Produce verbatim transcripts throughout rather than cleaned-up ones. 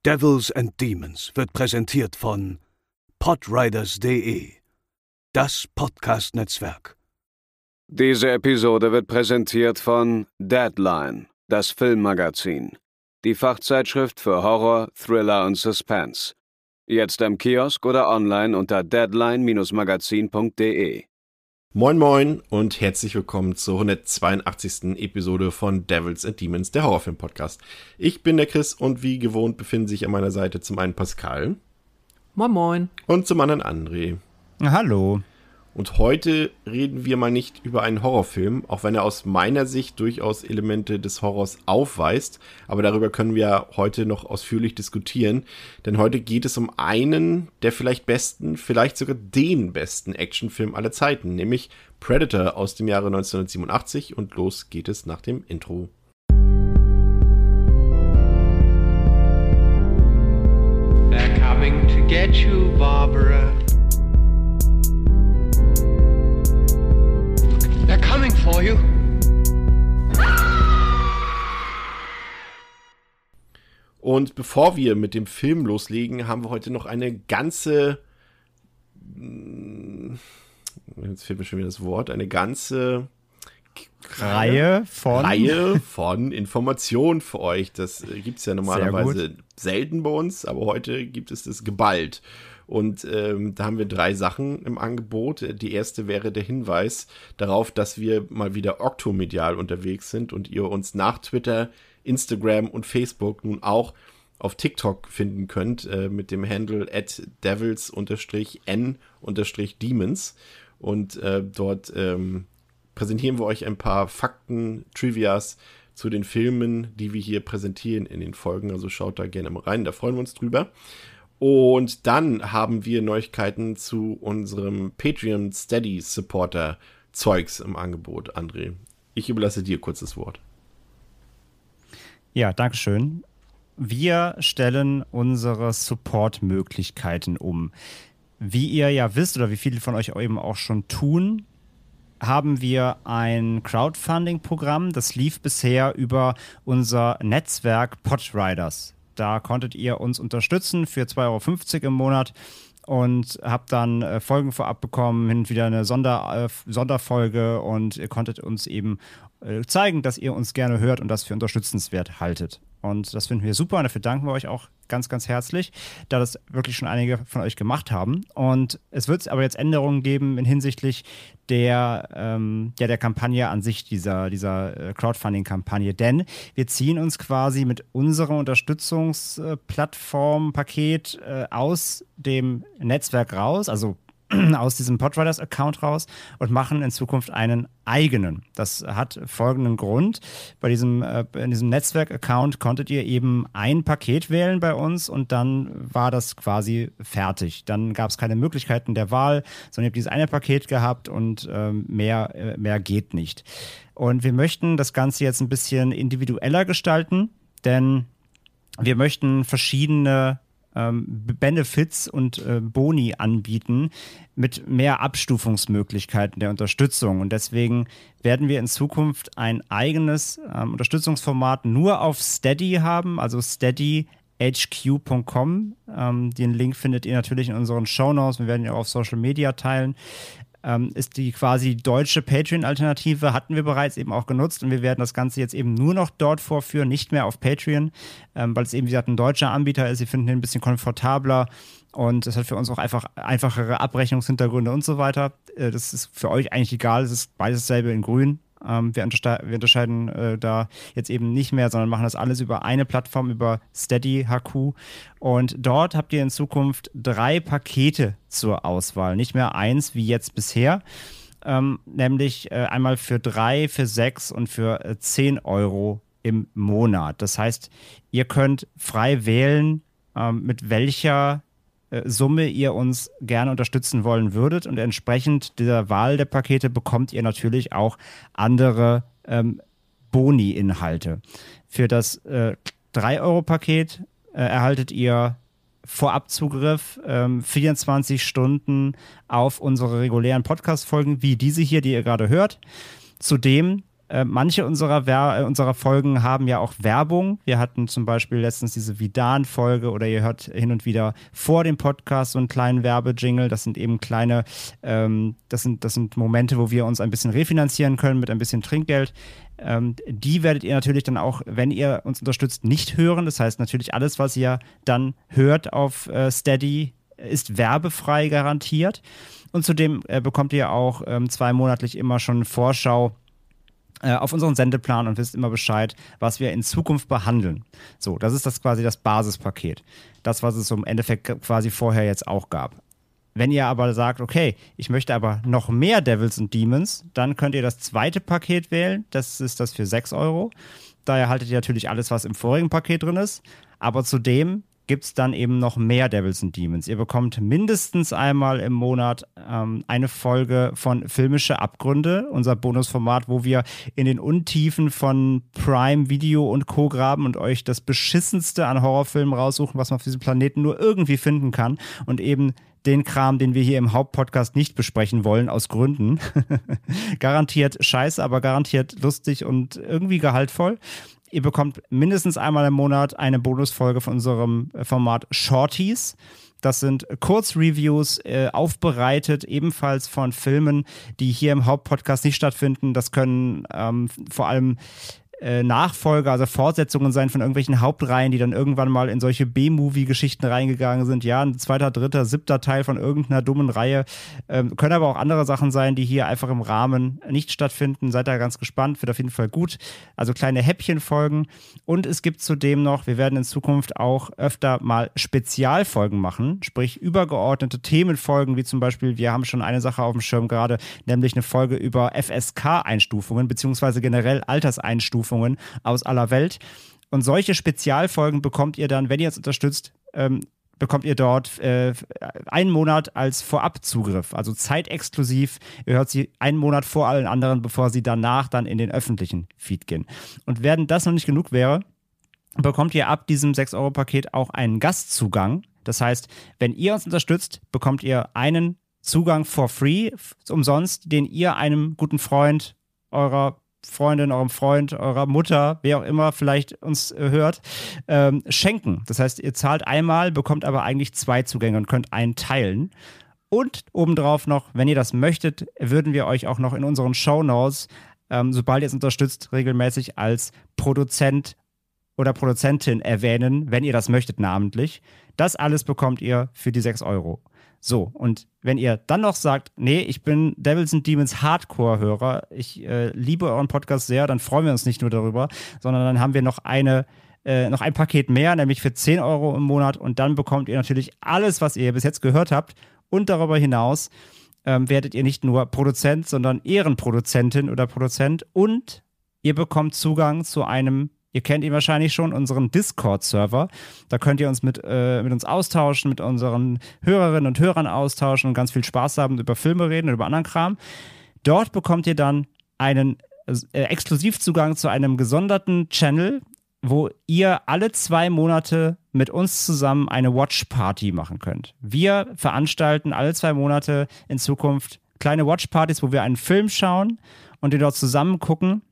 Devils and Demons wird präsentiert von podriders punkt de, das Podcast-Netzwerk. Diese Episode wird präsentiert von Deadline, das Filmmagazin, die Fachzeitschrift für Horror, Thriller und Suspense. Jetzt im Kiosk oder online unter deadline Bindestrich magazin punkt de. Moin moin und herzlich willkommen zur hundertzweiundachtzigsten Episode von Devils and Demons, der Horrorfilm-Podcast. Ich bin der Chris und wie gewohnt befinden sich an meiner Seite zum einen Pascal. Moin moin. Und zum anderen André. Hallo. Und heute reden wir mal nicht über einen Horrorfilm, auch wenn er aus meiner Sicht durchaus Elemente des Horrors aufweist. Aber darüber können wir heute noch ausführlich diskutieren. Denn heute geht es um einen der vielleicht besten, vielleicht sogar den besten Actionfilm aller Zeiten, nämlich Predator aus dem Jahre neunzehnhundertsiebenundachtzig. Und los geht es nach dem Intro. They're coming to get you, Barbara. They're coming for you. Und bevor wir mit dem Film loslegen, haben wir heute noch eine ganze, jetzt fehlt mir schon wieder das Wort, eine ganze Reihe von Reihe von Informationen für euch. Das gibt es ja normalerweise selten bei uns, aber heute gibt es das geballt. Und ähm, da haben wir drei Sachen im Angebot. Die erste wäre der Hinweis darauf, dass wir mal wieder oktomedial unterwegs sind und ihr uns nach Twitter, Instagram und Facebook nun auch auf TikTok finden könnt äh, mit dem Handle at devils n demons. Und äh, dort ähm, präsentieren wir euch ein paar Fakten, Trivias zu den Filmen, die wir hier präsentieren in den Folgen. Also schaut da gerne mal rein, da freuen wir uns drüber. Und dann haben wir Neuigkeiten zu unserem Patreon Steady Supporter Zeugs im Angebot, André. Ich überlasse dir kurz das Wort. Ja, danke schön. Wir stellen unsere Support-Möglichkeiten um. Wie ihr ja wisst oder wie viele von euch eben auch schon tun, haben wir ein Crowdfunding-Programm, das lief bisher über unser Netzwerk Podriders. Da konntet ihr uns unterstützen für zwei Euro fünfzig im Monat und habt dann äh, Folgen vorab bekommen, hin und wieder eine Sonder, äh, Sonderfolge und ihr konntet uns eben äh, zeigen, dass ihr uns gerne hört und das für unterstützenswert haltet. Und das finden wir super und dafür danken wir euch auch ganz, ganz herzlich, da das wirklich schon einige von euch gemacht haben. Und es wird aber jetzt Änderungen geben in hinsichtlich der, ähm, ja, der Kampagne an sich, dieser, dieser Crowdfunding-Kampagne. Denn wir ziehen uns quasi mit unserem Unterstützungsplattform-Paket äh, aus dem Netzwerk raus, also aus diesem Podriders-Account raus und machen in Zukunft einen eigenen. Das hat folgenden Grund. Bei diesem, äh, in diesem Netzwerk-Account konntet ihr eben ein Paket wählen bei uns und dann war das quasi fertig. Dann gab es keine Möglichkeiten der Wahl, sondern ihr habt dieses eine Paket gehabt und ähm, mehr, äh, mehr geht nicht. Und wir möchten das Ganze jetzt ein bisschen individueller gestalten, denn wir möchten verschiedene Ähm, Benefits und äh, Boni anbieten mit mehr Abstufungsmöglichkeiten der Unterstützung. Und deswegen werden wir in Zukunft ein eigenes ähm, Unterstützungsformat nur auf Steady haben, also steady h q punkt com. Ähm, den Link findet ihr natürlich in unseren Shownotes. Wir werden ihn auch auf Social Media teilen. Ähm, ist die quasi deutsche Patreon-Alternative, hatten wir bereits eben auch genutzt und wir werden das Ganze jetzt eben nur noch dort vorführen, nicht mehr auf Patreon, ähm, weil es eben, wie gesagt, ein deutscher Anbieter ist. Wir finden ihn ein bisschen komfortabler und es hat für uns auch einfach einfachere Abrechnungshintergründe und so weiter. Äh, das ist für euch eigentlich egal, es ist beides dasselbe in grün. Ähm, wir, unterste- wir unterscheiden äh, da jetzt eben nicht mehr, sondern machen das alles über eine Plattform, über Steady H Q. Und dort habt ihr in Zukunft drei Pakete zur Auswahl. Nicht mehr eins wie jetzt bisher, ähm, nämlich äh, einmal für drei, für sechs und für äh, zehn Euro im Monat. Das heißt, ihr könnt frei wählen, ähm, mit welcher Summe ihr uns gerne unterstützen wollen würdet und entsprechend dieser Wahl der Pakete bekommt ihr natürlich auch andere ähm, Boni-Inhalte. Für das äh, drei Euro Paket äh, erhaltet ihr Vorabzugriff, ähm, vierundzwanzig Stunden auf unsere regulären Podcast-Folgen, wie diese hier, die ihr gerade hört. Zudem Äh, manche unserer, Wer- äh, unserer Folgen haben ja auch Werbung. Wir hatten zum Beispiel letztens diese Vidan-Folge oder ihr hört hin und wieder vor dem Podcast so einen kleinen Werbejingle. Das sind eben kleine, ähm, das sind, das sind Momente, wo wir uns ein bisschen refinanzieren können mit ein bisschen Trinkgeld. Ähm, die werdet ihr natürlich dann auch, wenn ihr uns unterstützt, nicht hören. Das heißt natürlich, alles, was ihr dann hört auf äh, Steady, ist werbefrei garantiert. Und zudem äh, bekommt ihr auch ähm, zweimonatlich immer schon eine Vorschau äh, auf unseren Sendeplan und wisst immer Bescheid, was wir in Zukunft behandeln. So, das ist das quasi das Basispaket. Das, was es so im Endeffekt quasi vorher jetzt auch gab. Wenn ihr aber sagt, okay, ich möchte aber noch mehr Devils and Demons, dann könnt ihr das zweite Paket wählen. Das ist das für sechs Euro. Da erhaltet ihr natürlich alles, was im vorigen Paket drin ist. Aber zudem gibt es dann eben noch mehr Devils and Demons. Ihr bekommt mindestens einmal im Monat ähm, eine Folge von Filmische Abgründe, unser Bonusformat, wo wir in den Untiefen von Prime Video und Co. graben und euch das Beschissenste an Horrorfilmen raussuchen, was man auf diesem Planeten nur irgendwie finden kann und eben den Kram, den wir hier im Hauptpodcast nicht besprechen wollen, aus Gründen. Garantiert scheiße, aber garantiert lustig und irgendwie gehaltvoll. Ihr bekommt mindestens einmal im Monat eine Bonusfolge von unserem Format Shorties. Das sind Kurzreviews, äh, aufbereitet ebenfalls von Filmen, die hier im Hauptpodcast nicht stattfinden. Das können ähm, vor allem äh, Nachfolger, also Fortsetzungen sein von irgendwelchen Hauptreihen, die dann irgendwann mal in solche B-Movie-Geschichten reingegangen sind. Ja, ein zweiter, dritter, siebter Teil von irgendeiner dummen Reihe. Ähm, können aber auch andere Sachen sein, die hier einfach im Rahmen nicht stattfinden. Seid da ganz gespannt, wird auf jeden Fall gut. Also kleine Häppchenfolgen. Und es gibt zudem noch, wir werden in Zukunft auch öfter mal Spezialfolgen machen, sprich übergeordnete Themenfolgen, wie zum Beispiel, wir haben schon eine Sache auf dem Schirm gerade, nämlich eine Folge über F S K-Einstufungen, beziehungsweise generell Alterseinstufungen aus aller Welt. Und solche Spezialfolgen bekommt ihr dann, wenn ihr es unterstützt, ähm, bekommt ihr dort äh, einen Monat als Vorabzugriff, also zeitexklusiv. Ihr hört sie einen Monat vor allen anderen, bevor sie danach dann in den öffentlichen Feed gehen. Und wenn das noch nicht genug wäre, bekommt ihr ab diesem sechs Euro Paket auch einen Gastzugang. Das heißt, wenn ihr uns unterstützt, bekommt ihr einen Zugang for free, umsonst, den ihr einem guten Freund eurer Freundin, eurem Freund, eurer Mutter, wer auch immer vielleicht uns äh, hört, ähm, schenken. Das heißt, ihr zahlt einmal, bekommt aber eigentlich zwei Zugänge und könnt einen teilen. Und obendrauf noch, wenn ihr das möchtet, würden wir euch auch noch in unseren Shownotes, ähm, sobald ihr es unterstützt, regelmäßig als Produzent oder Produzentin erwähnen, wenn ihr das möchtet namentlich. Das alles bekommt ihr für die sechs Euro. So, und wenn ihr dann noch sagt, nee, ich bin Devils and Demons Hardcore-Hörer, ich äh, liebe euren Podcast sehr, dann freuen wir uns nicht nur darüber, sondern dann haben wir noch eine, äh, noch ein Paket mehr, nämlich für zehn Euro im Monat, und dann bekommt ihr natürlich alles, was ihr bis jetzt gehört habt, und darüber hinaus ähm, werdet ihr nicht nur Produzent, sondern Ehrenproduzentin oder Produzent, und ihr bekommt Zugang zu einem, ihr kennt ihn wahrscheinlich schon, unseren Discord-Server. Da könnt ihr uns mit, äh, mit uns austauschen, mit unseren Hörerinnen und Hörern austauschen und ganz viel Spaß haben, über Filme reden und über anderen Kram. Dort bekommt ihr dann einen äh, Exklusivzugang zu einem gesonderten Channel, wo ihr alle zwei Monate mit uns zusammen eine Watch-Party machen könnt. Wir veranstalten alle zwei Monate in Zukunft kleine Watch-Partys, wo wir einen Film schauen und den dort zusammen gucken.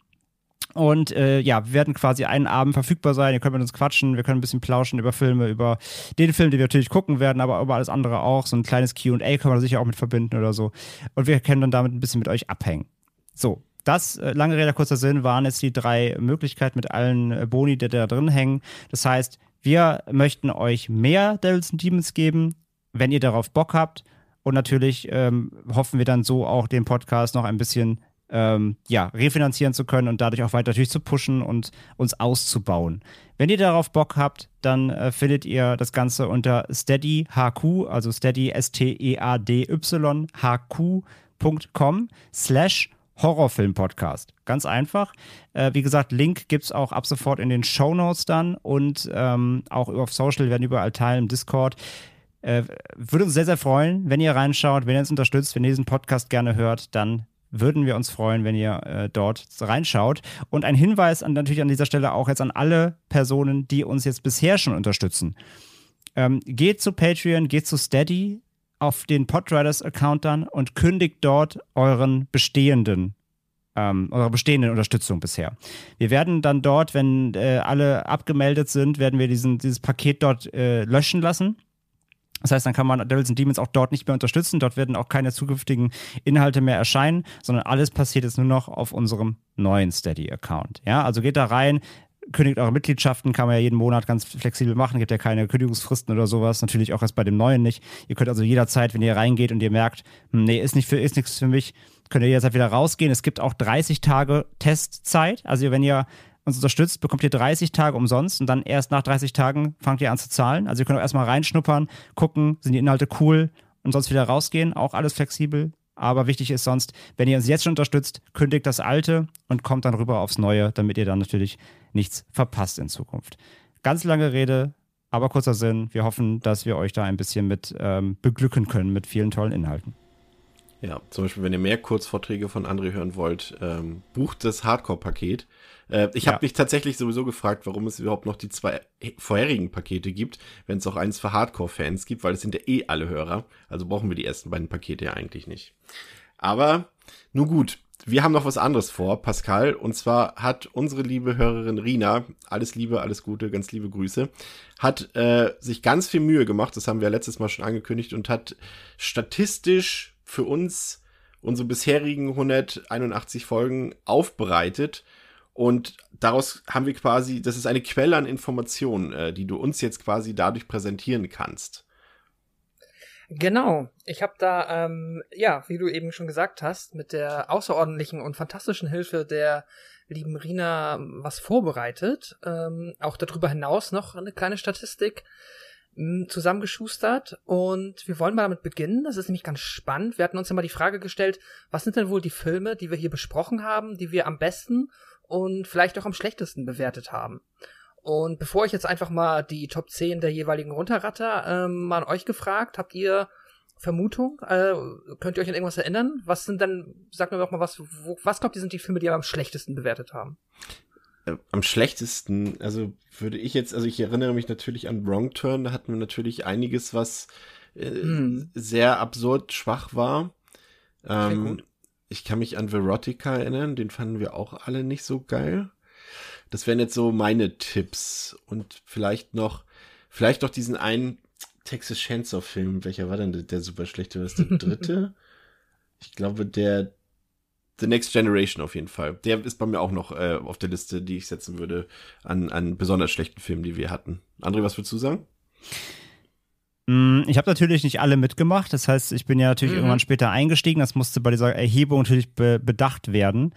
Und äh, ja, wir werden quasi einen Abend verfügbar sein. Ihr könnt mit uns quatschen, wir können ein bisschen plauschen über Filme, über den Film, den wir natürlich gucken werden, aber über alles andere auch. So ein kleines Q und A können wir sicher auch mit verbinden oder so. Und wir können dann damit ein bisschen mit euch abhängen. So, das, äh, lange Rede, kurzer Sinn, waren jetzt die drei Möglichkeiten mit allen äh, Boni, die da drin hängen. Das heißt, wir möchten euch mehr Devils and Demons geben, wenn ihr darauf Bock habt. Und natürlich ähm, hoffen wir dann so auch den Podcast noch ein bisschen Ähm, ja, refinanzieren zu können und dadurch auch weiter natürlich zu pushen und uns auszubauen. Wenn ihr darauf Bock habt, dann äh, findet ihr das Ganze unter Steady H Q, also Steady S T E A D Y H Q Punkt com slash Horrorfilm-Podcast. Ganz einfach. Äh, wie gesagt, Link gibt es auch ab sofort in den Shownotes dann und ähm, auch auf Social, wir werden überall teilen, im Discord. Äh, würde uns sehr, sehr freuen, wenn ihr reinschaut, wenn ihr uns unterstützt, wenn ihr diesen Podcast gerne hört, dann würden wir uns freuen, wenn ihr äh, dort reinschaut. Und ein Hinweis an, natürlich an dieser Stelle auch jetzt an alle Personen, die uns jetzt bisher schon unterstützen. Ähm, geht zu Patreon, geht zu Steady auf den Podriders-Account dann und kündigt dort euren bestehenden ähm, unserer bestehenden Unterstützung bisher. Wir werden dann dort, wenn äh, alle abgemeldet sind, werden wir diesen, dieses Paket dort äh, löschen lassen. Das heißt, dann kann man Devils and Demons auch dort nicht mehr unterstützen. Dort werden auch keine zukünftigen Inhalte mehr erscheinen, sondern alles passiert jetzt nur noch auf unserem neuen Steady-Account. Ja, also geht da rein, kündigt eure Mitgliedschaften, kann man ja jeden Monat ganz flexibel machen, gibt ja keine Kündigungsfristen oder sowas, natürlich auch erst bei dem neuen nicht. Ihr könnt also jederzeit, wenn ihr reingeht und ihr merkt, nee, ist nicht für, ist nichts für mich, könnt ihr jederzeit wieder rausgehen. Es gibt auch dreißig Tage Testzeit, also wenn ihr uns unterstützt, bekommt ihr dreißig Tage umsonst und dann erst nach dreißig Tagen fangt ihr an zu zahlen. Also ihr könnt auch erstmal reinschnuppern, gucken, sind die Inhalte cool und sonst wieder rausgehen, auch alles flexibel. Aber wichtig ist sonst, wenn ihr uns jetzt schon unterstützt, kündigt das Alte und kommt dann rüber aufs Neue, damit ihr dann natürlich nichts verpasst in Zukunft. Ganz lange Rede, aber kurzer Sinn. Wir hoffen, dass wir euch da ein bisschen mit ähm, beglücken können mit vielen tollen Inhalten. Ja, zum Beispiel, wenn ihr mehr Kurzvorträge von André hören wollt, ähm, bucht das Hardcore-Paket. Äh, ich habe Ja. mich tatsächlich sowieso gefragt, warum es überhaupt noch die zwei vorherigen Pakete gibt, wenn es auch eins für Hardcore-Fans gibt, weil es sind ja eh alle Hörer. Also brauchen wir die ersten beiden Pakete ja eigentlich nicht. Aber, nun gut, wir haben noch was anderes vor, Pascal. Und zwar hat unsere liebe Hörerin Rina, alles Liebe, alles Gute, ganz liebe Grüße, hat äh, sich ganz viel Mühe gemacht, das haben wir letztes Mal schon angekündigt, und hat statistisch für uns unsere bisherigen hunderteinundachtzig Folgen aufbereitet. Und daraus haben wir quasi, das ist eine Quelle an Informationen, äh, die du uns jetzt quasi dadurch präsentieren kannst. Genau, ich habe da, ähm, ja, wie du eben schon gesagt hast, mit der außerordentlichen und fantastischen Hilfe der lieben Rina was vorbereitet. Ähm, auch darüber hinaus noch eine kleine Statistik mh, zusammengeschustert. Und wir wollen mal damit beginnen. Das ist nämlich ganz spannend. Wir hatten uns ja mal die Frage gestellt, was sind denn wohl die Filme, die wir hier besprochen haben, die wir am besten und vielleicht auch am schlechtesten bewertet haben. Und bevor ich jetzt einfach mal die Top zehn der jeweiligen runterratter, ähm, mal an euch gefragt, habt ihr Vermutung? Äh, könnt ihr euch an irgendwas erinnern? Was sind denn, sagt mir doch mal was, wo, was glaubt ihr sind die Filme, die ihr am schlechtesten bewertet haben? Äh, am schlechtesten, also würde ich jetzt, also ich erinnere mich natürlich an Wrong Turn, da hatten wir natürlich einiges, was äh, hm. sehr absurd schwach war. Ähm, gut. Ich kann mich an Verotica erinnern, den fanden wir auch alle nicht so geil. Das wären jetzt so meine Tipps. Und vielleicht noch, vielleicht noch diesen einen Texas Chainsaw Film. Welcher war denn der, der super schlechte? War das der dritte? Ich glaube, der The Next Generation auf jeden Fall. Der ist bei mir auch noch äh, auf der Liste, die ich setzen würde an, an besonders schlechten Filmen, die wir hatten. André, was würdest du sagen? Ich habe natürlich nicht alle mitgemacht. Das heißt, ich bin ja natürlich mhm. irgendwann später eingestiegen. Das musste bei dieser Erhebung natürlich be- bedacht werden.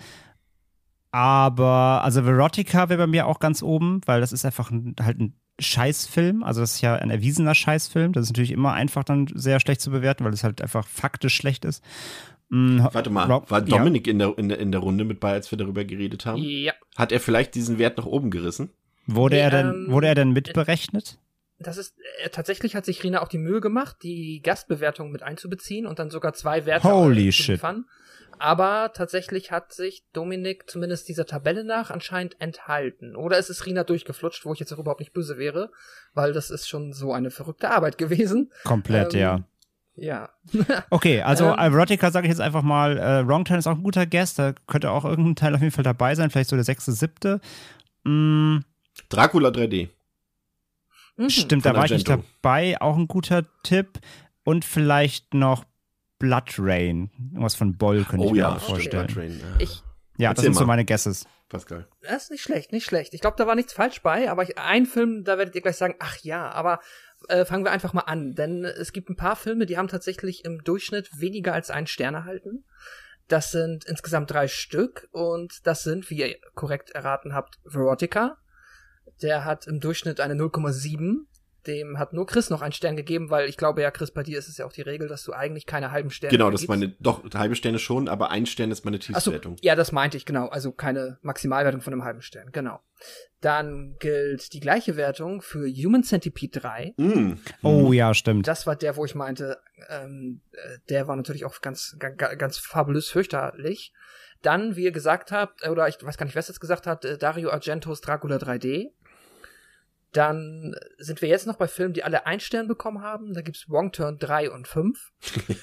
Aber, also Verotica wäre bei mir auch ganz oben, weil das ist einfach ein, halt ein Scheißfilm. Also das ist ja ein erwiesener Scheißfilm. Das ist natürlich immer einfach dann sehr schlecht zu bewerten, weil es halt einfach faktisch schlecht ist. Mhm. Warte mal, Rob, war Dominik ja. in, der, in, der, in der Runde mit bei, als wir darüber geredet haben? Ja. Hat er vielleicht diesen Wert nach oben gerissen? Wurde, nee, er, denn, ähm, wurde er denn mitberechnet? Das ist, äh, tatsächlich hat sich Rina auch die Mühe gemacht, die Gastbewertung mit einzubeziehen und dann sogar zwei Werte Holy zu shit. liefern. Aber tatsächlich hat sich Dominik zumindest dieser Tabelle nach anscheinend enthalten. Oder es ist Rina durchgeflutscht, wo ich jetzt auch überhaupt nicht böse wäre, weil das ist schon so eine verrückte Arbeit gewesen. Komplett, ähm, ja. Ja. Okay, also ähm, Verotica sage ich jetzt einfach mal, äh, Wrong Turn ist auch ein guter Guest, da könnte auch irgendein Teil auf jeden Fall dabei sein, vielleicht so der sechste, siebte. Mm. Dracula drei D. Mhm. Stimmt, da war ich nicht dabei, auch ein guter Tipp. Und vielleicht noch Blood Rain. Irgendwas von Boll könnte oh, ich mir ja, auch vorstellen. Blood Rain, ja. Ich, ja, Erzähl das sind mal. so meine Guesses. Pascal. Das ist nicht schlecht, nicht schlecht. Ich glaube, da war nichts falsch bei, aber ich, ein Film, da werdet ihr gleich sagen, ach ja, aber äh, fangen wir einfach mal an. Denn es gibt ein paar Filme, die haben tatsächlich im Durchschnitt weniger als einen Stern erhalten. Das sind insgesamt drei Stück und das sind, wie ihr korrekt erraten habt, Verotica. Der hat im Durchschnitt eine null Komma sieben. Dem hat nur Chris noch einen Stern gegeben, weil ich glaube ja, Chris, bei dir ist es ja auch die Regel, dass du eigentlich keine halben Sterne Genau, das ist gibst. meine, doch, halbe Sterne schon, aber ein Stern ist meine Tiefstwertung. Ach so, ja, das meinte ich, genau. Also keine Maximalwertung von einem halben Stern, genau. Dann gilt die gleiche Wertung für Human Centipede drei. Mm. Oh ja, stimmt. Das war der, wo ich meinte, ähm, der war natürlich auch ganz, ganz, ganz fabulös fürchterlich. Dann, wie ihr gesagt habt, oder ich weiß gar nicht, wer es jetzt gesagt hat, Dario Argentos Dracula drei D. Dann sind wir jetzt noch bei Filmen, die alle einen Stern bekommen haben. Da gibt's Wrong Turn drei und fünf.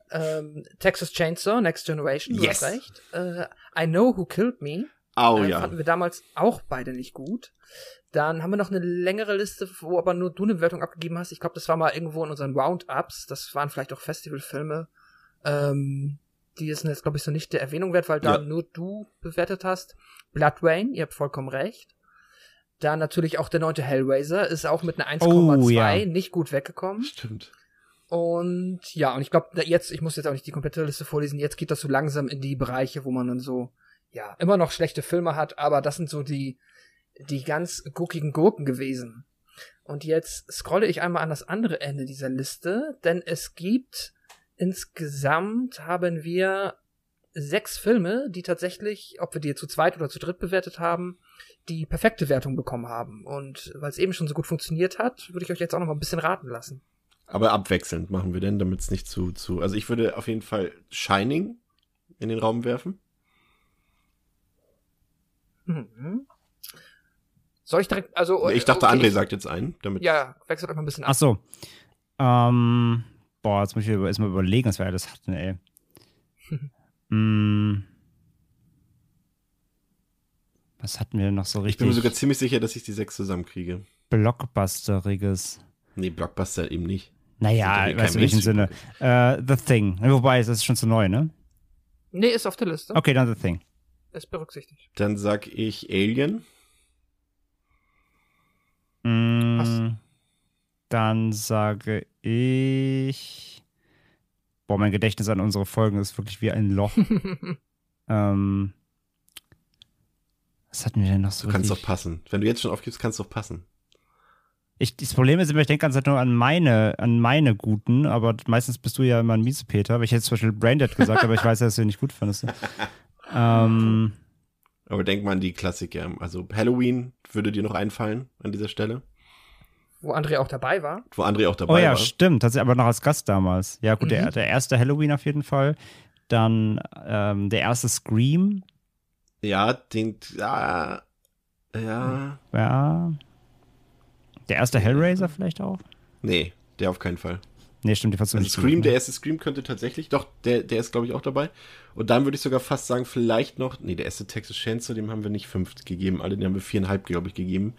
Ähm, Texas Chainsaw, Next Generation, du Yes. hast recht. Äh, I Know Who Killed Me. Oh äh, ja. Fanden wir damals auch beide nicht gut. Dann haben wir noch eine längere Liste, wo aber nur du eine Bewertung abgegeben hast. Ich glaube, das war mal irgendwo in unseren Roundups. Das waren vielleicht auch Festivalfilme. Ähm, die sind jetzt, glaube ich, so nicht der Erwähnung wert, weil da Ja. nur du bewertet hast. Blood Rain, ihr habt vollkommen recht. Dann natürlich auch der neunte Hellraiser, ist auch mit einer eins Komma zwei Oh, ja. nicht gut weggekommen. Stimmt. Und ja, und ich glaube, jetzt, ich muss jetzt auch nicht die komplette Liste vorlesen, jetzt geht das so langsam in die Bereiche, wo man dann so, ja, immer noch schlechte Filme hat, aber das sind so die, die ganz guckigen Gurken gewesen. Und jetzt scrolle ich einmal an das andere Ende dieser Liste, denn es gibt insgesamt haben wir sechs Filme, die tatsächlich, ob wir die zu zweit oder zu dritt bewertet haben, die perfekte Wertung bekommen haben. Und weil es eben schon so gut funktioniert hat, würde ich euch jetzt auch noch mal ein bisschen raten lassen. Aber abwechselnd machen wir denn, damit es nicht zu, zu. Also ich würde auf jeden Fall Shining in den Raum werfen. Mhm. Soll ich direkt, also. Ich dachte, okay, André ich, sagt jetzt einen. Damit Ja, wechselt euch mal ein bisschen ab. Ach so. Ähm, boah, jetzt muss ich erstmal überlegen, was wir alles hatten, ey. mm, was hatten wir denn noch so ich richtig bin mir sogar ziemlich sicher, dass ich die sechs zusammenkriege. Blockbusteriges? Nee, Blockbuster eben nicht. Naja, Sind doch weißt du, kein in welchem Sinne? Äh, The Thing. Wobei, das ist schon zu neu, ne? Nee, ist auf der Liste. Okay, dann The Thing. Ist berücksichtigt. Dann sag ich Alien. Mm, dann sage ich. Boah, mein Gedächtnis an unsere Folgen ist wirklich wie ein Loch. ähm, was hatten wir denn noch so? Du kannst doch richtig? passen. Wenn du jetzt schon aufgibst, kannst du doch passen. Ich, das Problem ist immer, ich denke ganz nur an meine, an meine guten, aber meistens bist du ja immer ein Miesepeter. Aber ich hätte zum Beispiel Braindead gesagt, aber ich weiß ja, dass du ihn nicht gut fandest. ähm, Aber denk mal an die Klassiker. Also Halloween würde dir noch einfallen an dieser Stelle. Wo André auch dabei war. Wo André auch dabei oh ja, war. stimmt. Tatsächlich, aber noch als Gast damals. Ja, gut, Mhm. der, der erste Halloween auf jeden Fall. Dann ähm, der erste Scream. Ja, den, ja, ja, Ja. Der erste Hellraiser vielleicht auch? nee, der auf keinen Fall. Nee, stimmt, die fandst du Also nicht Scream, gut, der ne? erste Scream könnte tatsächlich, doch, der, der ist glaube ich auch dabei. Und dann würde ich sogar fast sagen, vielleicht noch, nee, der erste Texas Chainsaw, dem haben wir nicht fünf gegeben, alle, den haben wir viereinhalb, glaube ich, gegeben.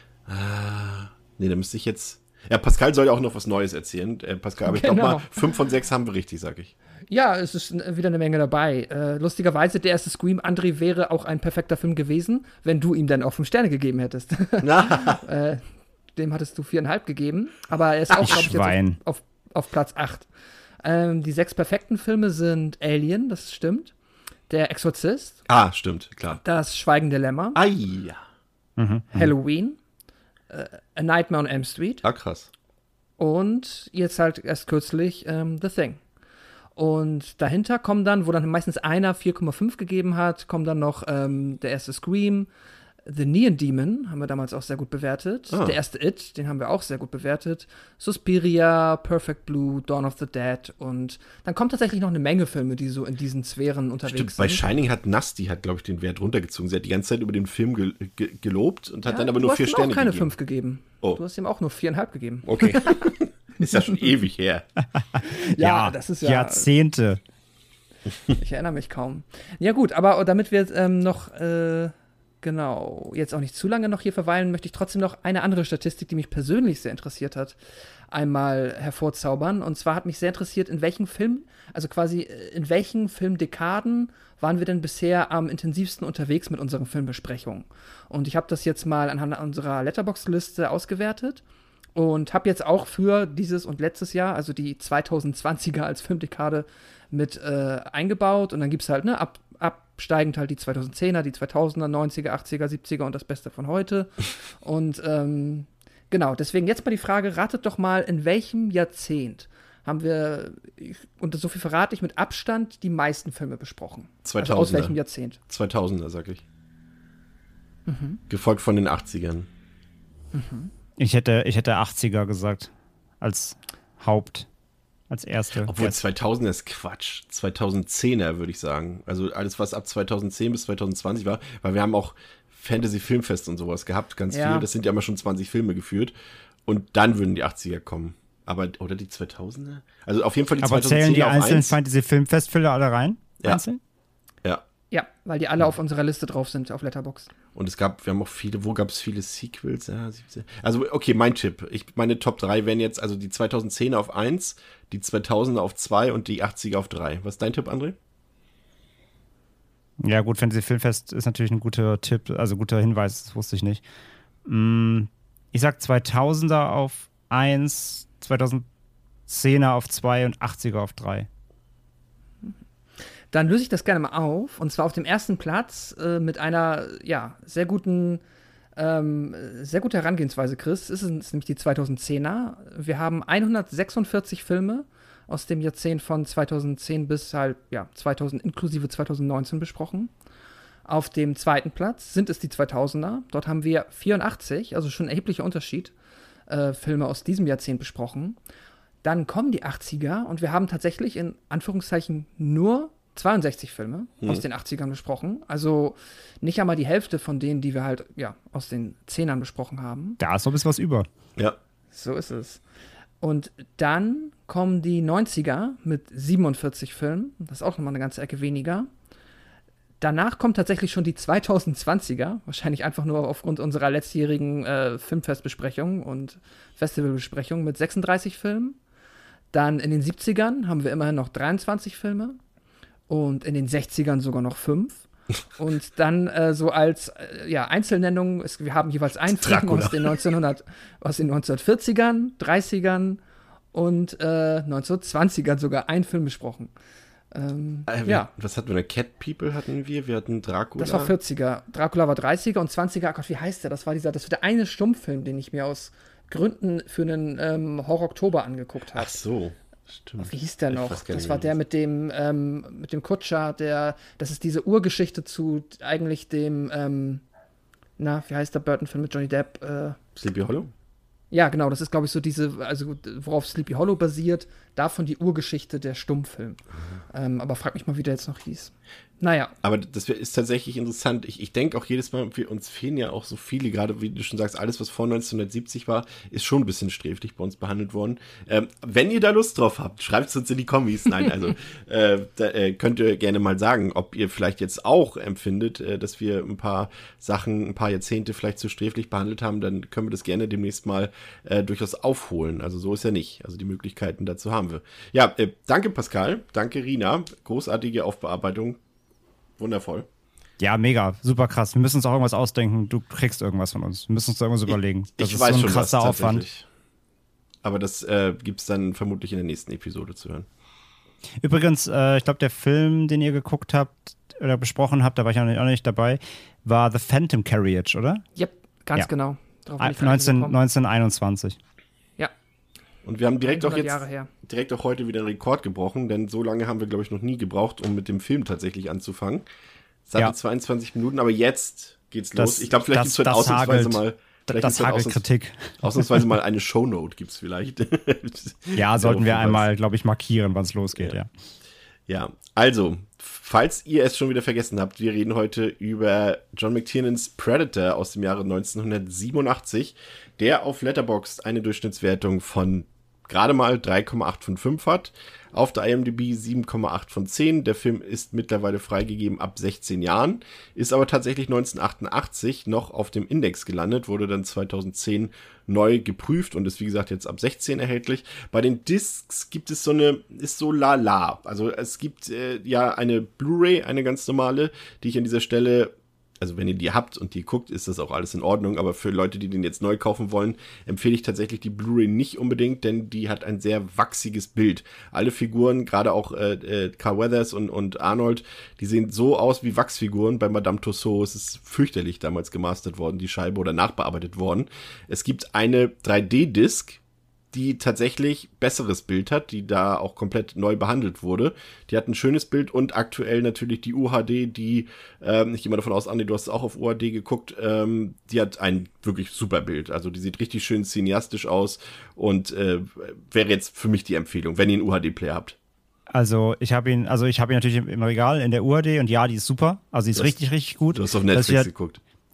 Ah, nee, da müsste ich jetzt, ja, Pascal soll ja auch noch was Neues erzählen, äh, Pascal, aber ich glaube Genau. mal, fünf von sechs haben wir richtig, sag ich. Ja, es ist n- wieder eine Menge dabei. Äh, lustigerweise, der erste Scream, André, wäre auch ein perfekter Film gewesen, wenn du ihm dann auch fünf Sterne gegeben hättest. Na, äh, dem hattest du viereinhalb gegeben, aber er ist auch, glaube ich, Schwein. jetzt auf, auf, auf Platz acht. Ähm, die sechs perfekten Filme sind Alien, das stimmt. Der Exorzist, ah, stimmt, klar. Das Schweigen der Lämmer, Ah, ja. Mhm. Halloween, äh, A Nightmare on Elm Street Ah, krass. und jetzt halt erst kürzlich ähm, The Thing. Und dahinter kommen dann, wo dann meistens einer vier Komma fünf gegeben hat, kommen dann noch ähm, der erste Scream, The Neon Demon haben wir damals auch sehr gut bewertet. Ah. Der erste It, den haben wir auch sehr gut bewertet. Suspiria, Perfect Blue, Dawn of the Dead und dann kommt tatsächlich noch eine Menge Filme, die so in diesen Sphären unterwegs Stimmt, bei sind. Shining hat Nasty, hat glaube ich den Wert runtergezogen. Sie hat die ganze Zeit über den Film ge ge gelobt und hat Ja, dann aber du nur hast vier ihm Sterne auch keine gegeben. fünf gegeben. Oh. Du hast ihm auch nur viereinhalb gegeben. Okay. Ist ja schon ewig her. Ja, das ist ja- Jahrzehnte. Ich erinnere mich kaum. Ja gut, aber damit wir ähm, noch, äh, genau, jetzt auch nicht zu lange noch hier verweilen, möchte ich trotzdem noch eine andere Statistik, die mich persönlich sehr interessiert hat, einmal hervorzaubern. Und zwar hat mich sehr interessiert, in welchen Film, also quasi äh, in welchen Filmdekaden waren wir denn bisher am intensivsten unterwegs mit unseren Filmbesprechungen. Und ich habe das jetzt mal anhand unserer Letterboxd-Liste ausgewertet. Und habe jetzt auch für dieses und letztes Jahr, also die zweitausendzwanziger als Filmdekade mit äh, eingebaut. Und dann gibt es halt, ne, ab, absteigend halt die zweitausendzehner, die zweitausender, neunziger, achtziger, siebziger und das Beste von heute. Und ähm, genau, deswegen jetzt mal die Frage, ratet doch mal, in welchem Jahrzehnt haben wir, ich, und so viel verrate ich, mit Abstand die meisten Filme besprochen. Also aus welchem Jahrzehnt? zweitausender, sag ich. Mhm. Gefolgt von den achtzigern. Mhm. Ich hätte, ich hätte achtziger gesagt. Als Haupt. Als erste. Obwohl Erst- zweitausender ist Quatsch. zweitausendzehner würde ich sagen. Also alles, was ab zweitausendzehn bis zweitausendzwanzig war, weil wir haben auch Fantasy-Filmfest und sowas gehabt, ganz Ja. viel. Das sind ja immer schon zwanzig Filme geführt. Und dann würden die achtziger kommen. Aber, oder die zweitausender? Also auf jeden Fall die Aber zweitausendzehner zählen die auf einzelnen eins. Fantasy-Filmfestspiele alle rein? Ja. Einzeln? Ja. Ja, weil die alle auf unserer Liste drauf sind, auf Letterboxd. Und es gab, wir haben auch viele, wo gab es viele Sequels? Ja, also, okay, mein Tipp. Ich, meine Top drei wären jetzt, also die zweitausendzehner auf eins, die zweitausender auf zwei und die achtziger auf drei. Was ist dein Tipp, André? Ja, gut, Fantasy-Filmfest ist natürlich ein guter Tipp, also guter Hinweis, das wusste ich nicht. Ich sag zweitausender auf eins, zweitausendzehner auf zwei und achtziger auf drei. Dann löse ich das gerne mal auf. Und zwar auf dem ersten Platz äh, mit einer, ja, sehr guten, ähm, sehr gute Herangehensweise, Chris. Es ist nämlich die zweitausendzehner. Wir haben hundertsechsundvierzig Filme aus dem Jahrzehnt von zweitausendzehn bis halt, ja, zweitausend inklusive zweitausendneunzehn besprochen. Auf dem zweiten Platz sind es die zweitausender. Dort haben wir vierundachtzig, also schon ein erheblicher Unterschied, äh, Filme aus diesem Jahrzehnt besprochen. Dann kommen die achtziger und wir haben tatsächlich in Anführungszeichen nur zweiundsechzig Filme hm. aus den achtzigern besprochen. Also nicht einmal die Hälfte von denen, die wir halt ja aus den Zehnern besprochen haben. Da ist noch ein bisschen was über. Ja. So ist es. Und dann kommen die neunziger mit siebenundvierzig Filmen. Das ist auch nochmal eine ganze Ecke weniger. Danach kommt tatsächlich schon die zweitausendzwanziger. Wahrscheinlich einfach nur aufgrund unserer letztjährigen äh, Filmfestbesprechung und Festivalbesprechung mit sechsunddreißig Filmen. Dann in den siebzigern haben wir immerhin noch dreiundzwanzig Filme. Und in den sechzigern sogar noch fünf. Und dann äh, so als äh, ja, Einzelnennung, es, wir haben jeweils einen Film aus den, neunzehnhundert, aus den neunzehnhundertvierzigern, dreißigern und äh, neunzehnhundertzwanzigern sogar einen Film besprochen. Ähm, äh, ja. Was hatten wir? Cat People hatten wir, wir hatten Dracula. Das war vierziger. Dracula war dreißiger und zwanziger. Gott, wie heißt der? Das war dieser, das war der eine Stummfilm, den ich mir aus Gründen für einen ähm, Horror-Oktober angeguckt habe. Ach so. Stimmt. Wie hieß der noch? Das war nicht, der mit dem, ähm, mit dem Kutscher, der, das ist diese Urgeschichte zu eigentlich dem, ähm, na, wie heißt der Burton-Film mit Johnny Depp? Äh, Sleepy Hollow? Ja, genau, das ist, glaube ich, so diese, also worauf Sleepy Hollow basiert, davon die Urgeschichte der Stummfilm. Mhm. Ähm, aber frag mich mal, wie der jetzt noch hieß. Naja. Aber das ist tatsächlich interessant. Ich, ich denke auch jedes Mal, wir, uns fehlen ja auch so viele, gerade wie du schon sagst, alles, was vor neunzehnhundertsiebzig war, ist schon ein bisschen sträflich bei uns behandelt worden. Ähm, wenn ihr da Lust drauf habt, schreibt es uns in die Kommis. Nein, also äh, da, äh, könnt ihr gerne mal sagen, ob ihr vielleicht jetzt auch empfindet, äh, dass wir ein paar Sachen, ein paar Jahrzehnte vielleicht zu sträflich behandelt haben, dann können wir das gerne demnächst mal äh, durchaus aufholen. Also so ist ja nicht. Also die Möglichkeiten dazu haben wir. Ja, äh, danke Pascal, danke Rina, großartige Aufbearbeitung. Wundervoll. Ja, mega, super krass. Wir müssen uns auch irgendwas ausdenken. Du kriegst irgendwas von uns. Wir müssen uns da irgendwas überlegen. Das ich ist weiß so ein schon krasser was, Aufwand. Aber das äh, gibt es dann vermutlich in der nächsten Episode zu hören. Übrigens, äh, ich glaube, der Film, den ihr geguckt habt oder besprochen habt, da war ich auch nicht, auch nicht dabei, war The Phantom Carriage, oder? Yep, ganz ja. genau. neunzehn, neunzehnhunderteinundzwanzig. Ja. Und wir haben direkt auch jetzt Jahre her. direkt auch heute wieder einen Rekord gebrochen, denn so lange haben wir, glaube ich, noch nie gebraucht, um mit dem Film tatsächlich anzufangen. Es hatte ja. zweiundzwanzig Minuten, aber jetzt geht's das, los. Ich glaube, vielleicht gibt es heute das ausnahmsweise hagelt, mal vielleicht das hagelt Kritik. Ausnahmsweise mal eine Shownote gibt es vielleicht. Ja, sollten wir einmal, glaube ich, markieren, wann es losgeht, ja. ja. Ja, also, falls ihr es schon wieder vergessen habt, wir reden heute über John McTiernans Predator aus dem Jahre neunzehnhundertsiebenundachtzig, der auf Letterboxd eine Durchschnittswertung von gerade mal drei Komma acht von fünf hat. Auf der I M D B sieben Komma acht von zehn. Der Film ist mittlerweile freigegeben ab sechzehn Jahren, ist aber tatsächlich neunzehnhundertachtundachtzig noch auf dem Index gelandet, wurde dann zweitausendzehn neu geprüft und ist wie gesagt jetzt ab sechzehn erhältlich. Bei den Discs gibt es so eine, ist so lala. Also es gibt äh, ja eine Blu-ray, eine ganz normale, die ich an dieser Stelle, also wenn ihr die habt und die guckt, ist das auch alles in Ordnung, aber für Leute, die den jetzt neu kaufen wollen, empfehle ich tatsächlich die Blu-ray nicht unbedingt, denn die hat ein sehr wachsiges Bild. Alle Figuren, gerade auch äh, äh, Carl Weathers und, und Arnold, die sehen so aus wie Wachsfiguren bei Madame Tussauds. Es ist fürchterlich damals gemastert worden, die Scheibe, oder nachbearbeitet worden. Es gibt eine drei D-Disc, die tatsächlich besseres Bild hat, die da auch komplett neu behandelt wurde. Die hat ein schönes Bild und aktuell natürlich die U H D, die, ähm, ich gehe mal davon aus, Andi, du hast auch auf U H D geguckt, ähm, die hat ein wirklich super Bild. Also die sieht richtig schön cineastisch aus und äh, wäre jetzt für mich die Empfehlung, wenn ihr einen U H D-Player habt. Also ich habe ihn, also ich habe ihn natürlich im, im Regal in der U H D und ja, die ist super. Also die ist hast, richtig, richtig gut. Du hast auf Netflix halt, geguckt.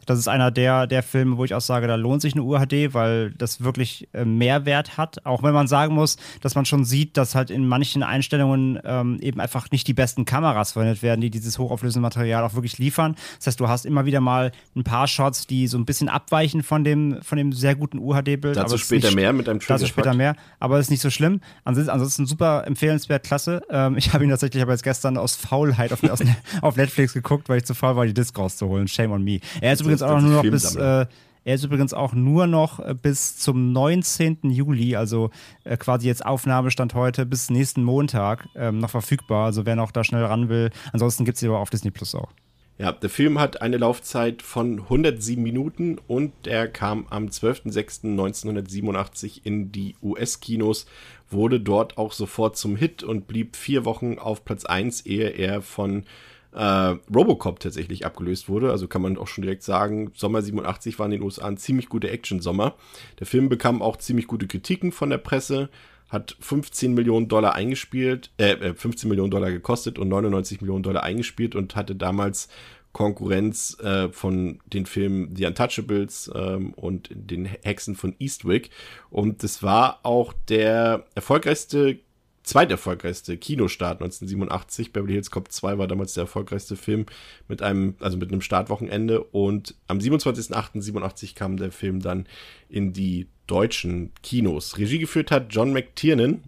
Das ist einer der, der Filme, wo ich auch sage, da lohnt sich eine U H D, weil das wirklich äh, Mehrwert hat. Auch wenn man sagen muss, dass man schon sieht, dass halt in manchen Einstellungen ähm, eben einfach nicht die besten Kameras verwendet werden, die dieses hochauflösende Material auch wirklich liefern. Das heißt, du hast immer wieder mal ein paar Shots, die so ein bisschen abweichen von dem, von dem sehr guten U H D-Bild. Dazu später nicht, mehr mit einem Trigger. Dazu später mehr, aber das ist nicht so schlimm. Ansonsten, ansonsten super empfehlenswert, klasse. Ähm, ich habe ihn tatsächlich aber jetzt gestern aus Faulheit auf, aus, auf Netflix geguckt, weil ich zu faul war, die Disc rauszuholen. Shame on me. Er ist übrigens auch nur noch bis, äh, er ist übrigens auch nur noch bis zum neunzehnten Juli, also äh, quasi jetzt Aufnahmestand heute, bis nächsten Montag ähm, noch verfügbar. Also wer noch da schnell ran will. Ansonsten gibt es ihn aber auf Disney Plus auch. Ja, der Film hat eine Laufzeit von hundertsieben Minuten und er kam am zwölften sechsten neunzehnhundertsiebenundachtzig in die U S-Kinos, wurde dort auch sofort zum Hit und blieb vier Wochen auf Platz eins, ehe er von Äh, Robocop tatsächlich abgelöst wurde, also kann man auch schon direkt sagen, Sommer siebenundachtzig war in den U S A ein ziemlich guter Action-Sommer. Der Film bekam auch ziemlich gute Kritiken von der Presse, hat fünfzehn Millionen Dollar eingespielt, äh, fünfzehn Millionen Dollar gekostet und neunundneunzig Millionen Dollar eingespielt und hatte damals Konkurrenz äh, von den Filmen The Untouchables ähm, und den Hexen von Eastwick. Und das war auch der erfolgreichste zweiterfolgreichste Kinostart neunzehnhundertsiebenundachtzig. Beverly Hills Cop zwei war damals der erfolgreichste Film mit einem, also mit einem Startwochenende. Und am siebenundzwanzigsten achten siebenundachtzig kam der Film dann in die deutschen Kinos. Regie geführt hat John McTiernan.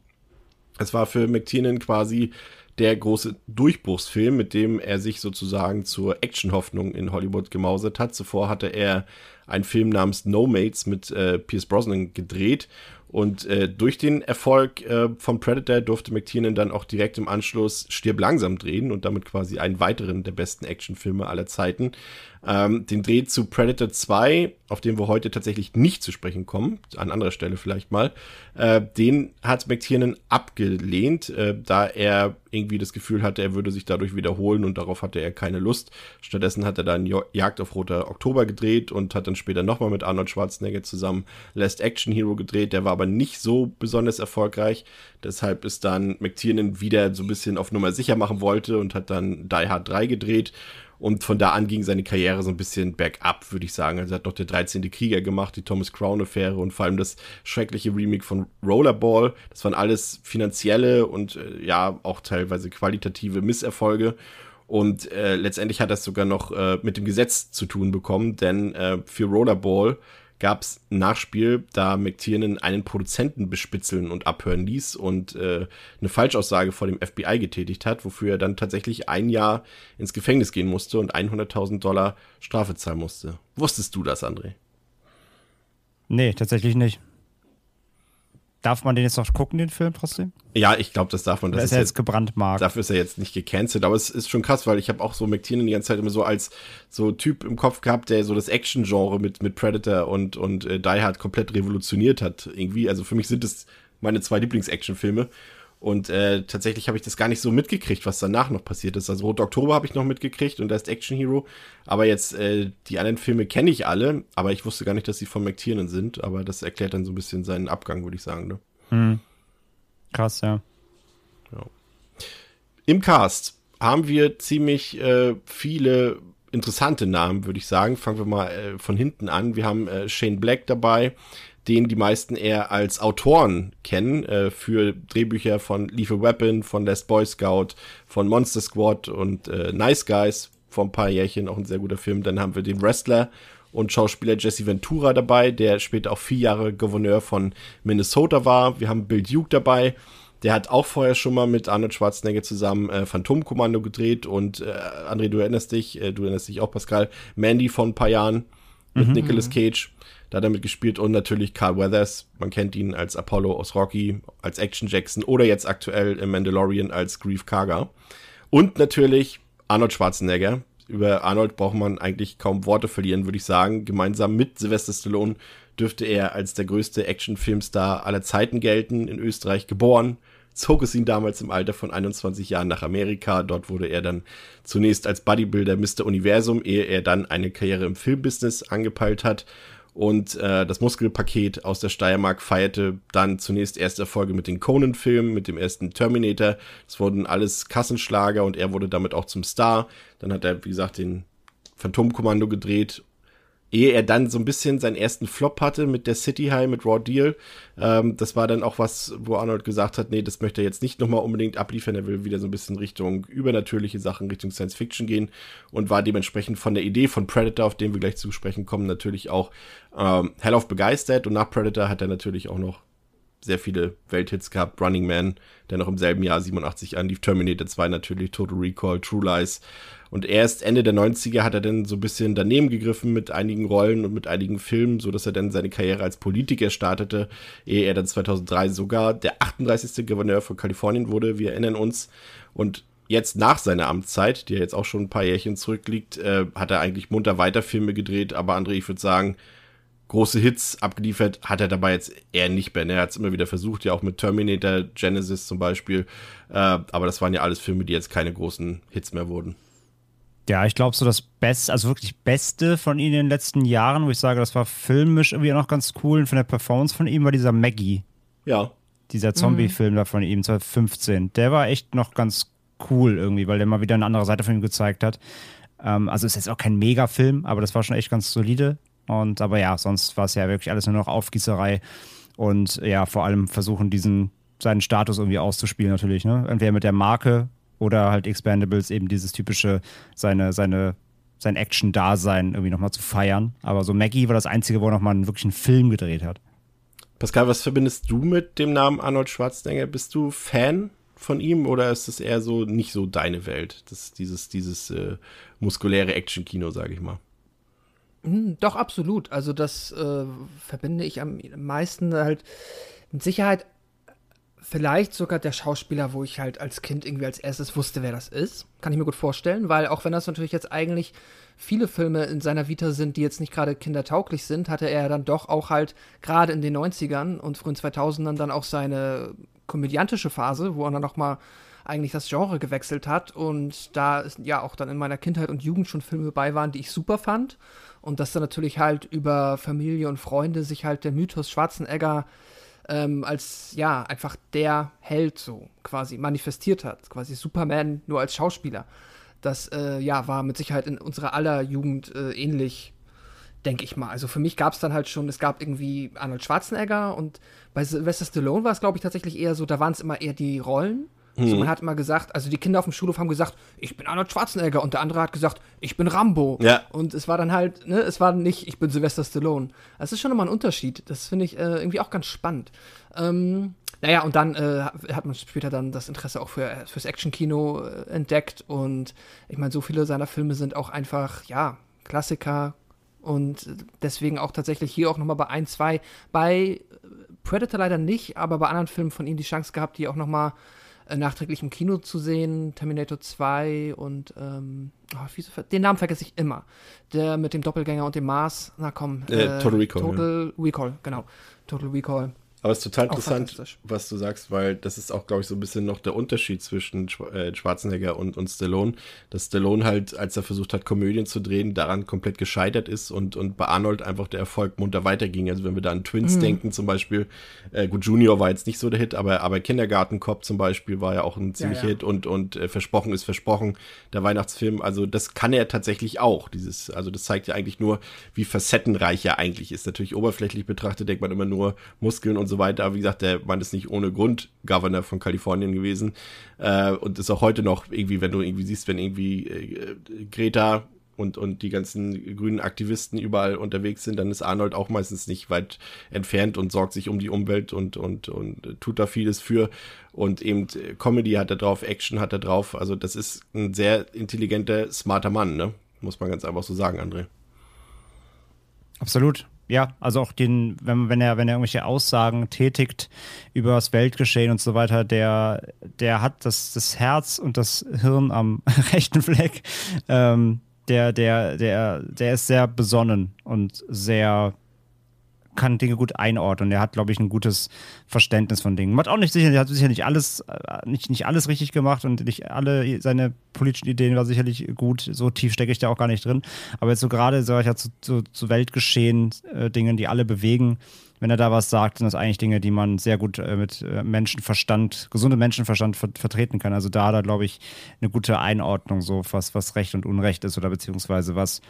Es war für McTiernan quasi der große Durchbruchsfilm, mit dem er sich sozusagen zur Actionhoffnung in Hollywood gemausert hat. Zuvor hatte er einen Film namens No Mates mit äh, Pierce Brosnan gedreht. Und äh, durch den Erfolg äh, von Predator durfte McTiernan dann auch direkt im Anschluss Stirb langsam drehen und damit quasi einen weiteren der besten Actionfilme aller Zeiten. Ähm, den Dreh zu Predator zwei, auf den wir heute tatsächlich nicht zu sprechen kommen, an anderer Stelle vielleicht mal, äh, den hat McTiernan abgelehnt, äh, da er irgendwie das Gefühl hatte, er würde sich dadurch wiederholen und darauf hatte er keine Lust. Stattdessen hat er dann Jagd auf Roter Oktober gedreht und hat dann später nochmal mit Arnold Schwarzenegger zusammen Last Action Hero gedreht. Der war aber nicht so besonders erfolgreich. Deshalb ist dann McTiernan wieder so ein bisschen auf Nummer sicher machen wollte und hat dann Die Hard drei gedreht. Und von da an ging seine Karriere so ein bisschen bergab, würde ich sagen. Also er hat noch der dreizehnte Krieger gemacht, die Thomas Crown-Affäre und vor allem das schreckliche Remake von Rollerball. Das waren alles finanzielle und äh, ja auch teilweise qualitative Misserfolge. Und äh, letztendlich hat das sogar noch äh, mit dem Gesetz zu tun bekommen, denn äh, für Rollerball gab es ein Nachspiel, da McTiernan einen Produzenten bespitzeln und abhören ließ und äh, eine Falschaussage vor dem F B I getätigt hat, wofür er dann tatsächlich ein Jahr ins Gefängnis gehen musste und hunderttausend Dollar Strafe zahlen musste. Wusstest du das, André? Nee, tatsächlich nicht. Darf man den jetzt noch gucken, den Film trotzdem? Ja, ich glaube, das darf man. Das Oder ist er jetzt gebrandmarkt? Dafür ist er jetzt nicht gecancelt, aber es ist schon krass, weil ich habe auch so McTiernan die ganze Zeit immer so als so Typ im Kopf gehabt, der so das Action-Genre mit, mit Predator und, und äh, Die Hard komplett revolutioniert hat irgendwie. Also für mich sind es meine zwei Lieblings-Action-Filme. Und äh, tatsächlich habe ich das gar nicht so mitgekriegt, was danach noch passiert ist. Also Roter Oktober habe ich noch mitgekriegt und Last Action Hero. Aber jetzt, äh, die anderen Filme kenne ich alle, aber ich wusste gar nicht, dass sie von McTiernan sind. Aber das erklärt dann so ein bisschen seinen Abgang, würde ich sagen. Ne? Hm. Krass, ja. ja. Im Cast haben wir ziemlich äh, viele interessante Namen, würde ich sagen. Fangen wir mal äh, von hinten an. Wir haben äh, Shane Black dabei, den die meisten eher als Autoren kennen, äh, für Drehbücher von Lethal Weapon, von Last Boy Scout, von Monster Squad und äh, Nice Guys vor ein paar Jährchen, auch ein sehr guter Film. Dann haben wir den Wrestler und Schauspieler Jesse Ventura dabei, der später auch vier Jahre Gouverneur von Minnesota war. Wir haben Bill Duke dabei, der hat auch vorher schon mal mit Arnold Schwarzenegger zusammen äh, Phantomkommando gedreht und äh, André, du erinnerst dich, äh, du erinnerst dich auch, Pascal, Mandy von ein paar Jahren mit mhm. Nicolas Cage. Da hat er mitgespielt und natürlich Carl Weathers. Man kennt ihn als Apollo aus Rocky, als Action Jackson oder jetzt aktuell im Mandalorian als Greef Karga. Und natürlich Arnold Schwarzenegger. Über Arnold braucht man eigentlich kaum Worte verlieren, würde ich sagen. Gemeinsam mit Sylvester Stallone dürfte er als der größte Actionfilmstar aller Zeiten gelten. In Österreich geboren, zog es ihn damals im Alter von einundzwanzig Jahren nach Amerika. Dort wurde er dann zunächst als Bodybuilder Mister Universum, ehe er dann eine Karriere im Filmbusiness angepeilt hat. Und äh, das Muskelpaket aus der Steiermark feierte dann zunächst erste Erfolge mit den Conan-Filmen, mit dem ersten Terminator. Das wurden alles Kassenschlager und er wurde damit auch zum Star. Dann hat er, wie gesagt, den Phantomkommando gedreht ehe er dann so ein bisschen seinen ersten Flop hatte mit der City High, mit Raw Deal. Ähm, das war dann auch was, wo Arnold gesagt hat, nee, das möchte er jetzt nicht nochmal unbedingt abliefern, er will wieder so ein bisschen Richtung übernatürliche Sachen, Richtung Science Fiction gehen und war dementsprechend von der Idee von Predator, auf den wir gleich zu sprechen kommen, natürlich auch ähm, hellauf begeistert, und nach Predator hat er natürlich auch noch sehr viele Welthits gehabt, Running Man, der noch im selben Jahr siebenundachtzig anlief, Terminator zwei natürlich, Total Recall, True Lies. Und erst Ende der neunziger hat er dann so ein bisschen daneben gegriffen mit einigen Rollen und mit einigen Filmen, sodass er dann seine Karriere als Politiker startete, ehe er dann zweitausenddrei sogar der achtunddreißigste Gouverneur von Kalifornien wurde. Wir erinnern uns. Und jetzt nach seiner Amtszeit, die ja jetzt auch schon ein paar Jährchen zurückliegt, äh, hat er eigentlich munter weiter Filme gedreht. Aber André, ich würde sagen, große Hits abgeliefert hat er dabei jetzt eher nicht mehr. Er hat es immer wieder versucht, ja auch mit Terminator, Genesis zum Beispiel. Äh, aber das waren ja alles Filme, die jetzt keine großen Hits mehr wurden. Ja, ich glaube so das Beste, also wirklich Beste von ihm in den letzten Jahren, wo ich sage, das war filmisch irgendwie noch ganz cool, und von der Performance von ihm war dieser Maggie. Ja. Dieser Zombie-Film mhm. da von ihm, zweitausendfünfzehn. Der war echt noch ganz cool irgendwie, weil der mal wieder eine andere Seite von ihm gezeigt hat. Ähm, also ist jetzt auch kein Mega-Film, aber das war schon echt ganz solide. Und aber ja, sonst war es ja wirklich alles nur noch Aufgießerei und ja, vor allem versuchen, diesen seinen Status irgendwie auszuspielen natürlich, ne? Entweder mit der Marke oder halt Expendables, eben dieses typische, seine, seine, sein Action-Dasein irgendwie nochmal zu feiern. Aber so Maggie war das Einzige, wo er nochmal einen wirklichen Film gedreht hat. Pascal, was verbindest du mit dem Namen Arnold Schwarzenegger? Bist du Fan von ihm oder ist es eher so nicht so deine Welt? Das, dieses dieses äh, muskuläre Action-Kino, sage ich mal. Doch, absolut. Also das äh, verbinde ich am meisten halt mit Sicherheit. Vielleicht sogar der Schauspieler, wo ich halt als Kind irgendwie als erstes wusste, wer das ist. Kann ich mir gut vorstellen, weil auch wenn das natürlich jetzt eigentlich viele Filme in seiner Vita sind, die jetzt nicht gerade kindertauglich sind, hatte er dann doch auch halt gerade in den neunzigern und frühen zweitausendern dann auch seine komödiantische Phase, wo er dann nochmal eigentlich das Genre gewechselt hat, und da ist ja auch dann in meiner Kindheit und Jugend schon Filme dabei waren, die ich super fand, und dass dann natürlich halt über Familie und Freunde sich halt der Mythos Schwarzenegger Ähm, als, ja, einfach der Held so quasi manifestiert hat. Quasi Superman nur als Schauspieler. Das, äh, ja, war mit Sicherheit in unserer aller Jugend äh, ähnlich, denke ich mal. Also für mich gab es dann halt schon, es gab irgendwie Arnold Schwarzenegger, und bei Sylvester Stallone war es, glaube ich, tatsächlich eher so, da waren es immer eher die Rollen. Mhm. So, man hat immer gesagt, also die Kinder auf dem Schulhof haben gesagt, ich bin Arnold Schwarzenegger, und der andere hat gesagt, ich bin Rambo. Ja. Und es war dann halt, ne, es war nicht, ich bin Sylvester Stallone. Das ist schon nochmal ein Unterschied. Das finde ich äh, irgendwie auch ganz spannend. Ähm, naja, und dann äh, hat man später dann das Interesse auch für, fürs Action-Kino äh, entdeckt, und ich meine, so viele seiner Filme sind auch einfach, ja, Klassiker, und deswegen auch tatsächlich hier auch nochmal bei ein, zwei, bei Predator leider nicht, aber bei anderen Filmen von ihm die Chance gehabt, die auch nochmal nachträglich im Kino zu sehen, Terminator zwei und ähm, oh, wieso, den Namen vergesse ich immer. Der mit dem Doppelgänger und dem Mars, na komm. Äh, äh, Total Recall. Total ja. Recall, genau. Total Recall. Aber es ist total interessant, was du sagst, weil das ist auch, glaube ich, so ein bisschen noch der Unterschied zwischen Schwarzenegger und, und Stallone. Dass Stallone halt, als er versucht hat, Komödien zu drehen, daran komplett gescheitert ist, und, und bei Arnold einfach der Erfolg munter weiterging. Also wenn wir da an Twins mhm. denken zum Beispiel, äh, gut, Junior war jetzt nicht so der Hit, aber, aber Kindergarten Cop zum Beispiel war ja auch ein ziemlicher ja, ja. Hit, und, und äh, Versprochen ist Versprochen, der Weihnachtsfilm. Also das kann er tatsächlich auch. Dieses, also das zeigt ja eigentlich nur, wie facettenreich er eigentlich ist. Natürlich oberflächlich betrachtet denkt man immer nur Muskeln und so weiter, aber wie gesagt, der Mann ist nicht ohne Grund Governor von Kalifornien gewesen, äh, und ist auch heute noch irgendwie, wenn du irgendwie siehst, wenn irgendwie äh, Greta und, und die ganzen grünen Aktivisten überall unterwegs sind, dann ist Arnold auch meistens nicht weit entfernt und sorgt sich um die Umwelt und, und, und tut da vieles für, und eben Comedy hat er drauf, Action hat er drauf, also das ist ein sehr intelligenter, smarter Mann, ne? Muss man ganz einfach so sagen, André. Absolut. Ja, also auch den, wenn, wenn er, wenn er irgendwelche Aussagen tätigt über das Weltgeschehen und so weiter, der, der hat das, das Herz und das Hirn am rechten Fleck. Ähm, der, der, der, der ist sehr besonnen und sehr, kann Dinge gut einordnen. Er hat, glaube ich, ein gutes Verständnis von Dingen. Hat auch nicht sicher, er hat sicher nicht alles, nicht, nicht alles richtig gemacht, und nicht alle seine politischen Ideen war sicherlich gut. So tief stecke ich da auch gar nicht drin. Aber jetzt so gerade so, zu, zu, zu Weltgeschehen, äh, Dingen, die alle bewegen, wenn er da was sagt, sind das eigentlich Dinge, die man sehr gut äh, mit äh, Menschenverstand, gesundem Menschenverstand ver- vertreten kann. Also da hat er, glaube ich, eine gute Einordnung, so was, was Recht und Unrecht ist, oder beziehungsweise was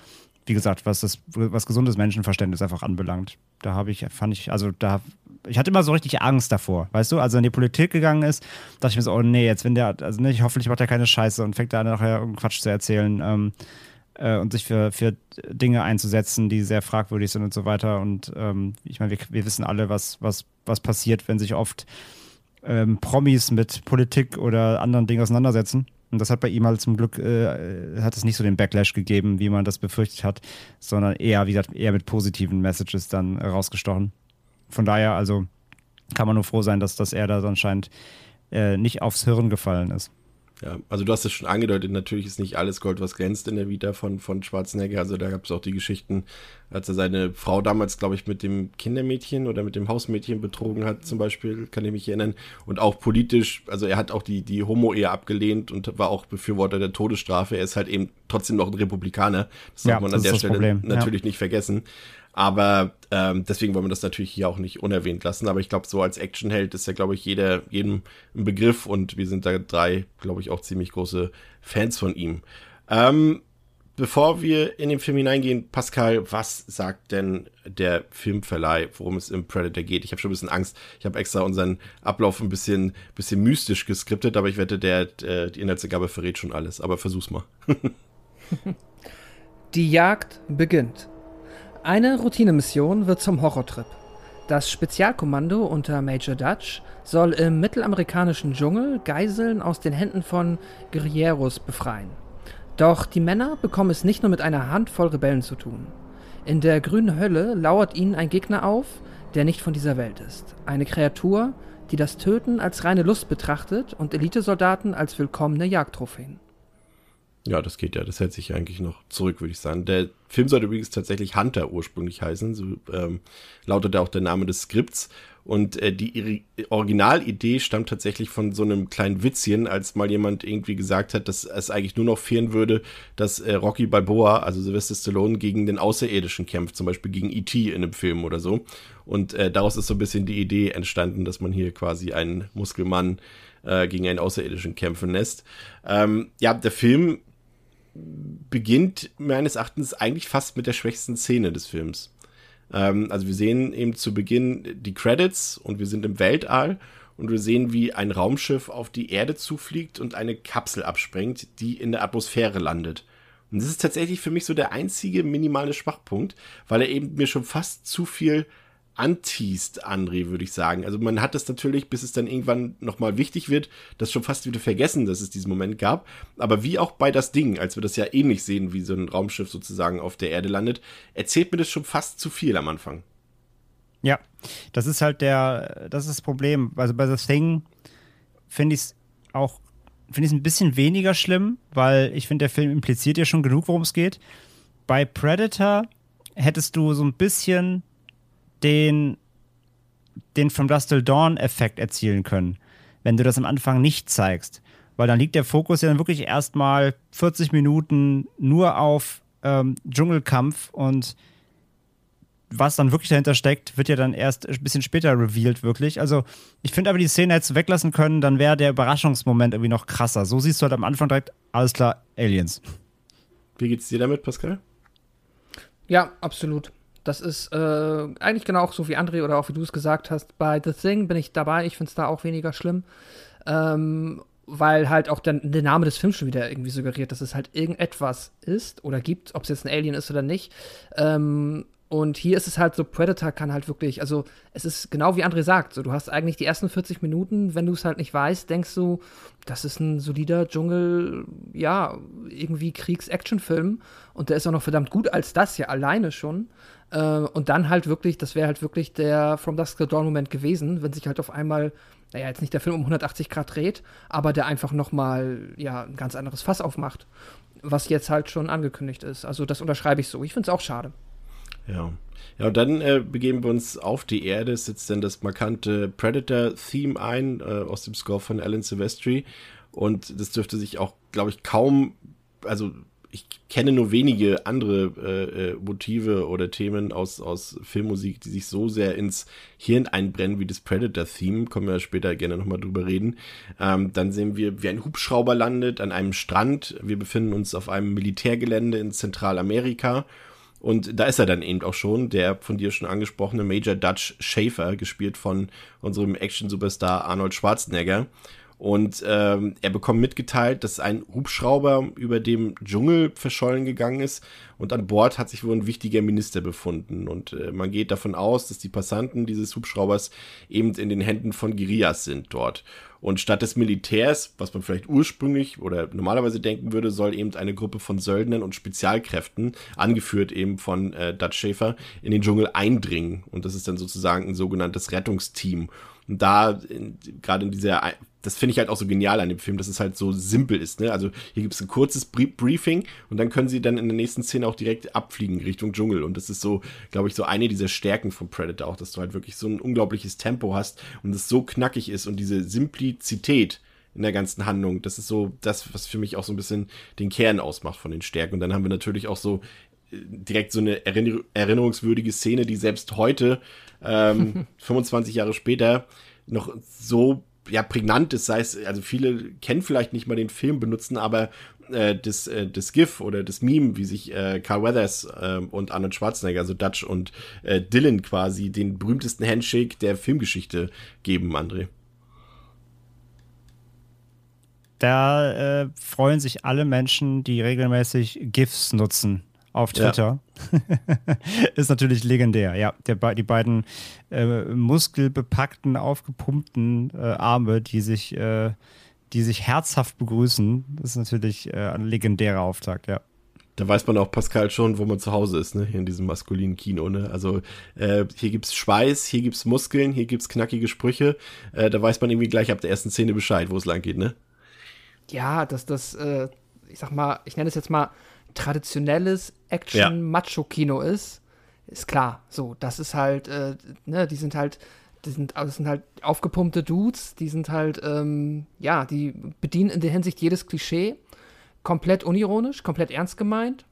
wie gesagt, was das, was gesundes Menschenverständnis einfach anbelangt. Da habe ich, fand ich, also da, ich hatte immer so richtig Angst davor, weißt du, als er in die Politik gegangen ist, dachte ich mir so, oh nee, jetzt wenn der, also nicht, hoffentlich macht er keine Scheiße und fängt da nachher irgendeinen Quatsch zu erzählen ähm, äh, und sich für, für Dinge einzusetzen, die sehr fragwürdig sind und so weiter. Und ähm, ich meine, wir, wir wissen alle, was, was, was passiert, wenn sich oft ähm, Promis mit Politik oder anderen Dingen auseinandersetzen. Und das hat bei ihm halt zum Glück, äh, hat es nicht so den Backlash gegeben, wie man das befürchtet hat, sondern eher, wie gesagt, eher mit positiven Messages dann äh, rausgestochen. Von daher, also kann man nur froh sein, dass, dass er da anscheinend äh, nicht aufs Hirn gefallen ist. Ja, also du hast es schon angedeutet, natürlich ist nicht alles Gold, was glänzt in der Vita von, von Schwarzenegger. Also da gab es auch die Geschichten, als er seine Frau damals, glaube ich, mit dem Kindermädchen oder mit dem Hausmädchen betrogen hat, zum Beispiel, kann ich mich erinnern. Und auch politisch, also er hat auch die, die Homo-Ehe abgelehnt und war auch Befürworter der Todesstrafe. Er ist halt eben trotzdem noch ein Republikaner. Das ja, darf man das an der Stelle Problem. natürlich ja. nicht vergessen. Aber ähm, deswegen wollen wir das natürlich hier auch nicht unerwähnt lassen. Aber ich glaube, so als Actionheld ist ja, glaube ich, jeder jedem ein Begriff. Und wir sind da drei, glaube ich, auch ziemlich große Fans von ihm. Ähm, bevor wir in den Film hineingehen, Pascal, was sagt denn der Filmverleih, worum es im Predator geht? Ich habe schon ein bisschen Angst. Ich habe extra unseren Ablauf ein bisschen, bisschen mystisch geskriptet. Aber ich wette, der, der, die Inhaltsangabe verrät schon alles. Aber versuch's mal. Die Jagd beginnt. Eine Routinemission wird zum Horrortrip. Das Spezialkommando unter Major Dutch soll im mittelamerikanischen Dschungel Geiseln aus den Händen von Guerilleros befreien. Doch die Männer bekommen es nicht nur mit einer Handvoll Rebellen zu tun. In der grünen Hölle lauert ihnen ein Gegner auf, der nicht von dieser Welt ist. Eine Kreatur, die das Töten als reine Lust betrachtet und Elitesoldaten als willkommene Jagdtrophäen. Ja, das geht ja. Das hält sich eigentlich noch zurück, würde ich sagen. Der Film sollte übrigens tatsächlich Hunter ursprünglich heißen. So ähm, lautet auch der Name des Skripts. Und äh, die Originalidee stammt tatsächlich von so einem kleinen Witzchen, als mal jemand irgendwie gesagt hat, dass es eigentlich nur noch fehlen würde, dass äh, Rocky Balboa, also Sylvester Stallone, gegen den Außerirdischen kämpft, zum Beispiel gegen E T in einem Film oder so. Und äh, daraus ist so ein bisschen die Idee entstanden, dass man hier quasi einen Muskelmann äh, gegen einen Außerirdischen kämpfen lässt. Ähm, ja, der Film beginnt meines Erachtens eigentlich fast mit der schwächsten Szene des Films. Ähm, also wir sehen eben zu Beginn die Credits und wir sind im Weltall und wir sehen, wie ein Raumschiff auf die Erde zufliegt und eine Kapsel absprengt, die in der Atmosphäre landet. Und das ist tatsächlich für mich so der einzige minimale Schwachpunkt, weil er eben mir schon fast zu viel anteast, André, würde ich sagen. Also man hat das natürlich, bis es dann irgendwann nochmal wichtig wird, das schon fast wieder vergessen, dass es diesen Moment gab. Aber wie auch bei Das Ding, als wir das ja ähnlich sehen, wie so ein Raumschiff sozusagen auf der Erde landet, erzählt mir das schon fast zu viel am Anfang. Ja, das ist halt der, das ist das Problem. Also bei The Thing finde ich es auch, finde ich es ein bisschen weniger schlimm, weil ich finde, der Film impliziert ja schon genug, worum es geht. Bei Predator hättest du so ein bisschen den, den From Dusk Till Dawn-Effekt erzielen können, wenn du das am Anfang nicht zeigst. Weil dann liegt der Fokus ja dann wirklich erstmal vierzig Minuten nur auf ähm, Dschungelkampf und was dann wirklich dahinter steckt, wird ja dann erst ein bisschen später revealed, wirklich. Also ich finde aber, die Szene hättest du weglassen können, dann wäre der Überraschungsmoment irgendwie noch krasser. So siehst du halt am Anfang direkt, alles klar, Aliens. Wie geht's dir damit, Pascal? Ja, absolut. Das ist äh, eigentlich genau auch so wie André oder auch wie du es gesagt hast. Bei The Thing bin ich dabei. Ich finde es da auch weniger schlimm. Ähm, weil halt auch der, der Name des Films schon wieder irgendwie suggeriert, dass es halt irgendetwas ist oder gibt, ob es jetzt ein Alien ist oder nicht. Ähm, und hier ist es halt so, Predator kann halt wirklich, also es ist genau wie André sagt, so, du hast eigentlich die ersten vierzig Minuten, wenn du es halt nicht weißt, denkst du, das ist ein solider Dschungel, ja, irgendwie Kriegs-Action-Film und der ist auch noch verdammt gut als das ja alleine schon. Äh, und dann halt wirklich, das wäre halt wirklich der From Dusk Till Dawn-Moment gewesen, wenn sich halt auf einmal, naja, jetzt nicht der Film um hundertachtzig Grad dreht, aber der einfach noch mal, ja, ein ganz anderes Fass aufmacht, was jetzt halt schon angekündigt ist. Also das unterschreibe ich so. Ich finde es auch schade. Ja. Ja, und dann äh, begeben wir uns auf die Erde, es setzt dann das markante Predator-Theme ein, äh, aus dem Score von Alan Silvestri. Und das dürfte sich auch, glaube ich, kaum, also ich kenne nur wenige andere äh, äh, Motive oder Themen aus, aus Filmmusik, die sich so sehr ins Hirn einbrennen wie das Predator-Theme. Können wir später gerne nochmal drüber reden. Ähm, dann sehen wir, wie ein Hubschrauber landet an einem Strand. Wir befinden uns auf einem Militärgelände in Zentralamerika. Und da ist er dann eben auch schon, der von dir schon angesprochene Major Dutch Schaefer, gespielt von unserem Action-Superstar Arnold Schwarzenegger. Und ähm, er bekommt mitgeteilt, dass ein Hubschrauber über dem Dschungel verschollen gegangen ist und an Bord hat sich wohl ein wichtiger Minister befunden. Und äh, man geht davon aus, dass die Passanten dieses Hubschraubers eben in den Händen von Guerillas sind dort. Und statt des Militärs, was man vielleicht ursprünglich oder normalerweise denken würde, soll eben eine Gruppe von Söldnern und Spezialkräften, angeführt eben von äh, Dutch Schaefer, in den Dschungel eindringen. Und das ist dann sozusagen ein sogenanntes Rettungsteam. Und da, gerade in dieser, das finde ich halt auch so genial an dem Film, dass es halt so simpel ist, ne? Also hier gibt es ein kurzes Briefing und dann können sie dann in der nächsten Szene auch direkt abfliegen Richtung Dschungel. Und das ist so, glaube ich, so eine dieser Stärken von Predator auch, dass du halt wirklich so ein unglaubliches Tempo hast und es so knackig ist und diese Simplizität in der ganzen Handlung, das ist so das, was für mich auch so ein bisschen den Kern ausmacht von den Stärken. Und dann haben wir natürlich auch so direkt so eine erinner- erinnerungswürdige Szene, die selbst heute, ähm, fünfundzwanzig Jahre später, noch so ja, prägnant ist, sei es, also viele kennen vielleicht nicht mal den Film, benutzen aber äh, das, äh, das GIF oder das Meme, wie sich äh, Carl Weathers äh, und Arnold Schwarzenegger, also Dutch und äh, Dylan quasi, den berühmtesten Handshake der Filmgeschichte geben, André. Da äh, freuen sich alle Menschen, die regelmäßig GIFs nutzen auf Twitter. Ja. Ist natürlich legendär. Ja, der, die beiden äh, muskelbepackten, aufgepumpten äh, Arme, die sich, äh, die sich herzhaft begrüßen, ist natürlich äh, ein legendärer Auftakt, ja. Da weiß man auch, Pascal, schon, wo man zu Hause ist, ne? Hier in diesem maskulinen Kino, ne? Also äh, hier gibt's Schweiß, hier gibt's Muskeln, hier gibt's knackige Sprüche. Äh, da weiß man irgendwie gleich ab der ersten Szene Bescheid, wo es lang geht, ne? Ja, dass das, äh, ich sag mal, ich nenne es jetzt mal traditionelles Action-Macho-Kino ist, ist klar. So, das ist halt, äh, ne, die sind halt, die sind, das sind halt aufgepumpte Dudes, die sind halt, ähm, ja, die bedienen in der Hinsicht jedes Klischee, komplett unironisch, komplett ernst gemeint.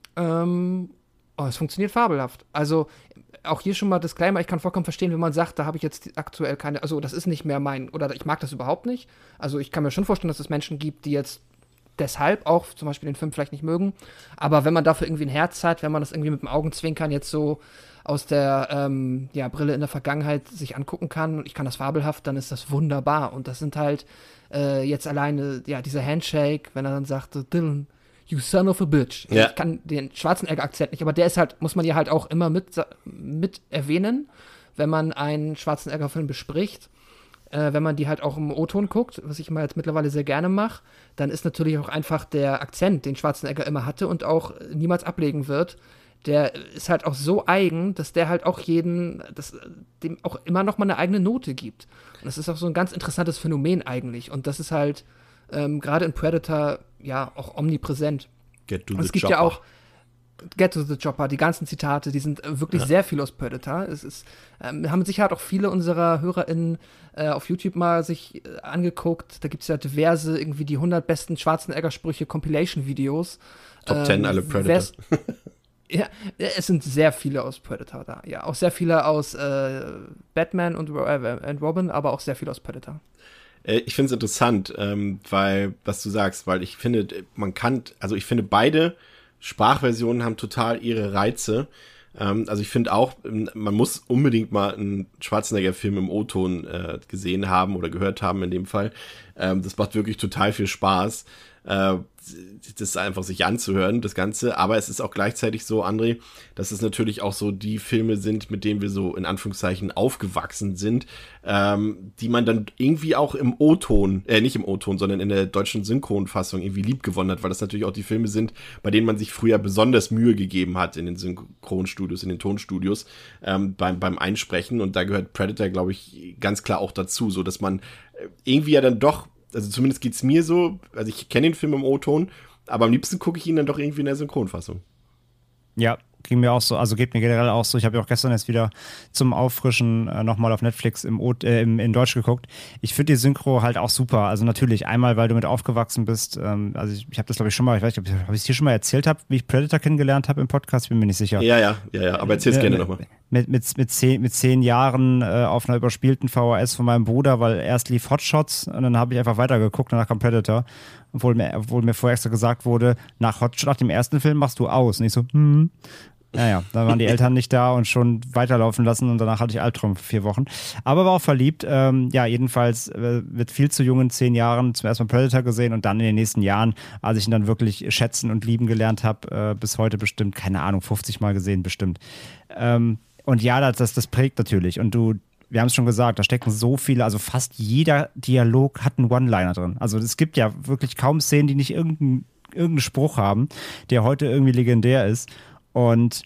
Ähm, oh, es funktioniert fabelhaft. Also, auch hier schon mal Disclaimer, ich kann vollkommen verstehen, wenn man sagt, da habe ich jetzt aktuell keine, also das ist nicht mehr mein, oder ich mag das überhaupt nicht. Also ich kann mir schon vorstellen, dass es Menschen gibt, die jetzt deshalb auch zum Beispiel den Film vielleicht nicht mögen. Aber wenn man dafür irgendwie ein Herz hat, wenn man das irgendwie mit dem Augenzwinkern jetzt so aus der ähm, ja, Brille in der Vergangenheit sich angucken kann und ich kann das fabelhaft, dann ist das wunderbar. Und das sind halt äh, jetzt alleine, ja, dieser Handshake, wenn er dann sagt, Dylan, you son of a bitch. Ja. Ich kann den Schwarzenegger-Akzent nicht, aber der ist halt, muss man ja halt auch immer mit, mit erwähnen, wenn man einen Schwarzenegger-Film bespricht. Äh, wenn man die halt auch im O-Ton guckt, was ich mal jetzt mittlerweile sehr gerne mache, dann ist natürlich auch einfach der Akzent, den Schwarzenegger immer hatte und auch niemals ablegen wird, der ist halt auch so eigen, dass der halt auch jeden, das, dem auch immer noch mal eine eigene Note gibt. Und das ist auch so ein ganz interessantes Phänomen eigentlich. Und das ist halt ähm, gerade in Predator ja auch omnipräsent. Get to und the es gibt Chopper. ja auch Get to the Chopper, die ganzen Zitate, die sind äh, wirklich ja. sehr viel aus Predator. Es ist, ähm, haben sicher auch viele unserer HörerInnen äh, auf YouTube mal sich äh, angeguckt. Da gibt es ja diverse, irgendwie die hundert besten Schwarzenegger-Sprüche Compilation-Videos. Top ähm, zehn alle Predator. Ja, es sind sehr viele aus Predator da. Ja, auch sehr viele aus äh, Batman und, äh, und Robin, aber auch sehr viele aus Predator. Ich finde es interessant, ähm, weil, was du sagst, weil ich finde, man kann, also ich finde, beide Sprachversionen haben total ihre Reize. Ähm, also ich finde auch, man muss unbedingt mal einen Schwarzenegger-Film im O-Ton äh, gesehen haben oder gehört haben in dem Fall. Ähm, das macht wirklich total viel Spaß, äh, das einfach sich anzuhören, das Ganze. Aber es ist auch gleichzeitig so, André, dass es natürlich auch so die Filme sind, mit denen wir so in Anführungszeichen aufgewachsen sind, ähm, die man dann irgendwie auch im O-Ton, äh, nicht im O-Ton, sondern in der deutschen Synchronfassung irgendwie liebgewonnen hat, weil das natürlich auch die Filme sind, bei denen man sich früher besonders Mühe gegeben hat in den Synchronstudios, in den Tonstudios, ähm, beim, beim Einsprechen. Und da gehört Predator, glaube ich, ganz klar auch dazu, so dass man irgendwie ja dann doch, also zumindest geht's mir so, also ich kenne den Film im O-Ton, aber am liebsten gucke ich ihn dann doch irgendwie in der Synchronfassung. Ja, ging mir auch so, also geht mir generell auch so. Ich habe ja auch gestern jetzt wieder zum Auffrischen äh, nochmal auf Netflix im, o- äh, im in Deutsch geguckt. Ich finde die Synchro halt auch super. Also natürlich einmal, weil du mit aufgewachsen bist. Ähm, also ich, ich habe das glaube ich schon mal, ich weiß nicht, ob ich es dir schon mal erzählt habe, wie ich Predator kennengelernt habe im Podcast. Ich bin mir nicht sicher. Ja, ja, ja, ja. Aber erzähl's äh, gerne nochmal. Mit, mit, mit, zehn, mit zehn Jahren äh, auf einer überspielten V H S von meinem Bruder, weil erst lief Hotshots und dann habe ich einfach weitergeguckt und danach kam Predator. Obwohl mir, obwohl mir vorher extra gesagt wurde, nach Hotshot, nach dem ersten Film machst du aus. Und ich so, hm. Naja, da waren die Eltern nicht da und schon weiterlaufen lassen und danach hatte ich Albtraum für vier Wochen. Aber war auch verliebt. Ähm, ja, jedenfalls äh, mit viel zu jungen zehn Jahren zum ersten Mal Predator gesehen und dann in den nächsten Jahren, als ich ihn dann wirklich schätzen und lieben gelernt habe, äh, bis heute bestimmt, keine Ahnung, fünfzig Mal gesehen bestimmt. Ähm, und ja, das, das, das prägt natürlich. Und du, wir haben es schon gesagt, da stecken so viele, also fast jeder Dialog hat einen One-Liner drin. Also es gibt ja wirklich kaum Szenen, die nicht irgendeinen irgendeinen Spruch haben, der heute irgendwie legendär ist. Und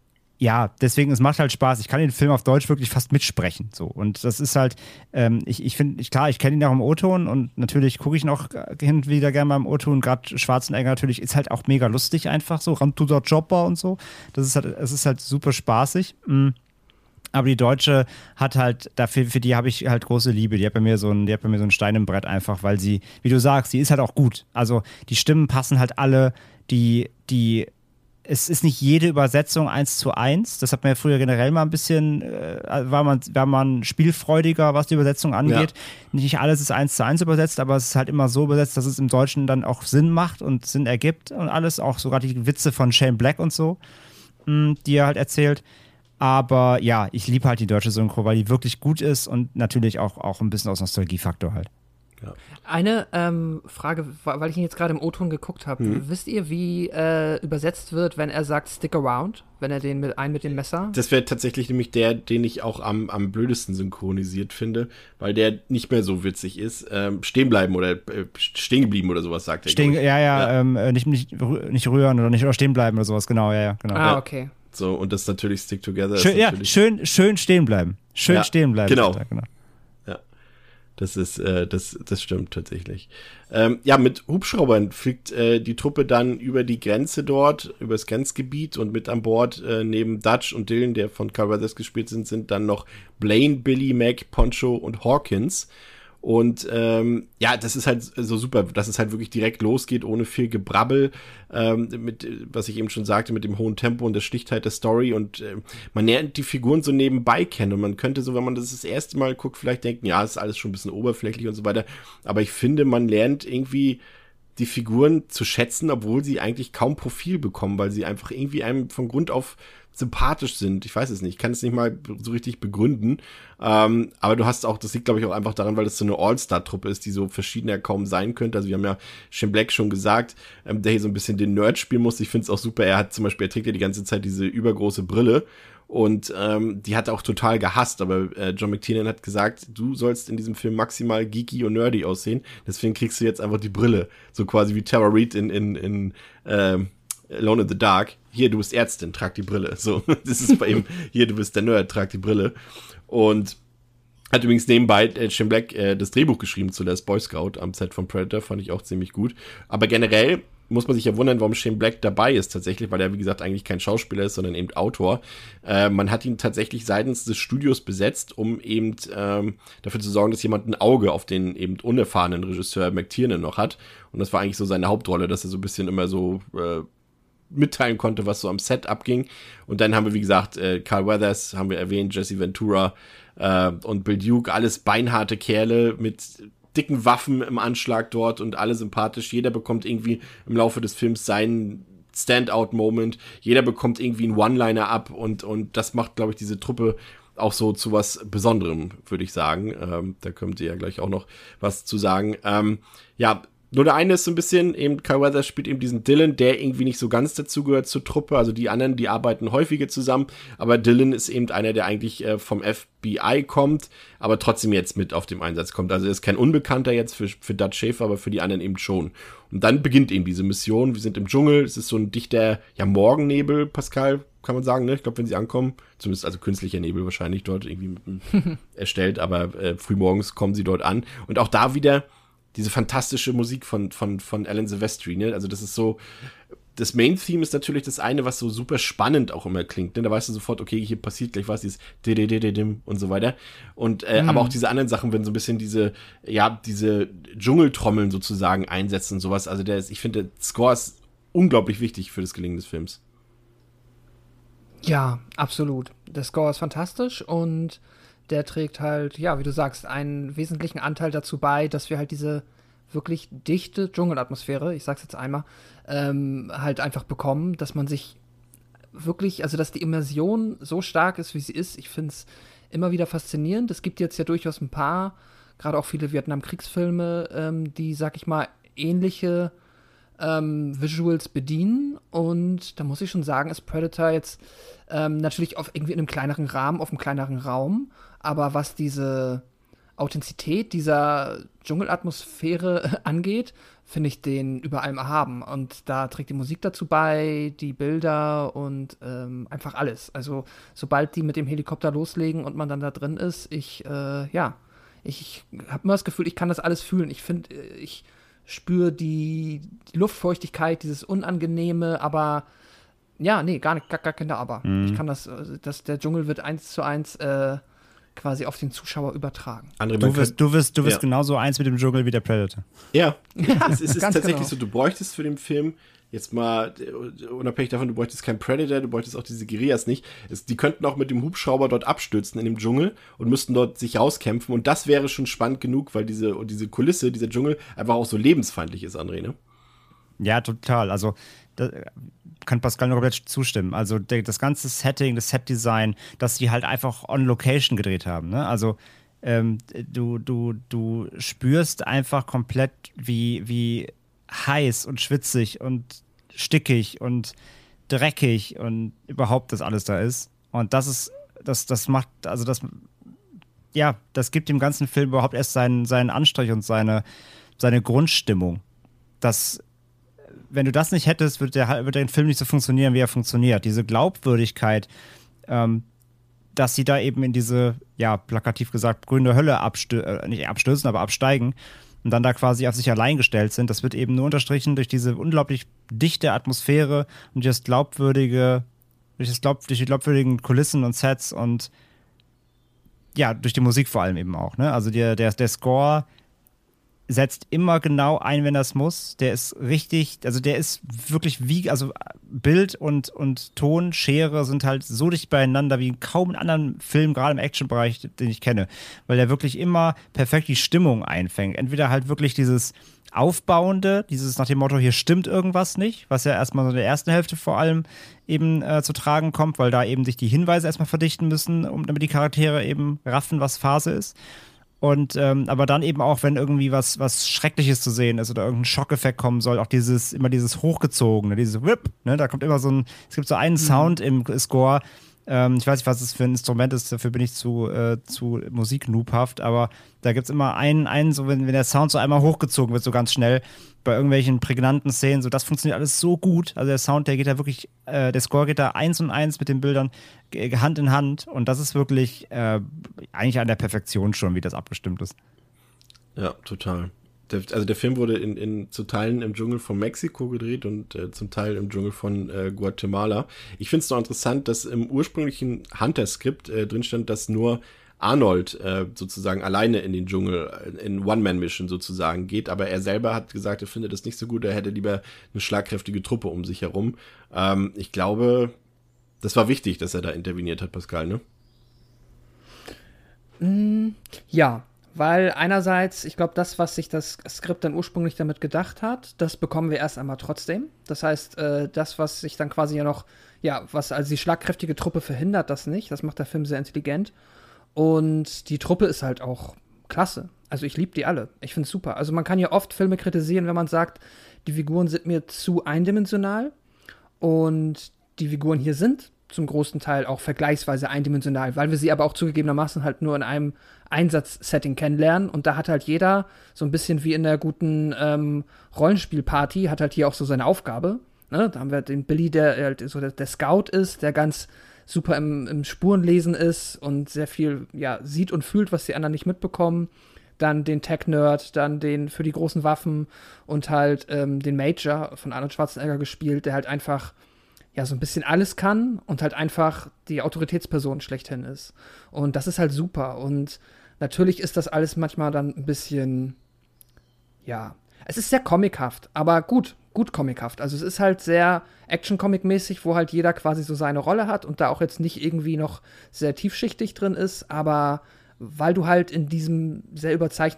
ja, deswegen, es macht halt Spaß. Ich kann den Film auf Deutsch wirklich fast mitsprechen. So. Und das ist halt, ähm, ich, ich finde, ich, klar, ich kenne ihn auch im O-Ton und natürlich gucke ich ihn auch hin und wieder gerne mal im O-Ton. Gerade Schwarzenegger natürlich ist halt auch mega lustig einfach so. Run to the Chopper und so. Das ist halt, es ist halt super spaßig. Mhm. Aber die Deutsche hat halt, dafür, für die habe ich halt große Liebe. Die hat bei mir so ein, die hat bei mir so ein Stein im Brett einfach, weil sie, wie du sagst, die ist halt auch gut. Also die Stimmen passen halt alle, die, die, es ist nicht jede Übersetzung eins zu eins. Das hat man ja früher generell mal ein bisschen, äh, war man, war man spielfreudiger, was die Übersetzung angeht. Ja. Nicht alles ist eins zu eins übersetzt, aber es ist halt immer so übersetzt, dass es im Deutschen dann auch Sinn macht und Sinn ergibt und alles. Auch sogar die Witze von Shane Black und so, mh, die er halt erzählt. Aber ja, ich liebe halt die deutsche Synchro, weil die wirklich gut ist und natürlich auch, auch ein bisschen aus Nostalgiefaktor halt. Ja. Eine ähm, Frage, weil ich ihn jetzt gerade im O-Ton geguckt habe. Hm. Wisst ihr, wie äh, übersetzt wird, wenn er sagt Stick around, wenn er den mit ein mit dem Messer? Das wäre tatsächlich nämlich der, den ich auch am, am blödesten synchronisiert finde, weil der nicht mehr so witzig ist. Ähm, stehen bleiben oder äh, stehen geblieben oder sowas, sagt er. Stehen, ja, ja, ja. Ähm, nicht, nicht, nicht rühren oder nicht oder stehen bleiben oder sowas, genau, ja, ja, genau. Ah, okay. So, und das natürlich Stick Together. Schön, ist ja, schön, schön stehen bleiben. Schön ja, stehen bleiben. Genau. Da, genau. Ja, das ist, äh, das, das stimmt tatsächlich. Ähm, ja, mit Hubschraubern fliegt äh, die Truppe dann über die Grenze dort, über das Grenzgebiet und mit an Bord äh, neben Dutch und Dylan, der von Carl Weathers gespielt sind, sind dann noch Blaine, Billy, Mac, Poncho und Hawkins. Und ähm, ja, das ist halt so super, dass es halt wirklich direkt losgeht, ohne viel Gebrabbel, ähm, mit, was ich eben schon sagte, mit dem hohen Tempo und der Schlichtheit der Story. Und äh, man lernt die Figuren so nebenbei kennen. Und man könnte so, wenn man das das erste Mal guckt, vielleicht denken, ja, ist alles schon ein bisschen oberflächlich und so weiter. Aber ich finde, man lernt irgendwie die Figuren zu schätzen, obwohl sie eigentlich kaum Profil bekommen, weil sie einfach irgendwie einem von Grund auf sympathisch sind. Ich weiß es nicht, ich kann es nicht mal so richtig begründen. Ähm, aber du hast auch, das liegt glaube ich auch einfach daran, weil es so eine All-Star-Truppe ist, die so verschiedener kaum sein könnte. Also wir haben ja Shane Black schon gesagt, ähm, der hier so ein bisschen den Nerd spielen muss. Ich finde es auch super, er hat zum Beispiel, er trägt ja die ganze Zeit diese übergroße Brille und ähm, die hat er auch total gehasst. Aber äh, John McTiernan hat gesagt, du sollst in diesem Film maximal geeky und nerdy aussehen. Deswegen kriegst du jetzt einfach die Brille. So quasi wie Tara Reid in, in, in ähm, Alone in the Dark. Hier, du bist Ärztin, trag die Brille. So, das ist bei ihm, hier, du bist der Nerd, trag die Brille. Und hat übrigens nebenbei äh, Shane Black äh, das Drehbuch geschrieben zu Last Boy Scout am Set von Predator, fand ich auch ziemlich gut. Aber generell muss man sich ja wundern, warum Shane Black dabei ist tatsächlich, weil er, wie gesagt, eigentlich kein Schauspieler ist, sondern eben Autor. Äh, man hat ihn tatsächlich seitens des Studios besetzt, um eben ähm, dafür zu sorgen, dass jemand ein Auge auf den eben unerfahrenen Regisseur McTiernan noch hat. Und das war eigentlich so seine Hauptrolle, dass er so ein bisschen immer so äh, mitteilen konnte, was so am Set abging. Und dann haben wir, wie gesagt, äh, Carl Weathers, haben wir erwähnt, Jesse Ventura äh, und Bill Duke, alles beinharte Kerle mit dicken Waffen im Anschlag dort und alle sympathisch. Jeder bekommt irgendwie im Laufe des Films seinen Standout-Moment. Jeder bekommt irgendwie einen One-Liner ab und, und das macht, glaube ich, diese Truppe auch so zu was Besonderem, würde ich sagen. Ähm, da könnt ihr ja gleich auch noch was zu sagen. Ähm, ja, nur der eine ist so ein bisschen, eben Carl Weathers spielt eben diesen Dylan, der irgendwie nicht so ganz dazugehört zur Truppe, also die anderen, die arbeiten häufiger zusammen, aber Dylan ist eben einer, der eigentlich äh, vom F B I kommt, aber trotzdem jetzt mit auf dem Einsatz kommt. Also er ist kein Unbekannter jetzt für, für Dutch Schaefer, aber für die anderen eben schon. Und dann beginnt eben diese Mission, wir sind im Dschungel, es ist so ein dichter, ja, Morgennebel, Pascal, kann man sagen, ne? Ich glaube, wenn sie ankommen, zumindest also künstlicher Nebel wahrscheinlich dort irgendwie erstellt, aber äh, frühmorgens kommen sie dort an. Und auch da wieder diese fantastische Musik von, von, von Alan Silvestri, ne? Also das ist so, das Main-Theme ist natürlich das eine, was so super spannend auch immer klingt, ne? Da weißt du sofort, okay, hier passiert gleich was, dieses Didididim und so weiter. Und, äh, mhm. aber auch diese anderen Sachen, wenn so ein bisschen diese, ja, diese Dschungeltrommeln sozusagen einsetzen und sowas. Also der ist, ich finde, der Score ist unglaublich wichtig für das Gelingen des Films. Ja, absolut. Der Score ist fantastisch und der trägt halt, ja, wie du sagst, einen wesentlichen Anteil dazu bei, dass wir halt diese wirklich dichte Dschungelatmosphäre, ich sag's jetzt einmal, ähm, halt einfach bekommen, dass man sich wirklich, also dass die Immersion so stark ist, wie sie ist, ich finde es immer wieder faszinierend. Es gibt jetzt ja durchaus ein paar, gerade auch viele Vietnam-Kriegsfilme, ähm, die, sag ich mal, ähnliche ähm, Visuals bedienen. Und da muss ich schon sagen, ist Predator jetzt ähm, natürlich auf irgendwie in einem kleineren Rahmen, auf einem kleineren Raum. Aber was diese Authentizität dieser Dschungelatmosphäre angeht, finde ich den über allem erhaben. Und da trägt die Musik dazu bei, die Bilder und ähm, einfach alles. Also sobald die mit dem Helikopter loslegen und man dann da drin ist, ich, äh, ja, ich habe immer das Gefühl, ich kann das alles fühlen. Ich finde, ich spüre die, die Luftfeuchtigkeit, dieses Unangenehme, aber ja, nee, gar nicht, gar, gar keine Aber. Mhm. Ich kann das, das, der Dschungel wird eins zu eins äh, quasi auf den Zuschauer übertragen. André, du wirst, du wirst, du wirst ja. genauso eins mit dem Dschungel wie der Predator. Ja, ja es, es ist tatsächlich genau. so, du bräuchtest für den Film jetzt mal, unabhängig davon, du bräuchtest keinen Predator, du bräuchtest auch diese Guerillas nicht. Es, die könnten auch mit dem Hubschrauber dort abstürzen in dem Dschungel und müssten dort sich rauskämpfen und das wäre schon spannend genug, weil diese, diese Kulisse, dieser Dschungel einfach auch so lebensfeindlich ist, André, ne? Ja, total. Also da kann Pascal nur komplett zustimmen. Also der, das ganze Setting, das Setdesign, dass die halt einfach on Location gedreht haben, ne? Also ähm, du, du, du spürst einfach komplett, wie, wie heiß und schwitzig und stickig und dreckig und überhaupt das alles da ist. Und das ist, das, das macht, also das, ja, das gibt dem ganzen Film überhaupt erst seinen, seinen Anstrich und seine, seine Grundstimmung. Das, wenn du das nicht hättest, würde der, würde der Film nicht so funktionieren, wie er funktioniert. Diese Glaubwürdigkeit, ähm, dass sie da eben in diese, ja, plakativ gesagt, grüne Hölle abstö- äh, nicht abstürzen, aber absteigen und dann da quasi auf sich allein gestellt sind. Das wird eben nur unterstrichen durch diese unglaublich dichte Atmosphäre und das glaubwürdige, durch, das glaub, durch die glaubwürdigen Kulissen und Sets und ja, durch die Musik vor allem eben auch, ne? Also der, der, der Score setzt immer genau ein, wenn das muss. Der ist richtig, also der ist wirklich wie, also Bild und, und Ton, Schere sind halt so dicht beieinander wie in kaum einem anderen Film, gerade im Action-Bereich, den ich kenne. Weil der wirklich immer perfekt die Stimmung einfängt. Entweder halt wirklich dieses Aufbauende, dieses nach dem Motto, hier stimmt irgendwas nicht, was ja erstmal so in der ersten Hälfte vor allem eben äh, zu tragen kommt, weil da eben sich die Hinweise erstmal verdichten müssen, um damit die Charaktere eben raffen, was Phase ist. Und ähm, aber dann eben auch, wenn irgendwie was, was Schreckliches zu sehen ist oder irgendein Schockeffekt kommen soll, auch dieses, immer dieses Hochgezogene, dieses Whip, ne, da kommt immer so ein, es gibt so einen mhm. Sound im Score, ähm, ich weiß nicht, was es für ein Instrument ist, dafür bin ich zu, äh, zu musiknoobhaft, aber da gibt es immer einen, einen so, wenn, wenn der Sound so einmal hochgezogen wird, so ganz schnell, bei irgendwelchen prägnanten Szenen, so, das funktioniert alles so gut, also der Sound, der geht da wirklich, äh, der Score geht da eins und eins mit den Bildern g- Hand in Hand und das ist wirklich äh, eigentlich an der Perfektion schon, wie das abgestimmt ist. Ja, total. Der, also der Film wurde in, in zu Teilen im Dschungel von Mexiko gedreht und äh, zum Teil im Dschungel von äh, Guatemala. Ich finde es noch interessant, dass im ursprünglichen Hunter-Skript äh, drin stand, dass nur Arnold äh, sozusagen alleine in den Dschungel, in One-Man-Mission sozusagen geht, aber er selber hat gesagt, er findet das nicht so gut, er hätte lieber eine schlagkräftige Truppe um sich herum. Ähm, ich glaube, das war wichtig, dass er da interveniert hat, Pascal, ne? Mm, ja, weil einerseits, ich glaube, das, was sich das Skript dann ursprünglich damit gedacht hat, das bekommen wir erst einmal trotzdem. Das heißt, äh, das, was sich dann quasi ja noch, ja, was also die schlagkräftige Truppe verhindert, das nicht. Das macht der Film sehr intelligent. Und die Truppe ist halt auch klasse. Also ich liebe die alle. Ich finde es super. Also man kann ja oft Filme kritisieren, wenn man sagt, die Figuren sind mir zu eindimensional. Und die Figuren hier sind zum großen Teil auch vergleichsweise eindimensional, weil wir sie aber auch zugegebenermaßen halt nur in einem Einsatzsetting kennenlernen. Und da hat halt jeder, so ein bisschen wie in der guten ähm, Rollenspielparty, hat halt hier auch so seine Aufgabe. Ne? Da haben wir den Billy, der halt so der, der Scout ist, der ganz super im, im Spurenlesen ist und sehr viel ja, sieht und fühlt, was die anderen nicht mitbekommen. Dann den Tech-Nerd, dann den für die großen Waffen und halt ähm, den Major von Arnold Schwarzenegger gespielt, der halt einfach ja so ein bisschen alles kann und halt einfach die Autoritätsperson schlechthin ist. Und das ist halt super. Und natürlich ist das alles manchmal dann ein bisschen, ja, es ist sehr comichaft, aber gut, gut comichaft. Also es ist halt sehr Action-Comic-mäßig, wo halt jeder quasi so seine Rolle hat und da auch jetzt nicht irgendwie noch sehr tiefschichtig drin ist, aber weil du halt in diesem sehr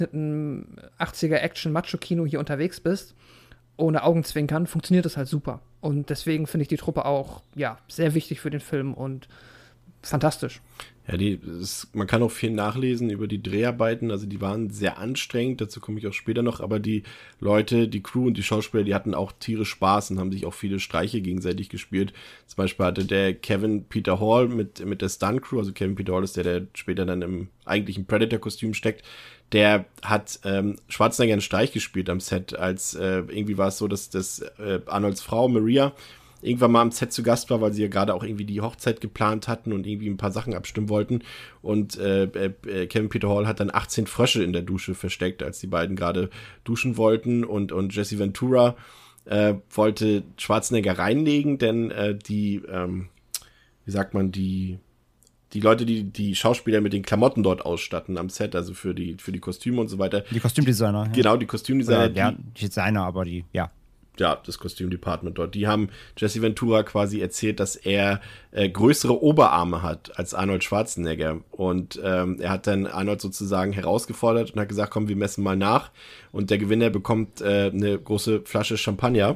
überzeichneten achtziger Action-Macho-Kino hier unterwegs bist, ohne Augenzwinkern, funktioniert das halt super. Und deswegen finde ich die Truppe auch, ja, sehr wichtig für den Film und fantastisch. Ja, die, es, man kann auch viel nachlesen über die Dreharbeiten, also die waren sehr anstrengend, dazu komme ich auch später noch, aber die Leute, die Crew und die Schauspieler, die hatten auch tierisch Spaß und haben sich auch viele Streiche gegenseitig gespielt. Zum Beispiel hatte der Kevin Peter Hall mit, mit der Stunt-Crew, also Kevin Peter Hall ist der, der später dann im eigentlichen Predator-Kostüm steckt, der hat ähm, Schwarzenegger einen Streich gespielt am Set, als äh, irgendwie war es so, dass, dass äh, Arnolds Frau Maria irgendwann mal am Set zu Gast war, weil sie ja gerade auch irgendwie die Hochzeit geplant hatten und irgendwie ein paar Sachen abstimmen wollten. Und äh, äh, Kevin Peter Hall hat dann achtzehn Frösche in der Dusche versteckt, als die beiden gerade duschen wollten. Und, und Jesse Ventura äh, wollte Schwarzenegger reinlegen, denn äh, die, ähm, wie sagt man, die die Leute, die die Schauspieler mit den Klamotten dort ausstatten am Set, also für die für die Kostüme und so weiter. Die Kostümdesigner. Die, genau, die Kostümdesigner. Oder, ja, die Designer, aber die, ja. Ja, das Kostümdepartment dort. Die haben Jesse Ventura quasi erzählt, dass er äh, größere Oberarme hat als Arnold Schwarzenegger. Und ähm, er hat dann Arnold sozusagen herausgefordert und hat gesagt, komm, wir messen mal nach. Und der Gewinner bekommt äh, eine große Flasche Champagner.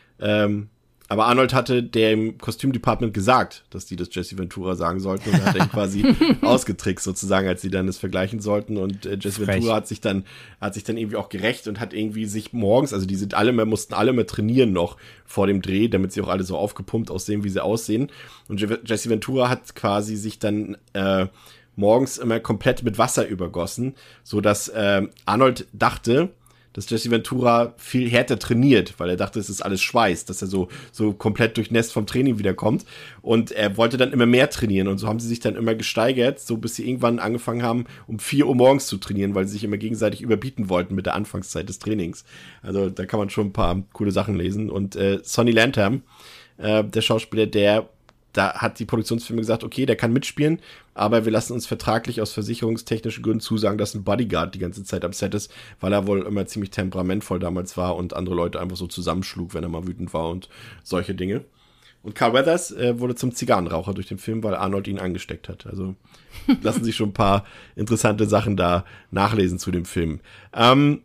Ähm, aber Arnold hatte dem Kostümdepartment gesagt, dass die das Jesse Ventura sagen sollten. Und er hat ihn quasi ausgetrickst sozusagen, als sie dann das vergleichen sollten. Und äh, Jesse Frech. Ventura hat sich dann hat sich dann irgendwie auch gerecht und hat irgendwie sich morgens, also die sind alle mehr, mussten alle mehr trainieren noch vor dem Dreh, damit sie auch alle so aufgepumpt aussehen, wie sie aussehen. Und Je- Jesse Ventura hat quasi sich dann äh, morgens immer komplett mit Wasser übergossen, so dass äh, Arnold dachte, dass Jesse Ventura viel härter trainiert, weil er dachte, es ist alles Schweiß, dass er so so komplett durchnässt vom Training wiederkommt. Und er wollte dann immer mehr trainieren. Und so haben sie sich dann immer gesteigert, so bis sie irgendwann angefangen haben, um vier Uhr morgens zu trainieren, weil sie sich immer gegenseitig überbieten wollten mit der Anfangszeit des Trainings. Also da kann man schon ein paar coole Sachen lesen. Und äh, Sonny Landham, äh, der Schauspieler, der da hat die Produktionsfirma gesagt, okay, der kann mitspielen, aber wir lassen uns vertraglich aus versicherungstechnischen Gründen zusagen, dass ein Bodyguard die ganze Zeit am Set ist, weil er wohl immer ziemlich temperamentvoll damals war und andere Leute einfach so zusammenschlug, wenn er mal wütend war und solche Dinge. Und Carl Weathers äh, wurde zum Zigarrenraucher durch den Film, weil Arnold ihn angesteckt hat. Also lassen sich schon ein paar interessante Sachen da nachlesen zu dem Film. Ähm,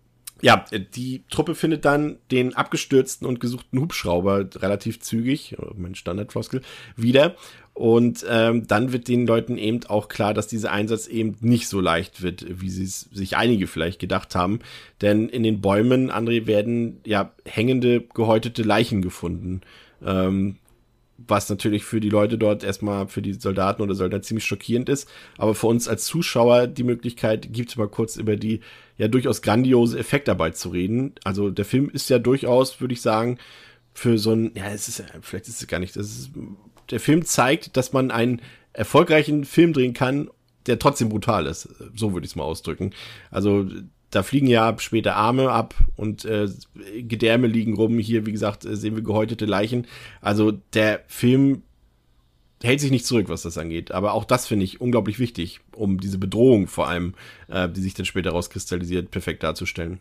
Ja, die Truppe findet dann den abgestürzten und gesuchten Hubschrauber relativ zügig, mein Standardfloskel, wieder. Und ähm, dann wird den Leuten eben auch klar, dass dieser Einsatz eben nicht so leicht wird, wie sie es sich einige vielleicht gedacht haben. Denn in den Bäumen, André, werden ja hängende, gehäutete Leichen gefunden. Ähm, was natürlich für die Leute dort erstmal, für die Soldaten oder Soldaten ziemlich schockierend ist. Aber für uns als Zuschauer die Möglichkeit gibt, mal kurz über die ja durchaus grandiose Effektarbeit zu reden. Also der Film ist ja durchaus, würde ich sagen, für so ein, ja, es ist, vielleicht ist es gar nicht, das ist, der Film zeigt, dass man einen erfolgreichen Film drehen kann, der trotzdem brutal ist. So würde ich es mal ausdrücken. Also da fliegen ja später Arme ab und äh, Gedärme liegen rum. Hier, wie gesagt, sehen wir gehäutete Leichen. Also der Film hält sich nicht zurück, was das angeht. Aber auch das finde ich unglaublich wichtig, um diese Bedrohung vor allem, äh, die sich dann später rauskristallisiert, perfekt darzustellen.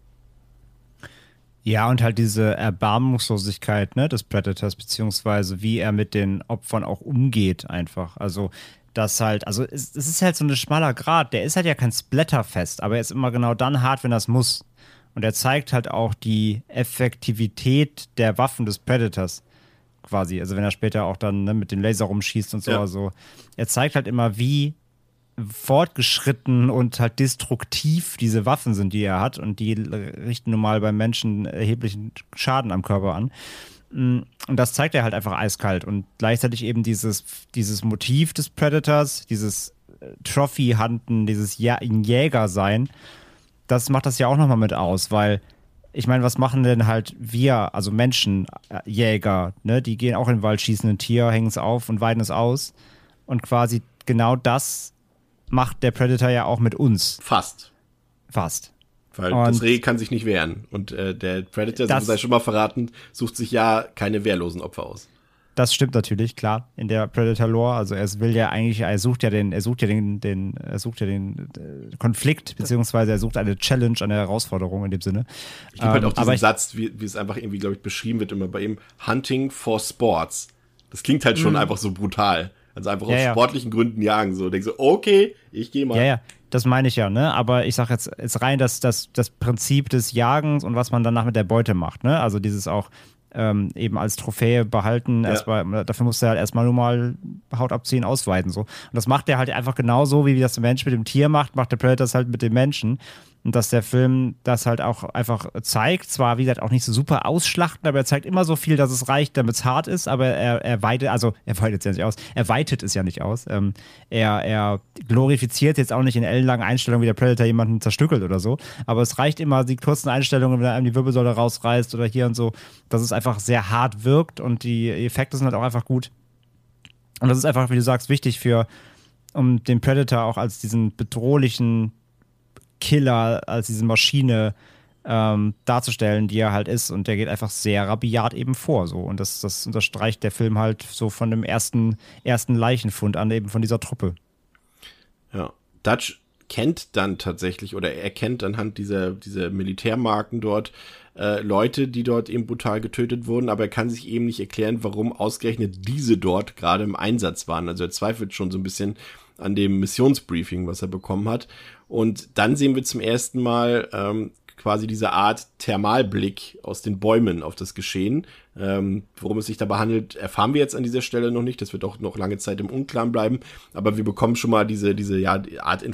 Ja, und halt diese Erbarmungslosigkeit, ne, des Predators, beziehungsweise wie er mit den Opfern auch umgeht einfach. Also das halt, also es, es ist halt so ein schmaler Grat, der ist halt ja kein Splatterfest, aber er ist immer genau dann hart, wenn das muss. Und er zeigt halt auch die Effektivität der Waffen des Predators quasi. Also wenn er später auch dann ne, mit dem Laser rumschießt und so. Ja. Also er zeigt halt immer, wie fortgeschritten und halt destruktiv diese Waffen sind, die er hat. Und die richten nun mal beim Menschen erheblichen Schaden am Körper an. Und das zeigt er halt einfach eiskalt. Und gleichzeitig eben dieses, dieses Motiv des Predators, dieses Trophy-Hunten, dieses Jäger-Sein, das macht das ja auch nochmal mit aus, weil ich meine, was machen denn halt wir, also Menschen, Jäger, ne? Die gehen auch in den Wald, schießen ein Tier, hängen es auf und weiden es aus. Und quasi genau das macht der Predator ja auch mit uns. Fast. Fast. Weil und das Reh kann sich nicht wehren. Und äh, der Predator, das sei schon mal verraten, sucht sich ja keine wehrlosen Opfer aus. Das stimmt natürlich, klar, in der Predator-Lore. Also er will ja eigentlich, er sucht ja den, er sucht ja den, den, er sucht ja den äh, Konflikt, beziehungsweise er sucht eine Challenge, eine Herausforderung in dem Sinne. Ich liebe halt ähm, auch diesen Satz, wie, wie es einfach irgendwie, glaube ich, beschrieben wird immer bei ihm, Hunting for Sports. Das klingt halt schon mhm. einfach so brutal. Also einfach ja, aus ja. sportlichen Gründen jagen. So, denkst so, okay, ich gehe mal. Ja, ja, das meine ich ja, ne? Aber ich sag jetzt, jetzt rein das, das, das Prinzip des Jagens und was man danach mit der Beute macht, ne? Also dieses auch ähm, eben als Trophäe behalten. Ja. Erstmal, dafür musst du halt erstmal nur mal Haut abziehen, ausweiten. So. Und das macht er halt einfach genauso, wie das der Mensch mit dem Tier macht, macht der Predator das halt mit dem Menschen. Und dass der Film das halt auch einfach zeigt, zwar wie gesagt auch nicht so super ausschlachten, aber er zeigt immer so viel, dass es reicht, damit es hart ist, aber er, er weitet, also er weitet es ja nicht aus, er weitet es ja nicht aus. Ähm, er, er glorifiziert jetzt auch nicht in ellenlangen Einstellungen, wie der Predator jemanden zerstückelt oder so, aber es reicht immer die kurzen Einstellungen, wenn er einem die Wirbelsäule rausreißt oder hier und so, dass es einfach sehr hart wirkt und die Effekte sind halt auch einfach gut. Und das ist einfach, wie du sagst, wichtig für, um den Predator auch als diesen bedrohlichen Killer, als diese Maschine ähm, darzustellen, die er halt ist. Und der geht einfach sehr rabiat eben vor. So. Und das, das unterstreicht der Film halt so von dem ersten, ersten Leichenfund an, eben von dieser Truppe. Ja, Dutch kennt dann tatsächlich oder er kennt anhand dieser, dieser Militärmarken dort äh, Leute, die dort eben brutal getötet wurden, aber er kann sich eben nicht erklären, warum ausgerechnet diese dort gerade im Einsatz waren. Also er zweifelt schon so ein bisschen an dem Missionsbriefing, was er bekommen hat. Und dann sehen wir zum ersten Mal ähm, quasi diese Art Thermalblick aus den Bäumen auf das Geschehen. Ähm, worum es sich dabei handelt, erfahren wir jetzt an dieser Stelle noch nicht. Das wird auch noch lange Zeit im Unklaren bleiben. Aber wir bekommen schon mal diese, diese ja, Art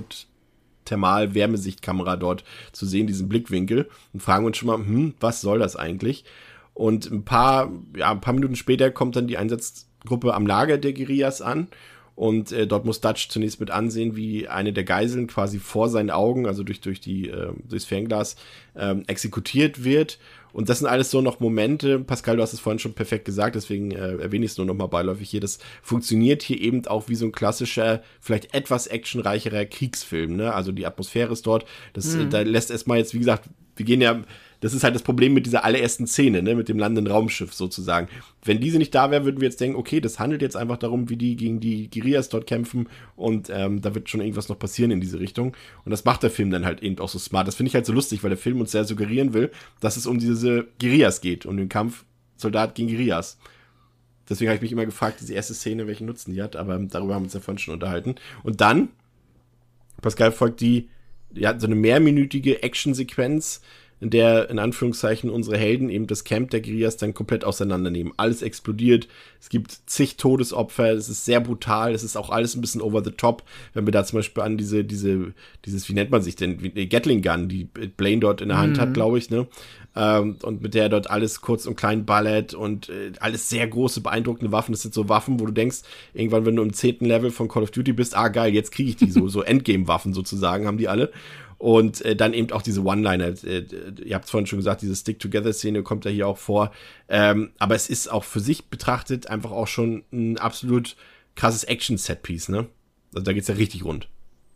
Infrarot-Thermal-Wärmesichtkamera dort zu sehen, diesen Blickwinkel. Und fragen uns schon mal, hm, was soll das eigentlich? Und ein paar, ja, ein paar Minuten später kommt dann die Einsatzgruppe am Lager der Guerillas an. Und äh, dort muss Dutch zunächst mit ansehen, wie eine der Geiseln quasi vor seinen Augen, also durch, durch die, äh, durchs Fernglas, ähm, exekutiert wird. Und das sind alles so noch Momente, Pascal, du hast es vorhin schon perfekt gesagt, deswegen äh, erwähne ich es nur noch mal beiläufig hier. Das funktioniert hier eben auch wie so ein klassischer, vielleicht etwas actionreicherer Kriegsfilm, ne? Also die Atmosphäre ist dort, das mhm. äh, da lässt erstmal jetzt, wie gesagt, wir gehen ja, das ist halt das Problem mit dieser allerersten Szene, ne, mit dem landenden Raumschiff sozusagen. Wenn diese nicht da wäre, würden wir jetzt denken, okay, das handelt jetzt einfach darum, wie die gegen die Guerillas dort kämpfen und ähm, da wird schon irgendwas noch passieren in diese Richtung. Und das macht der Film dann halt eben auch so smart. Das finde ich halt so lustig, weil der Film uns sehr suggerieren will, dass es um diese Guerillas geht, um den Kampf Soldat gegen Guerillas. Deswegen habe ich mich immer gefragt, diese erste Szene, welchen Nutzen die hat, aber darüber haben wir uns ja vorhin schon unterhalten. Und dann, Pascal, folgt die, ja, so eine mehrminütige Actionsequenz, in der in Anführungszeichen unsere Helden eben das Camp der Guerillas dann komplett auseinandernehmen. Alles explodiert, es gibt zig Todesopfer, es ist sehr brutal, es ist auch alles ein bisschen over the top, wenn wir da zum Beispiel an diese, diese, dieses, wie nennt man sich denn, die Gatling Gun, die Blaine dort in der Hand mhm. hat, glaube ich, ne, ähm, und mit der dort alles kurz und klein ballert und äh, alles sehr große, beeindruckende Waffen, das sind so Waffen, wo du denkst, irgendwann, wenn du im zehnten Level von Call of Duty bist, ah geil, jetzt kriege ich die, so, so Endgame-Waffen sozusagen, haben die alle. Und äh, dann eben auch diese One-Liner, äh, ihr habt es vorhin schon gesagt, diese Stick-Together-Szene kommt ja hier auch vor, ähm, aber es ist auch für sich betrachtet einfach auch schon ein absolut krasses Action-Set-Piece, ne? Also da geht's ja richtig rund.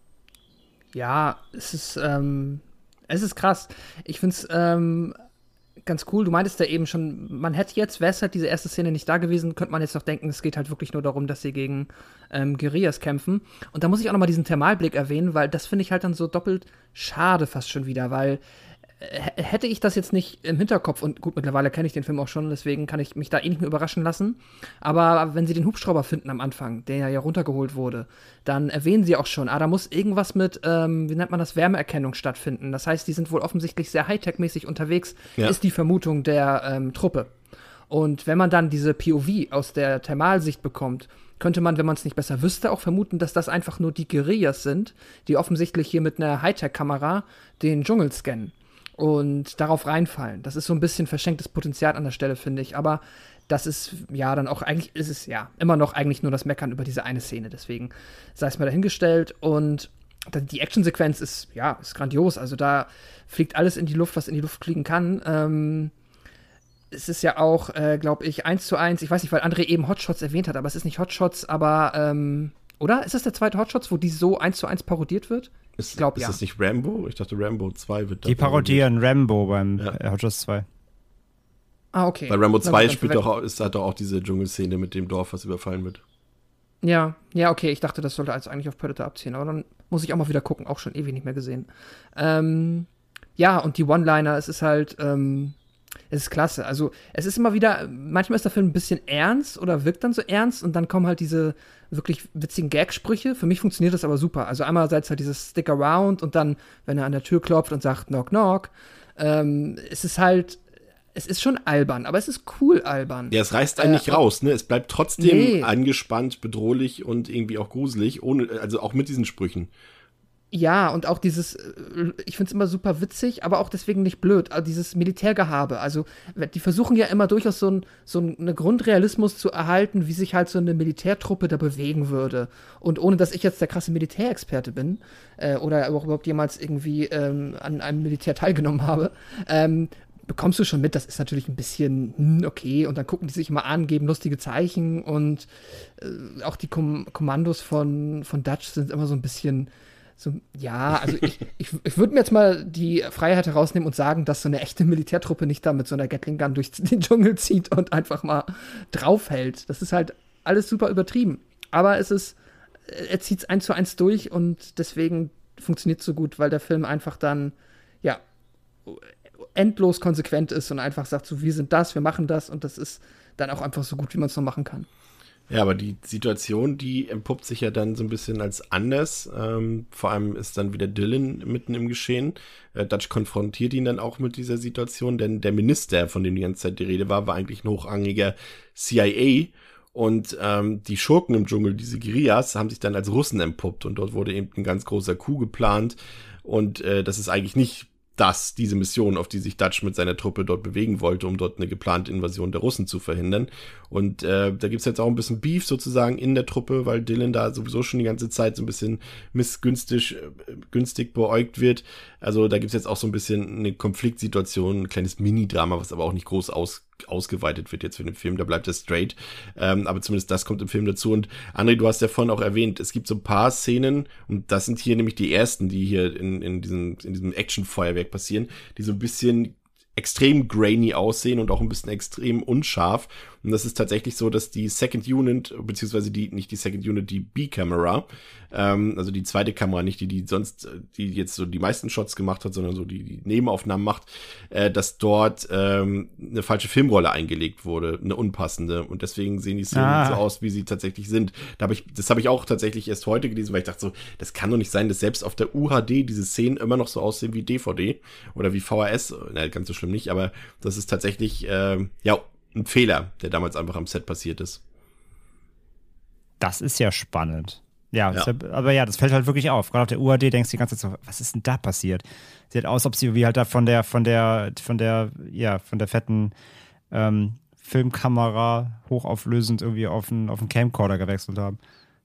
Ja, es ist, ähm, es ist krass. Ich find's, ähm, ganz cool. Du meintest ja eben schon, man hätte jetzt, wäre es halt diese erste Szene nicht da gewesen, könnte man jetzt noch denken, es geht halt wirklich nur darum, dass sie gegen ähm, Guerillas kämpfen. Und da muss ich auch noch mal diesen Thermalblick erwähnen, weil das finde ich halt dann so doppelt schade fast schon wieder, weil äh, hätte ich das jetzt nicht im Hinterkopf, und gut, mittlerweile kenne ich den Film auch schon, deswegen kann ich mich da eh nicht mehr überraschen lassen, aber wenn sie den Hubschrauber finden am Anfang, der ja runtergeholt wurde, dann erwähnen sie auch schon, ah, da muss irgendwas mit, ähm, wie nennt man das, Wärmeerkennung stattfinden. Das heißt, die sind wohl offensichtlich sehr Hightech-mäßig unterwegs, ja. Ist die Vermutung der ähm, Truppe. Und wenn man dann diese P O V aus der Thermalsicht bekommt, könnte man, wenn man es nicht besser wüsste, auch vermuten, dass das einfach nur die Guerillas sind, die offensichtlich hier mit einer Hightech-Kamera den Dschungel scannen und darauf reinfallen. Das ist so ein bisschen verschenktes Potenzial an der Stelle, finde ich. Aber das ist ja dann auch, eigentlich ist es ja immer noch eigentlich nur das Meckern über diese eine Szene. Deswegen sei es mal dahingestellt. Und die Actionsequenz ist, ja, ist grandios. Also da fliegt alles in die Luft, was in die Luft fliegen kann. Ähm, es ist ja auch, äh, glaube ich, eins zu eins, ich weiß nicht, weil André eben Hotshots erwähnt hat, aber es ist nicht Hotshots, aber, ähm, oder? Ist das der zweite Hotshots, wo die so eins zu eins parodiert wird? Ist, ich glaube, ja. Ist das nicht Rambo? Ich dachte, Rambo zwei wird da die parodieren Rambo beim ja. äh, Hotshots zwei. Ah, okay. Bei Rambo zwei spielt doch, ist halt doch auch diese Dschungelszene mit dem Dorf, was überfallen wird. Ja, ja, okay, ich dachte, das sollte also eigentlich auf Predator abziehen, aber dann muss ich auch mal wieder gucken, auch schon ewig nicht mehr gesehen. Ähm, ja, und die One-Liner, es ist halt, ähm, es ist klasse. Also, es ist immer wieder, manchmal ist der Film ein bisschen ernst oder wirkt dann so ernst und dann kommen halt diese wirklich witzigen Gag-Sprüche. Für mich funktioniert das aber super. Also, einerseits halt dieses Stick Around und dann, wenn er an der Tür klopft und sagt Knock, Knock, ähm, es ist halt es ist schon albern, aber es ist cool albern. Ja, es reißt einen äh, nicht raus, ne? Es bleibt trotzdem nee. angespannt, bedrohlich und irgendwie auch gruselig, ohne, also auch mit diesen Sprüchen. Ja, und auch dieses, ich find's immer super witzig, aber auch deswegen nicht blöd, also dieses Militärgehabe. Also, die versuchen ja immer durchaus so, ein, so einen Grundrealismus zu erhalten, wie sich halt so eine Militärtruppe da bewegen würde. Und ohne, dass ich jetzt der krasse Militärexperte bin, äh, oder auch überhaupt jemals irgendwie ähm, an einem Militär teilgenommen habe, ähm, bekommst du schon mit, das ist natürlich ein bisschen, hm, okay, und dann gucken die sich mal an, geben lustige Zeichen und äh, auch die Kom- Kommandos von, von Dutch sind immer so ein bisschen so, ja, also ich, ich, ich würde mir jetzt mal die Freiheit herausnehmen und sagen, dass so eine echte Militärtruppe nicht da mit so einer Gatling Gun durch den Dschungel zieht und einfach mal draufhält. Das ist halt alles super übertrieben. Aber es ist, er zieht es eins zu eins durch und deswegen funktioniert es so gut, weil der Film einfach dann, ja, endlos konsequent ist und einfach sagt so, wir sind das, wir machen das und das ist dann auch einfach so gut, wie man es noch machen kann. Ja, aber die Situation, die entpuppt sich ja dann so ein bisschen als anders. Ähm, vor allem ist dann wieder Dylan mitten im Geschehen. Äh, Dutch konfrontiert ihn dann auch mit dieser Situation, denn der Minister, von dem die ganze Zeit die Rede war, war eigentlich ein hochrangiger C I A. Und ähm, die Schurken im Dschungel, diese Guerillas, haben sich dann als Russen entpuppt. Und dort wurde eben ein ganz großer Coup geplant. Und äh, das ist eigentlich nicht das, diese Mission, auf die sich Dutch mit seiner Truppe dort bewegen wollte, um dort eine geplante Invasion der Russen zu verhindern. Und äh, da gibt's jetzt auch ein bisschen Beef sozusagen in der Truppe, weil Dylan da sowieso schon die ganze Zeit so ein bisschen missgünstig äh, günstig beäugt wird. Also da gibt's jetzt auch so ein bisschen eine Konfliktsituation, ein kleines Mini-Drama, was aber auch nicht groß aus ausgeweitet wird jetzt für den Film, da bleibt es straight, ähm, aber zumindest das kommt im Film dazu. Und André, du hast ja vorhin auch erwähnt, es gibt so ein paar Szenen, und das sind hier nämlich die ersten, die hier in, in diesem, in diesem Action-Feuerwerk passieren, die so ein bisschen extrem grainy aussehen und auch ein bisschen extrem unscharf. Und das ist tatsächlich so, dass die Second Unit, beziehungsweise die, nicht die Second Unit, die B-Kamera, ähm, also die zweite Kamera, nicht die, die sonst, die jetzt so die meisten Shots gemacht hat, sondern so die, die Nebenaufnahmen macht, äh, dass dort ähm, eine falsche Filmrolle eingelegt wurde, eine unpassende. Und deswegen sehen die Szenen ah. so aus, wie sie tatsächlich sind. Da hab ich, das habe ich auch tatsächlich erst heute gelesen, weil ich dachte so, das kann doch nicht sein, dass selbst auf der U H D diese Szenen immer noch so aussehen wie D V D oder wie V H S. Na, ganz so schlimm nicht, aber das ist tatsächlich, äh, ja, ein Fehler, der damals einfach am Set passiert ist. Das ist ja spannend. Ja, ja. Ja, aber ja, das fällt halt wirklich auf. Gerade auf der U H D denkst du die ganze Zeit so, was ist denn da passiert? Sieht aus, ob sie wie halt da von der, von der, von der, ja, von der fetten ähm, Filmkamera hochauflösend irgendwie auf einen, auf einen Camcorder gewechselt haben.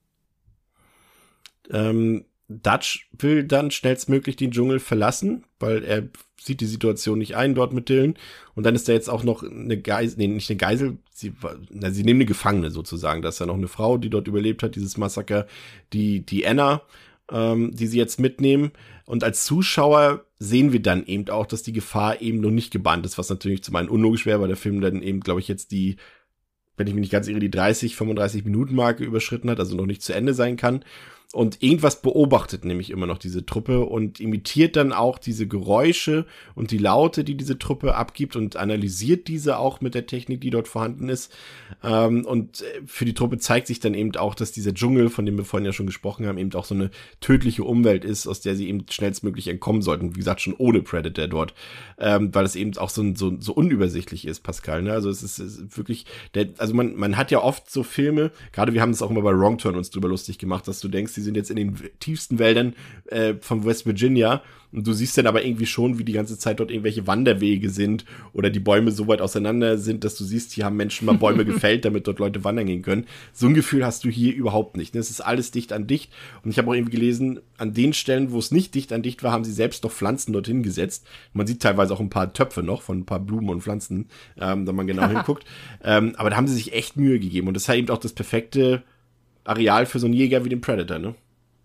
Ähm, Dutch will dann schnellstmöglich den Dschungel verlassen, weil er sieht die Situation nicht ein dort mit Dylan. Und dann ist da jetzt auch noch eine Geisel, nee, nicht eine Geisel, sie, na, sie nehmen eine Gefangene sozusagen. Da ist ja noch eine Frau, die dort überlebt hat, dieses Massaker, die, die Anna, ähm, die sie jetzt mitnehmen. Und als Zuschauer sehen wir dann eben auch, dass die Gefahr eben noch nicht gebannt ist, was natürlich zum einen unlogisch wäre, weil der Film dann eben, glaube ich, jetzt die, wenn ich mich nicht ganz irre, die dreißig, fünfunddreißig Minuten Marke überschritten hat, also noch nicht zu Ende sein kann. Und irgendwas beobachtet nämlich immer noch diese Truppe und imitiert dann auch diese Geräusche und die Laute, die diese Truppe abgibt und analysiert diese auch mit der Technik, die dort vorhanden ist. Ähm, und für die Truppe zeigt sich dann eben auch, dass dieser Dschungel, von dem wir vorhin ja schon gesprochen haben, eben auch so eine tödliche Umwelt ist, aus der sie eben schnellstmöglich entkommen sollten. Wie gesagt, schon ohne Predator dort, ähm, weil es eben auch so, so, so unübersichtlich ist, Pascal. Ne? Also es ist, es ist wirklich, der, also man, man hat ja oft so Filme, gerade wir haben es auch immer bei Wrong Turn uns drüber lustig gemacht, dass du denkst, die sind jetzt in den tiefsten Wäldern äh, von West Virginia und du siehst dann aber irgendwie schon, wie die ganze Zeit dort irgendwelche Wanderwege sind oder die Bäume so weit auseinander sind, dass du siehst, hier haben Menschen mal Bäume gefällt, damit dort Leute wandern gehen können. So ein Gefühl hast du hier überhaupt nicht. Es ist alles dicht an dicht und ich habe auch irgendwie gelesen, an den Stellen, wo es nicht dicht an dicht war, haben sie selbst noch Pflanzen dorthin gesetzt. Man sieht teilweise auch ein paar Töpfe noch von ein paar Blumen und Pflanzen, ähm, wenn man genau hinguckt. Ähm, aber da haben sie sich echt Mühe gegeben und das ist halt eben auch das perfekte Areal für so einen Jäger wie den Predator, ne?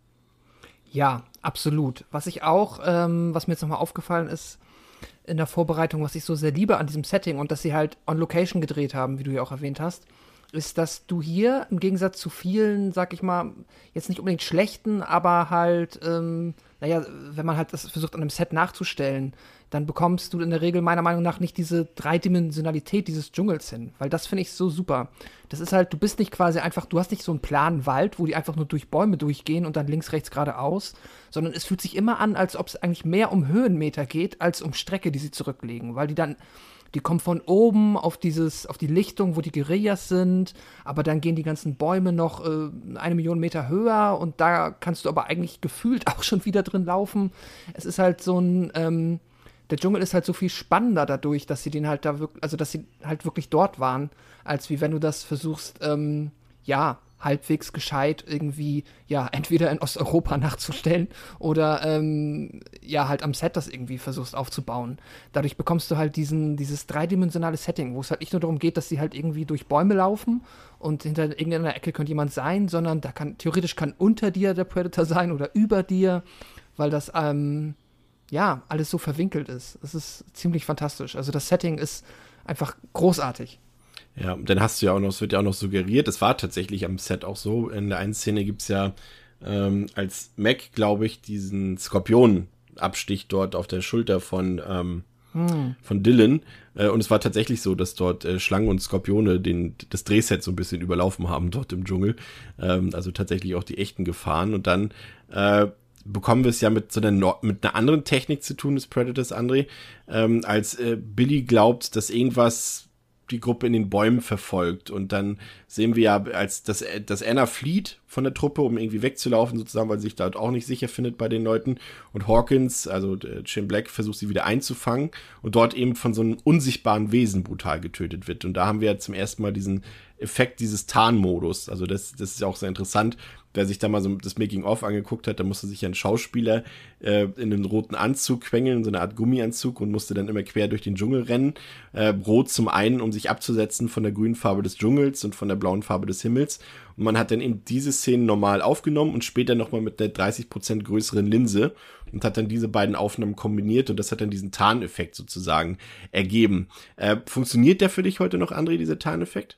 Ja, absolut. Was ich auch, ähm, was mir jetzt nochmal aufgefallen ist in der Vorbereitung, was ich so sehr liebe an diesem Setting und dass sie halt on Location gedreht haben, wie du ja auch erwähnt hast, ist, dass du hier im Gegensatz zu vielen, sag ich mal, jetzt nicht unbedingt schlechten, aber halt, ähm, naja, wenn man halt das versucht an einem Set nachzustellen, dann bekommst du in der Regel meiner Meinung nach nicht diese Dreidimensionalität dieses Dschungels hin, weil das finde ich so super. Das ist halt, du bist nicht quasi einfach, du hast nicht so einen planen Wald, wo die einfach nur durch Bäume durchgehen und dann links, rechts, geradeaus, sondern es fühlt sich immer an, als ob es eigentlich mehr um Höhenmeter geht, als um Strecke, die sie zurücklegen, weil die dann die kommen von oben auf dieses, auf die Lichtung, wo die Guerillas sind, aber dann gehen die ganzen Bäume noch äh, eine Million Meter höher und da kannst du aber eigentlich gefühlt auch schon wieder drin laufen. Es ist halt so ein, ähm, der Dschungel ist halt so viel spannender dadurch, dass sie den halt da wirklich, also dass sie halt wirklich dort waren, als wie wenn du das versuchst, ähm, ja, halbwegs gescheit irgendwie, ja, entweder in Osteuropa nachzustellen oder, ähm, ja, halt am Set das irgendwie versuchst aufzubauen. Dadurch bekommst du halt diesen, dieses dreidimensionale Setting, wo es halt nicht nur darum geht, dass sie halt irgendwie durch Bäume laufen und hinter irgendeiner Ecke könnte jemand sein, sondern da kann, theoretisch kann unter dir der Predator sein oder über dir, weil das, ähm, ja, alles so verwinkelt ist. Es ist ziemlich fantastisch. Also das Setting ist einfach großartig. Ja, dann hast du ja auch noch, es wird ja auch noch suggeriert, es war tatsächlich am Set auch so, in der einen Szene gibt es ja ähm, als Mac, glaube ich, diesen Skorpionenabstich dort auf der Schulter von, ähm, hm. von Dylan äh, und es war tatsächlich so, dass dort äh, Schlangen und Skorpione den, das Drehset so ein bisschen überlaufen haben dort im Dschungel, ähm, also tatsächlich auch die echten Gefahren und dann äh, bekommen wir es ja mit so einer, no- mit einer anderen Technik zu tun des Predators, André, ähm, als äh, Billy glaubt, dass irgendwas die Gruppe in den Bäumen verfolgt und dann sehen wir ja, als dass, dass Anna flieht von der Truppe, um irgendwie wegzulaufen sozusagen, weil sie sich da auch nicht sicher findet bei den Leuten und Hawkins, also Shane Black, versucht sie wieder einzufangen und dort eben von so einem unsichtbaren Wesen brutal getötet wird und da haben wir ja zum ersten Mal diesen Effekt dieses Tarnmodus, also das, das ist ja auch sehr interessant, wer sich da mal so das Making-of angeguckt hat, da musste sich ja ein Schauspieler äh, in einen roten Anzug quengeln, so eine Art Gummianzug und musste dann immer quer durch den Dschungel rennen. Äh, rot zum einen, um sich abzusetzen von der grünen Farbe des Dschungels und von der blauen Farbe des Himmels. Und man hat dann eben diese Szenen normal aufgenommen und später nochmal mit einer dreißig Prozent größeren Linse und hat dann diese beiden Aufnahmen kombiniert und das hat dann diesen Tarneffekt sozusagen ergeben. Äh, funktioniert der für dich heute noch, André, dieser Tarneffekt?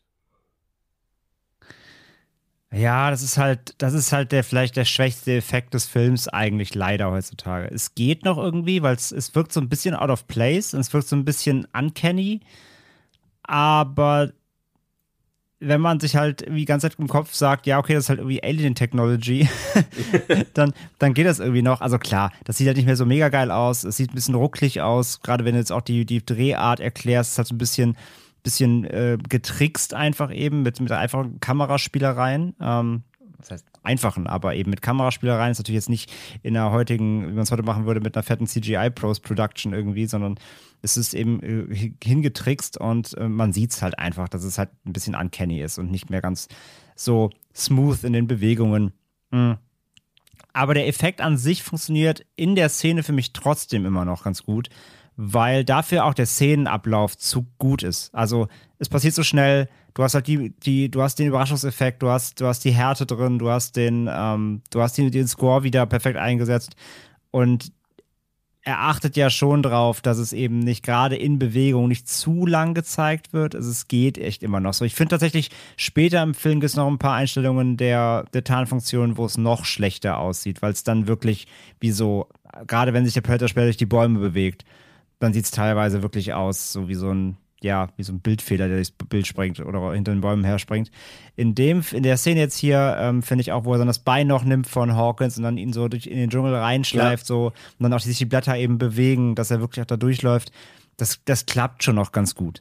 Ja, das ist halt, das ist halt der vielleicht der schwächste Effekt des Films eigentlich leider heutzutage. Es geht noch irgendwie, weil es, es wirkt so ein bisschen out of place und es wirkt so ein bisschen uncanny, aber wenn man sich halt irgendwie die ganze Zeit im Kopf sagt, ja, okay, das ist halt irgendwie Alien-Technology, dann, dann geht das irgendwie noch. Also klar, das sieht halt nicht mehr so mega geil aus, es sieht ein bisschen rucklig aus, gerade wenn du jetzt auch die, die Drehart erklärst, ist halt so ein bisschen bisschen äh, getrickst einfach eben mit, mit einfachen Kameraspielereien. Ähm, das heißt einfachen, aber eben mit Kameraspielereien ist natürlich jetzt nicht in der heutigen, wie man es heute machen würde, mit einer fetten C G I-Post-Production irgendwie, sondern es ist eben äh, hingetrickst und äh, man sieht es halt einfach, dass es halt ein bisschen uncanny ist und nicht mehr ganz so smooth in den Bewegungen. Mhm. Aber der Effekt an sich funktioniert in der Szene für mich trotzdem immer noch ganz gut, weil dafür auch der Szenenablauf zu gut ist. Also es passiert so schnell, du hast halt die, die, du hast den Überraschungseffekt, du hast, du hast die Härte drin, du hast den, ähm, du hast den, den Score wieder perfekt eingesetzt und er achtet ja schon drauf, dass es eben nicht gerade in Bewegung nicht zu lang gezeigt wird. Also es geht echt immer noch so. Ich finde tatsächlich, später im Film gibt es noch ein paar Einstellungen der, der Tarnfunktion, wo es noch schlechter aussieht, weil es dann wirklich wie so, gerade wenn sich der Predator später durch die Bäume bewegt, dann sieht es teilweise wirklich aus, so wie so ein, ja, wie so ein Bildfehler, der durchs Bild springt oder hinter den Bäumen herspringt. In dem, in der Szene jetzt hier, ähm, finde ich auch, wo er dann das Bein noch nimmt von Hawkins und dann ihn so durch in den Dschungel reinschleift, ja. so, und dann auch sich die Blätter eben bewegen, dass er wirklich auch da durchläuft. Das, das klappt schon noch ganz gut.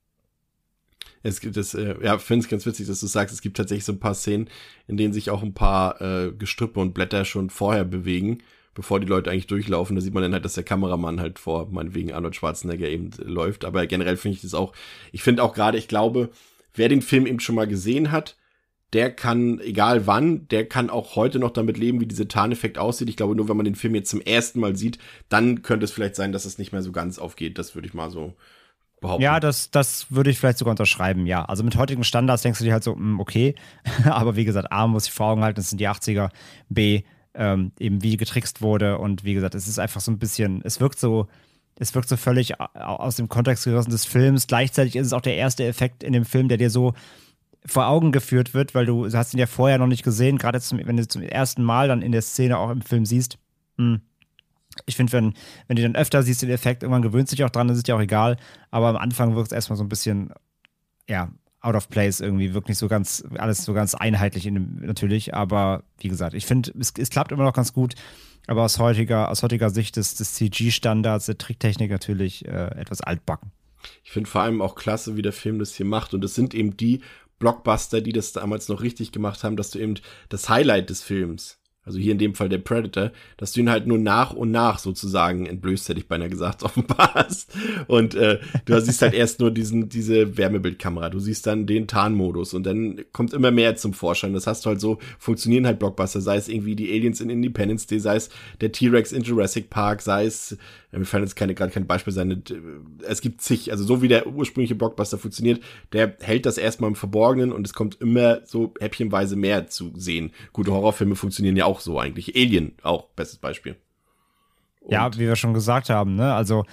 Es gibt es, äh, ja, ich finde es ganz witzig, dass du sagst, es gibt tatsächlich so ein paar Szenen, in denen sich auch ein paar äh, Gestrüppe und Blätter schon vorher bewegen, bevor die Leute eigentlich durchlaufen. Da sieht man dann halt, dass der Kameramann halt vor, meinetwegen Arnold Schwarzenegger eben äh, läuft. Aber generell finde ich das auch, ich finde auch gerade, ich glaube, wer den Film eben schon mal gesehen hat, der kann, egal wann, der kann auch heute noch damit leben, wie dieser Tarneffekt aussieht. Ich glaube, nur wenn man den Film jetzt zum ersten Mal sieht, dann könnte es vielleicht sein, dass es nicht mehr so ganz aufgeht. Das würde ich mal so behaupten. Ja, das, das würde ich vielleicht sogar unterschreiben, ja. Also mit heutigen Standards denkst du dir halt so, mh, okay. Aber wie gesagt, A, muss ich vor Augen halten, das sind die achtziger, B, Ähm, eben wie getrickst wurde und wie gesagt, es ist einfach so ein bisschen, es wirkt so, es wirkt so völlig aus dem Kontext gerissen des Films. Gleichzeitig ist es auch der erste Effekt in dem Film, der dir so vor Augen geführt wird, weil du, du hast ihn ja vorher noch nicht gesehen, gerade zum, wenn du zum ersten Mal dann in der Szene auch im Film siehst. Hm. Ich finde, wenn, wenn du dann öfter siehst den Effekt, irgendwann gewöhnt sich auch dran, das ist ja auch egal, aber am Anfang wirkt es erstmal so ein bisschen, ja, out of place irgendwie, wirklich so ganz, alles so ganz einheitlich in dem, natürlich, aber wie gesagt, ich finde, es, es klappt immer noch ganz gut, aber aus heutiger, aus heutiger Sicht des, des C G-Standards, der Tricktechnik natürlich äh, etwas altbacken. Ich finde vor allem auch klasse, wie der Film das hier macht. Und es sind eben die Blockbuster, die das damals noch richtig gemacht haben, dass du eben das Highlight des Films, also hier in dem Fall der Predator, dass du ihn halt nur nach und nach sozusagen entblößt, hätte ich beinahe gesagt, offenbarst. Und äh, du siehst halt erst nur diesen diese Wärmebildkamera, du siehst dann den Tarnmodus und dann kommt immer mehr zum Vorschein. Das hast du halt so, funktionieren halt Blockbuster, sei es irgendwie die Aliens in Independence Day, sei es der T-Rex in Jurassic Park, sei es, ja, mir fallen jetzt keine gerade kein Beispiel sein, es gibt zig, also so wie der ursprüngliche Blockbuster funktioniert, der hält das erstmal im Verborgenen und es kommt immer so häppchenweise mehr zu sehen. Gute Horrorfilme funktionieren ja auch so eigentlich. Alien auch, bestes Beispiel. Und ja, wie wir schon gesagt haben, ne, also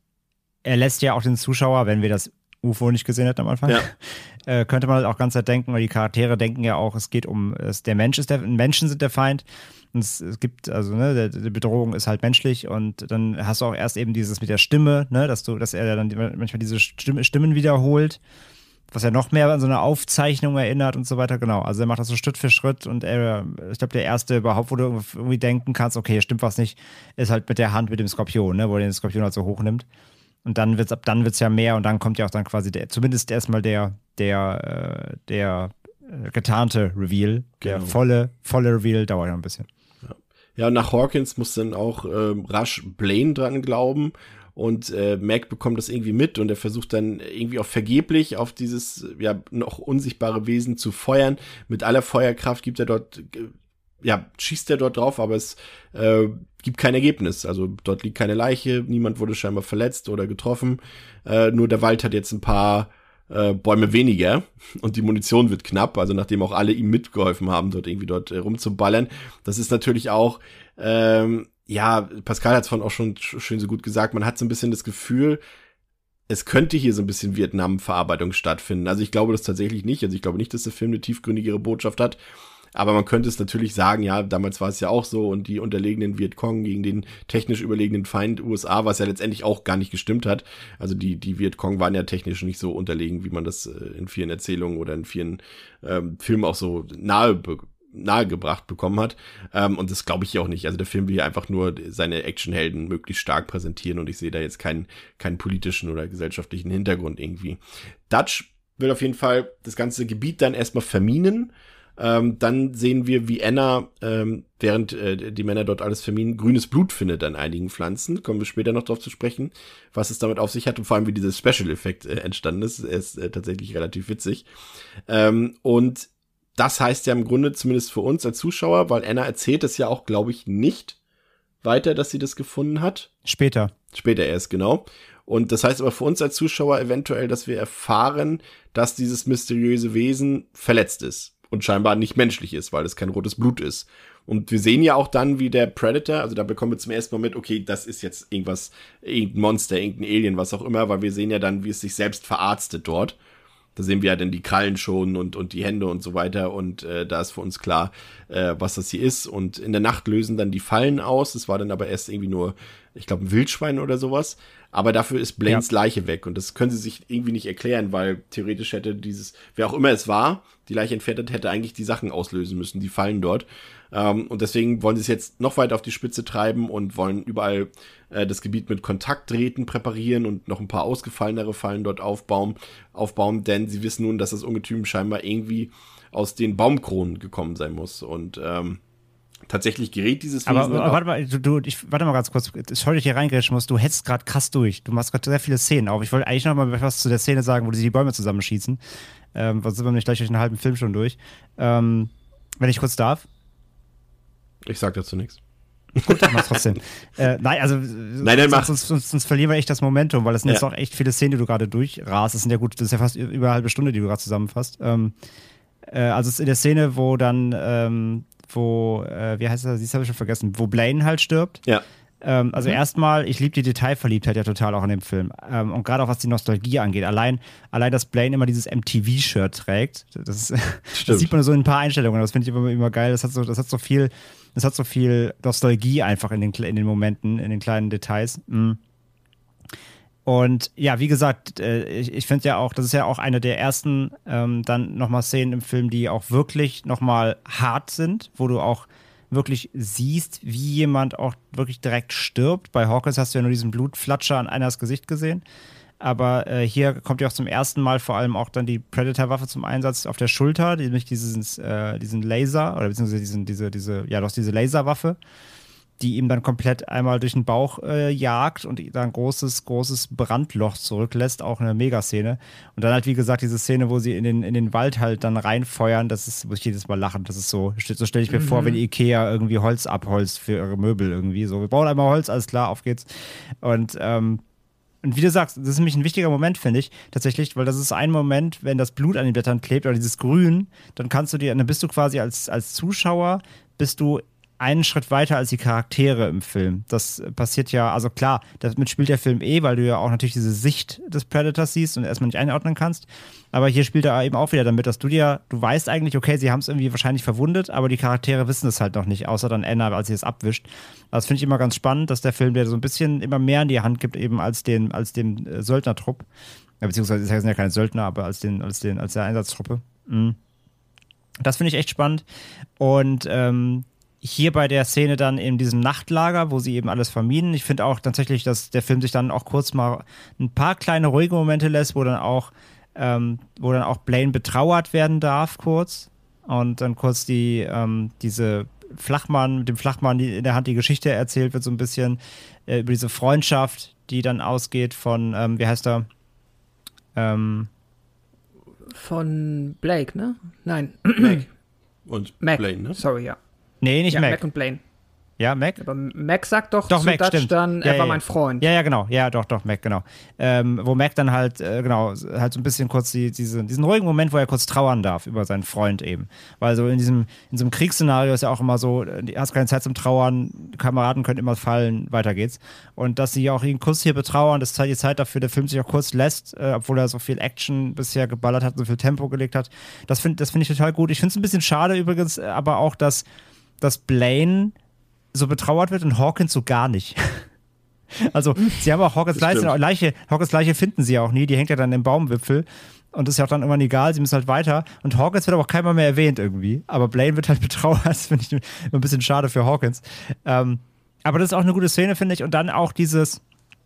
er lässt ja auch den Zuschauer, wenn wir das U F O nicht gesehen hätten am Anfang, ja. äh, könnte man halt auch ganz Zeit denken, weil die Charaktere denken ja auch, es geht um, es, der Mensch ist der, Menschen sind der Feind. Und es, es gibt, also, ne, die Bedrohung ist halt menschlich und dann hast du auch erst eben dieses mit der Stimme, ne, dass du, dass er dann manchmal diese Stimme, Stimmen wiederholt, was ja noch mehr an so eine Aufzeichnung erinnert und so weiter, genau. Also er macht das so Schritt für Schritt und er, ich glaube, der erste überhaupt, wo du irgendwie denken kannst, okay, stimmt was nicht, ist halt mit der Hand mit dem Skorpion, ne, wo er den Skorpion halt so hochnimmt. Und dann wird's, ab dann wird's ja mehr und dann kommt ja auch dann quasi der, zumindest erstmal der, der, der, der getarnte Reveal, der genau. volle, volle Reveal dauert ja ein bisschen. Ja, und nach Hawkins muss dann auch äh, rasch Blaine dran glauben und äh, Mac bekommt das irgendwie mit und er versucht dann irgendwie auch vergeblich auf dieses ja noch unsichtbare Wesen zu feuern. Mit aller Feuerkraft gibt er dort, äh, ja, schießt er dort drauf, aber es äh, gibt kein Ergebnis. Also dort liegt keine Leiche, niemand wurde scheinbar verletzt oder getroffen. Äh, nur der Wald hat jetzt ein paar äh, Bäume weniger und die Munition wird knapp, also nachdem auch alle ihm mitgeholfen haben, dort irgendwie dort äh, rumzuballern. Das ist natürlich auch, ähm, ja, Pascal hat es vorhin auch schon schön so gut gesagt, man hat so ein bisschen das Gefühl, es könnte hier so ein bisschen Vietnam-Verarbeitung stattfinden. Also ich glaube das tatsächlich nicht, also ich glaube nicht, dass der Film eine tiefgründigere Botschaft hat. Aber man könnte es natürlich sagen, ja, damals war es ja auch so und die unterlegenen Vietcong gegen den technisch überlegenen Feind U S A, was ja letztendlich auch gar nicht gestimmt hat. Also die die Vietcong waren ja technisch nicht so unterlegen, wie man das äh, in vielen Erzählungen oder in vielen ähm, Filmen auch so nahe be- nahegebracht bekommen hat. Ähm, und das glaube ich hier auch nicht. Also der Film will hier einfach nur seine Actionhelden möglichst stark präsentieren und ich sehe da jetzt keinen keinen politischen oder gesellschaftlichen Hintergrund irgendwie. Dutch will auf jeden Fall das ganze Gebiet dann erstmal verminen. Ähm, dann sehen wir, wie Anna, ähm, während äh, die Männer dort alles verminen, grünes Blut findet an einigen Pflanzen. Kommen wir später noch drauf zu sprechen, was es damit auf sich hat und vor allem, wie dieser Special-Effekt äh, entstanden ist. Er ist äh, tatsächlich relativ witzig. Ähm, und das heißt ja im Grunde, zumindest für uns als Zuschauer, weil Anna erzählt es ja auch, glaube ich, nicht weiter, dass sie das gefunden hat. Später. Später erst, genau. Und das heißt aber für uns als Zuschauer eventuell, dass wir erfahren, dass dieses mysteriöse Wesen verletzt ist. Und scheinbar nicht menschlich ist, weil es kein rotes Blut ist. Und wir sehen ja auch dann, wie der Predator, also da bekommen wir zum ersten Mal mit, okay, das ist jetzt irgendwas, irgendein Monster, irgendein Alien, was auch immer, weil wir sehen ja dann, wie es sich selbst verarztet dort. Da sehen wir ja dann die Krallen schon und, und die Hände und so weiter und äh, da ist für uns klar, äh, was das hier ist. Und in der Nacht lösen dann die Fallen aus. Es war dann aber erst irgendwie nur, ich glaube, ein Wildschwein oder sowas. Aber dafür ist Blaines ja. Leiche weg und das können sie sich irgendwie nicht erklären, weil theoretisch hätte dieses, wer auch immer es war, die Leiche entfernt hat, hätte eigentlich die Sachen auslösen müssen, die Fallen dort. Ähm, und deswegen wollen sie es jetzt noch weiter auf die Spitze treiben und wollen überall äh, das Gebiet mit Kontaktdrähten präparieren und noch ein paar ausgefallenere Fallen dort aufbauen, aufbauen, denn sie wissen nun, dass das Ungetüm scheinbar irgendwie aus den Baumkronen gekommen sein muss. Und ähm, tatsächlich gerät dieses Wesen. Aber, aber warte mal, du, du, ich, warte mal ganz kurz, sorry, ich hier reingrätschen muss, du hetzt gerade krass durch. Du machst gerade sehr viele Szenen auf. Ich wollte eigentlich noch mal was zu der Szene sagen, wo sie die Bäume zusammenschießen. Ähm, was sind wir nicht gleich durch einen halben Film schon durch. Ähm, wenn ich kurz darf. Ich sag dazu nichts. Gut, dann mach's trotzdem. äh, nein, also nein, nein, sonst, sonst, sonst, sonst verlieren wir echt das Momentum, weil das sind ja. jetzt auch echt viele Szenen, die du gerade durchrast. Das sind ja gut, das ist ja fast über eine halbe Stunde, die du gerade zusammenfasst. Ähm, äh, also es ist in der Szene, wo dann ähm, wo, äh, wie heißt das, das habe ich schon vergessen, wo Blaine halt stirbt. Ja. Ähm, also mhm. erstmal, ich liebe die Detailverliebtheit ja total auch in dem Film. Ähm, und gerade auch was die Nostalgie angeht. Allein, allein, dass Blaine immer dieses M T V-Shirt trägt, das, ist, das sieht man so in ein paar Einstellungen. Das finde ich immer, immer geil. Das hat so, das hat so viel, das hat so viel Nostalgie einfach in den, in den Momenten, in den kleinen Details. Mhm. Und ja, wie gesagt, äh, ich, ich finde ja auch, das ist ja auch eine der ersten ähm, dann nochmal Szenen im Film, die auch wirklich nochmal hart sind, wo du auch wirklich siehst, wie jemand auch wirklich direkt stirbt. Bei Hawkins hast du ja nur diesen Blutflatscher an Annas Gesicht gesehen. Aber äh, hier kommt ja auch zum ersten Mal vor allem auch dann die Predator-Waffe zum Einsatz auf der Schulter, die, nämlich dieses, äh, diesen Laser, oder beziehungsweise diesen, diese, diese, ja doch diese Laserwaffe, die ihm dann komplett einmal durch den Bauch äh, jagt und da ein großes, großes Brandloch zurücklässt, auch eine Megaszene. Und dann halt, wie gesagt, diese Szene, wo sie in den, in den Wald halt dann reinfeuern, das ist, muss ich jedes Mal lachen, das ist so, so stelle ich mir mhm. vor, wenn Ikea irgendwie Holz abholzt für ihre Möbel irgendwie, so, wir brauchen einmal Holz, alles klar, auf geht's. Und, ähm, und wie du sagst, das ist nämlich ein wichtiger Moment, finde ich, tatsächlich, weil das ist ein Moment, wenn das Blut an den Blättern klebt oder dieses Grün, dann kannst du dir, dann bist du quasi als, als Zuschauer, bist du einen Schritt weiter als die Charaktere im Film. Das passiert ja, also klar, damit spielt der Film eh, weil du ja auch natürlich diese Sicht des Predators siehst und erstmal nicht einordnen kannst. Aber hier spielt er eben auch wieder damit, dass du dir, du weißt eigentlich, okay, sie haben es irgendwie wahrscheinlich verwundet, aber die Charaktere wissen es halt noch nicht, außer dann Anna, als sie es abwischt. Das finde ich immer ganz spannend, dass der Film dir so ein bisschen immer mehr in die Hand gibt, eben als den, als dem äh, Söldnertrupp. Ja, beziehungsweise sind ja keine Söldner, aber als den, als den, als der Einsatztruppe. Mhm. Das finde ich echt spannend. Und ähm, hier bei der Szene dann in diesem Nachtlager, wo sie eben alles vermieden. Ich finde auch tatsächlich, dass der Film sich dann auch kurz mal ein paar kleine ruhige Momente lässt, wo dann auch, ähm, wo dann auch Blaine betrauert werden darf, kurz. Und dann kurz die, ähm, diese Flachmann, mit dem Flachmann die in der Hand die Geschichte erzählt wird, so ein bisschen äh, über diese Freundschaft, die dann ausgeht von, ähm, wie heißt er? Ähm, von Blake, ne? Nein. Mac. Und Mac. Blaine, ne? Sorry, ja. Nee, nicht ja, Mac. Mac und Blaine. Ja, Mac? Aber Mac sagt doch, doch zu Mac, Dutch stimmt. dann, ja, er ja, war ja. mein Freund. Ja, ja, genau. Ja, doch, doch, Mac, genau. Ähm, wo Mac dann halt, äh, genau, halt so ein bisschen kurz die, diese, diesen ruhigen Moment, wo er kurz trauern darf über seinen Freund eben. Weil so in diesem, in so einem Kriegsszenario ist ja auch immer so, du hast keine Zeit zum Trauern, Kameraden können immer fallen, weiter geht's. Und dass sie auch ihren Kuss hier betrauern, das ist die Zeit dafür, der Film sich auch kurz lässt, äh, obwohl er so viel Action bisher geballert hat, so viel Tempo gelegt hat. Das finde das find ich total gut. Ich finde es ein bisschen schade übrigens, aber auch, dass, dass Blaine so betrauert wird und Hawkins so gar nicht. Also, sie haben auch Hawkins Leiche, Leiche, Hawkins Leiche finden sie ja auch nie, die hängt ja dann im Baumwipfel und das ist ja auch dann irgendwann egal, sie müssen halt weiter und Hawkins wird aber auch keiner mehr erwähnt irgendwie, aber Blaine wird halt betrauert, das finde ich immer ein bisschen schade für Hawkins. Ähm, aber das ist auch eine gute Szene, finde ich, und dann auch dieses,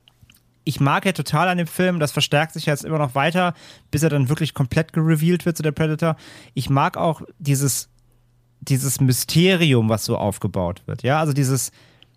ich mag ja total an dem Film, das verstärkt sich jetzt immer noch weiter, bis er dann wirklich komplett gerevealt wird, so der Predator. Ich mag auch dieses dieses Mysterium, was so aufgebaut wird, ja, also dieses,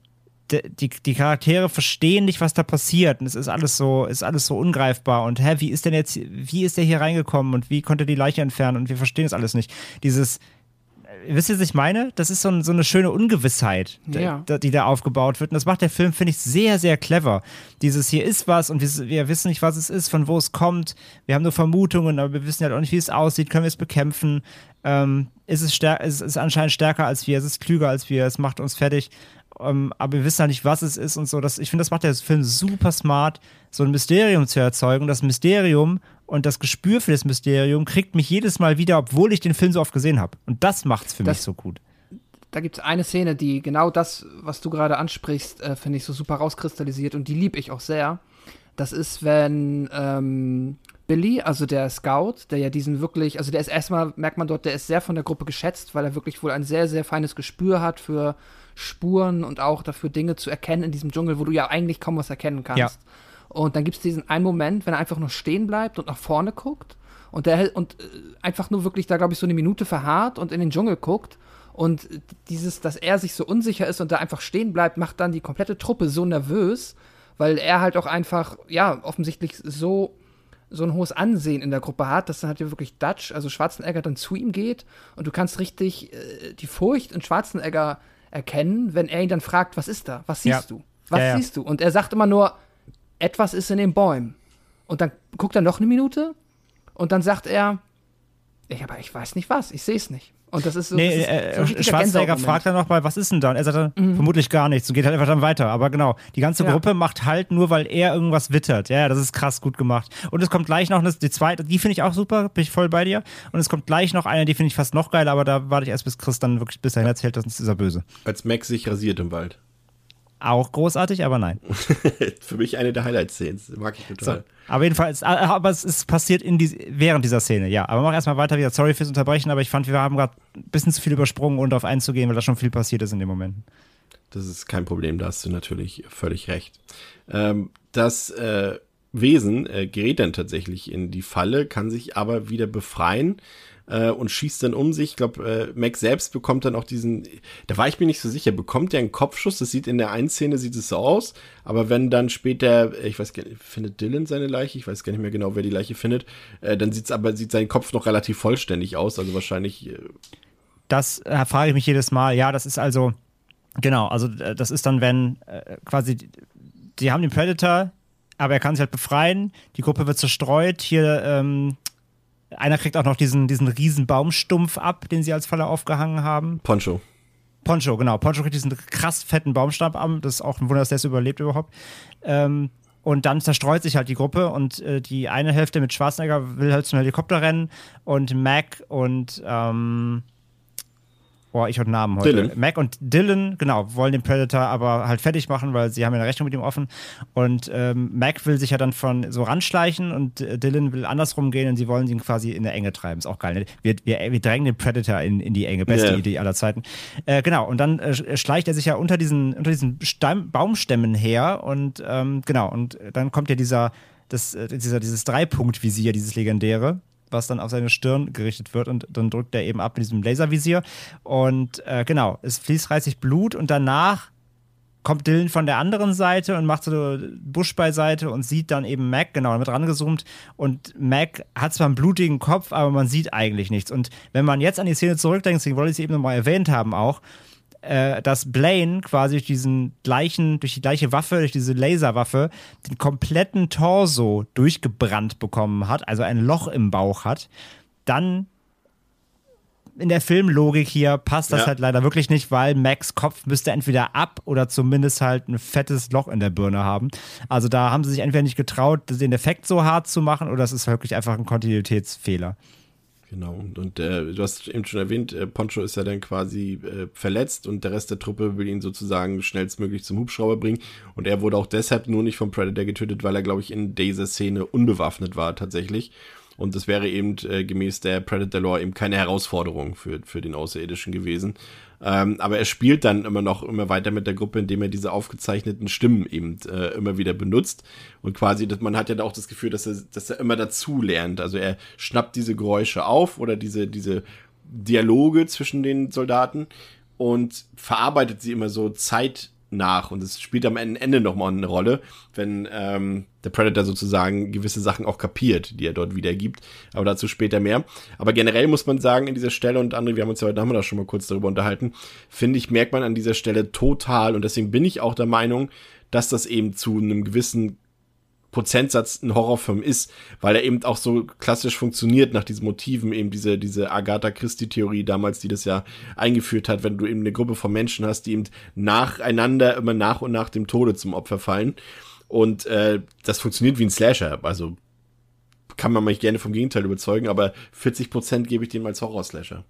die, die Charaktere verstehen nicht, was da passiert und es ist alles so, ist alles so ungreifbar und hä, wie ist denn jetzt, wie ist der hier reingekommen und wie konnte die Leiche entfernen und wir verstehen es alles nicht. Dieses, wisst ihr, was ich meine? Das ist so, ein, so eine schöne Ungewissheit, ja. die, die da aufgebaut wird und das macht der Film, finde ich, sehr, sehr clever. Dieses, hier ist was und wir, wir wissen nicht, was es ist, von wo es kommt, wir haben nur Vermutungen, aber wir wissen halt auch nicht, wie es aussieht, können wir es bekämpfen, ähm, ist es, stär- ist es anscheinend stärker als wir, es ist klüger als wir, es macht uns fertig, ähm, aber wir wissen halt nicht, was es ist und so. Das, ich finde, das macht der Film super smart, so ein Mysterium zu erzeugen. Das Mysterium und das Gespür für das Mysterium kriegt mich jedes Mal wieder, obwohl ich den Film so oft gesehen habe. Und das macht's für das, mich so gut. Da gibt es eine Szene, die genau das, was du gerade ansprichst, äh, finde ich so super rauskristallisiert und die liebe ich auch sehr. Das ist, wenn ähm, Billy, also der Scout, der ja diesen wirklich, also der ist erstmal, merkt man dort, der ist sehr von der Gruppe geschätzt, weil er wirklich wohl ein sehr, sehr feines Gespür hat für Spuren und auch dafür Dinge zu erkennen in diesem Dschungel, wo du ja eigentlich kaum was erkennen kannst. Ja. Und dann gibt es diesen einen Moment, wenn er einfach nur stehen bleibt und nach vorne guckt und der und äh, einfach nur wirklich da, glaube ich, so eine Minute verharrt und in den Dschungel guckt und dieses, dass er sich so unsicher ist und da einfach stehen bleibt, macht dann die komplette Truppe so nervös, weil er halt auch einfach, ja, offensichtlich so so ein hohes Ansehen in der Gruppe hat, dass dann halt wirklich Dutch, also Schwarzenegger, dann zu ihm geht und du kannst richtig äh, die Furcht in Schwarzenegger erkennen, wenn er ihn dann fragt, was ist da? Was siehst ja. du? Was ja, ja. siehst du? Und er sagt immer nur, etwas ist in den Bäumen. Und dann guckt er noch eine Minute und dann sagt er, ich, aber ich weiß nicht was, ich sehe es nicht. Und das ist so, nee, das ist äh, so Schwarzenegger fragt dann nochmal, was ist denn da? Und er sagt dann, mhm. vermutlich gar nichts und geht halt einfach dann weiter. Aber genau, die ganze ja. Gruppe macht halt nur, weil er irgendwas wittert. Ja, das ist krass gut gemacht. Und es kommt gleich noch, eine, die zweite, die finde ich auch super, bin ich voll bei dir. Und es kommt gleich noch eine, die finde ich fast noch geiler, aber da warte ich erst, bis Chris dann wirklich bis dahin erzählt, das ist er böse. Als Max sich rasiert im Wald. Auch großartig, aber nein. Für mich eine der Highlight-Szenen, mag ich total. So, aber jedenfalls, aber es ist passiert in die, während dieser Szene, ja. Aber mach erstmal weiter wieder. Sorry fürs Unterbrechen, aber ich fand, wir haben gerade ein bisschen zu viel übersprungen, ohne darauf einzugehen, weil da schon viel passiert ist in dem Moment. Das ist kein Problem, da hast du natürlich völlig recht. Ähm, das, äh, Wesen äh, gerät dann tatsächlich in die Falle, kann sich aber wieder befreien äh, und schießt dann um sich. Ich glaube, äh, Mac selbst bekommt dann auch diesen, da war ich mir nicht so sicher, bekommt er einen Kopfschuss? Das sieht in der einen Szene, sieht es so aus, aber wenn dann später, ich weiß gar nicht, findet Dylan seine Leiche? Ich weiß gar nicht mehr genau, wer die Leiche findet. Äh, dann sieht's aber, sieht sein Kopf noch relativ vollständig aus, also wahrscheinlich... Äh, das äh, frage ich mich jedes Mal. Ja, das ist also, genau, also äh, das ist dann, wenn äh, quasi, die, die haben den Predator, aber er kann sich halt befreien, die Gruppe wird zerstreut, hier, ähm, einer kriegt auch noch diesen, diesen riesen Baumstumpf ab, den sie als Falle aufgehangen haben. Poncho. Poncho, genau. Poncho kriegt diesen krass fetten Baumstamm ab, das ist auch ein Wunder, dass der es überlebt überhaupt. Ähm, und dann zerstreut sich halt die Gruppe und äh, die eine Hälfte mit Schwarzenegger will halt zum Helikopter rennen und Mac und, ähm, Boah, ich habe Namen heute. Dylan. Mac und Dylan, genau, wollen den Predator aber halt fertig machen, weil sie haben ja eine Rechnung mit ihm offen. Und ähm, Mac will sich ja dann von so ranschleichen und äh, Dylan will andersrum gehen und sie wollen ihn quasi in der Enge treiben. Ist auch geil, ne? Wir, wir, wir drängen den Predator in, in die Enge. Beste yeah. Idee aller Zeiten. Äh, genau, und dann äh, schleicht er sich ja unter diesen, unter diesen Stamm, Baumstämmen her und ähm, genau, und dann kommt ja dieser, das, äh, dieser dieses Dreipunkt-Visier, dieses legendäre, was dann auf seine Stirn gerichtet wird und dann drückt er eben ab mit diesem Laservisier und äh, genau, es fließt reißig Blut und danach kommt Dylan von der anderen Seite und macht so Busch beiseite und sieht dann eben Mac, genau, mit rangezoomt und Mac hat zwar einen blutigen Kopf, aber man sieht eigentlich nichts und wenn man jetzt an die Szene zurückdenkt, deswegen wollte ich es eben nochmal erwähnt haben auch, äh, dass Blaine quasi durch diesen gleichen, durch die gleiche Waffe, durch diese Laserwaffe, den kompletten Torso durchgebrannt bekommen hat, also ein Loch im Bauch hat, dann in der Filmlogik hier passt das ja. halt leider wirklich nicht, weil Macs Kopf müsste entweder ab oder zumindest halt ein fettes Loch in der Birne haben. Also da haben sie sich entweder nicht getraut, den Effekt so hart zu machen oder es ist wirklich einfach ein Kontinuitätsfehler. Genau, und, und äh, du hast eben schon erwähnt, äh, Poncho ist ja dann quasi äh, verletzt und der Rest der Truppe will ihn sozusagen schnellstmöglich zum Hubschrauber bringen und er wurde auch deshalb nur nicht vom Predator getötet, weil er, glaube ich, in dieser Szene unbewaffnet war tatsächlich und das wäre eben äh, gemäß der Predator-Lore eben keine Herausforderung für, für den Außerirdischen gewesen. Ähm, aber er spielt dann immer noch immer weiter mit der Gruppe, indem er diese aufgezeichneten Stimmen eben äh, immer wieder benutzt und quasi, dass man hat ja auch das Gefühl, dass er, dass er immer dazu lernt. Also er schnappt diese Geräusche auf oder diese, diese Dialoge zwischen den Soldaten und verarbeitet sie immer so zeitnah und es spielt am Ende nochmal eine Rolle, wenn ähm, der Predator sozusagen gewisse Sachen auch kapiert, die er dort wiedergibt, aber dazu später mehr. Aber generell muss man sagen, an dieser Stelle, und André, wir haben uns ja heute Nachmittag schon mal kurz darüber unterhalten, finde ich, merkt man an dieser Stelle total, und deswegen bin ich auch der Meinung, dass das eben zu einem gewissen Prozentsatz ein Horrorfilm ist, weil er eben auch so klassisch funktioniert nach diesen Motiven, eben diese, diese Agatha Christie-Theorie damals, die das ja eingeführt hat, wenn du eben eine Gruppe von Menschen hast, die eben nacheinander immer nach und nach dem Tode zum Opfer fallen. Und äh, das funktioniert wie ein Slasher, also kann man mich gerne vom Gegenteil überzeugen, aber vierzig Prozent gebe ich dem als Horror-Slasher.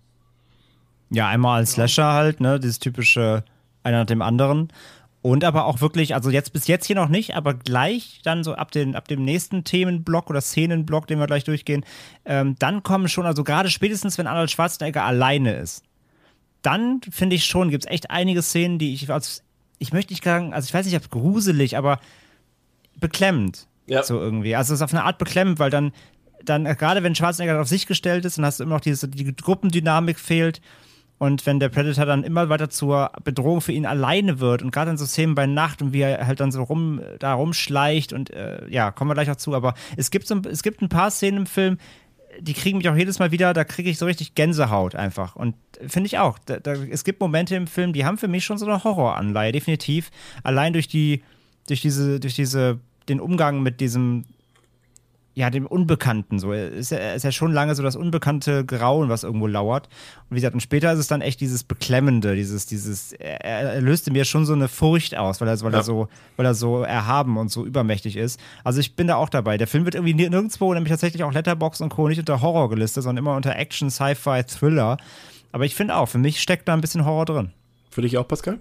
Ja, einmal als Slasher halt, ne, dieses typische einer nach dem anderen. Und aber auch wirklich, also jetzt bis jetzt hier noch nicht, aber gleich dann so ab, den, ab dem nächsten Themenblock oder Szenenblock, den wir gleich durchgehen, ähm, dann kommen schon, also gerade spätestens, wenn Arnold Schwarzenegger alleine ist, dann finde ich schon, gibt es echt einige Szenen, die ich, als, ich möchte nicht sagen, also ich weiß nicht, ob gruselig, aber beklemmend. Ja. So irgendwie. Also es ist auf eine Art beklemmend, weil dann, dann gerade wenn Schwarzenegger auf sich gestellt ist, dann hast du immer noch diese, die Gruppendynamik fehlt. Und wenn der Predator dann immer weiter zur Bedrohung für ihn alleine wird und gerade in so Szenen bei Nacht und wie er halt dann so rum, da rumschleicht und äh, ja, kommen wir gleich auch zu, aber es gibt, so, es gibt ein paar Szenen im Film, die kriegen mich auch jedes Mal wieder, da kriege ich so richtig Gänsehaut einfach und finde ich auch, da, da, es gibt Momente im Film, die haben für mich schon so eine Horroranleihe, definitiv, allein durch die, durch diese, durch diese, den Umgang mit diesem ja, dem Unbekannten, so. Ist ja, ist ja schon lange so das unbekannte Grauen, was irgendwo lauert. Und wie gesagt, und später ist es dann echt dieses Beklemmende, dieses, dieses, er, er löste mir schon so eine Furcht aus, weil er, weil ja. er so, weil er so erhaben und so übermächtig ist. Also ich bin da auch dabei. Der Film wird irgendwie nirgendwo, nämlich tatsächlich auch Letterboxd und Co. nicht unter Horror gelistet, sondern immer unter Action, Sci-Fi, Thriller. Aber ich finde auch, für mich steckt da ein bisschen Horror drin. Für dich auch, Pascal?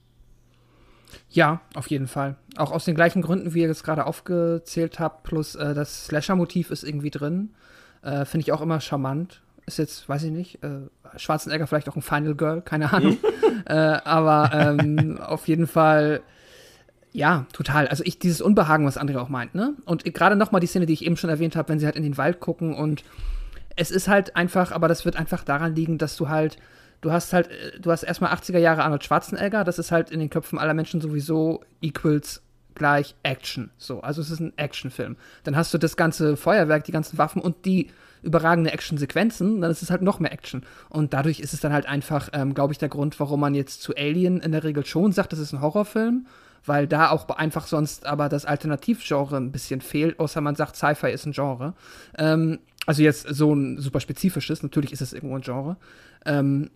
Ja, auf jeden Fall. Auch aus den gleichen Gründen, wie ihr es gerade aufgezählt habt, plus äh, das Slasher-Motiv ist irgendwie drin. Äh, Finde ich auch immer charmant. Ist jetzt, weiß ich nicht, äh, Schwarzenegger vielleicht auch ein Final Girl, keine Ahnung. äh, aber ähm, auf jeden Fall, Ja, total. Also ich, dieses Unbehagen, was André auch meint, ne? Und gerade nochmal die Szene, die ich eben schon erwähnt habe, wenn sie halt in den Wald gucken und es ist halt einfach, aber das wird einfach daran liegen, dass du halt, du hast halt, du hast erstmal achtziger Jahre Arnold Schwarzenegger, das ist halt in den Köpfen aller Menschen sowieso equals gleich Action. So, also es ist ein Actionfilm. Dann hast du das ganze Feuerwerk, die ganzen Waffen und die überragende Actionsequenzen, dann ist es halt noch mehr Action. Und dadurch ist es dann halt einfach, ähm, glaube ich, der Grund, warum man jetzt zu Alien in der Regel schon sagt, das ist ein Horrorfilm, weil da auch einfach sonst aber das Alternativgenre ein bisschen fehlt, außer man sagt, Sci-Fi ist ein Genre. Ähm, also jetzt so ein super spezifisches, natürlich ist es irgendwo ein Genre. Ähm,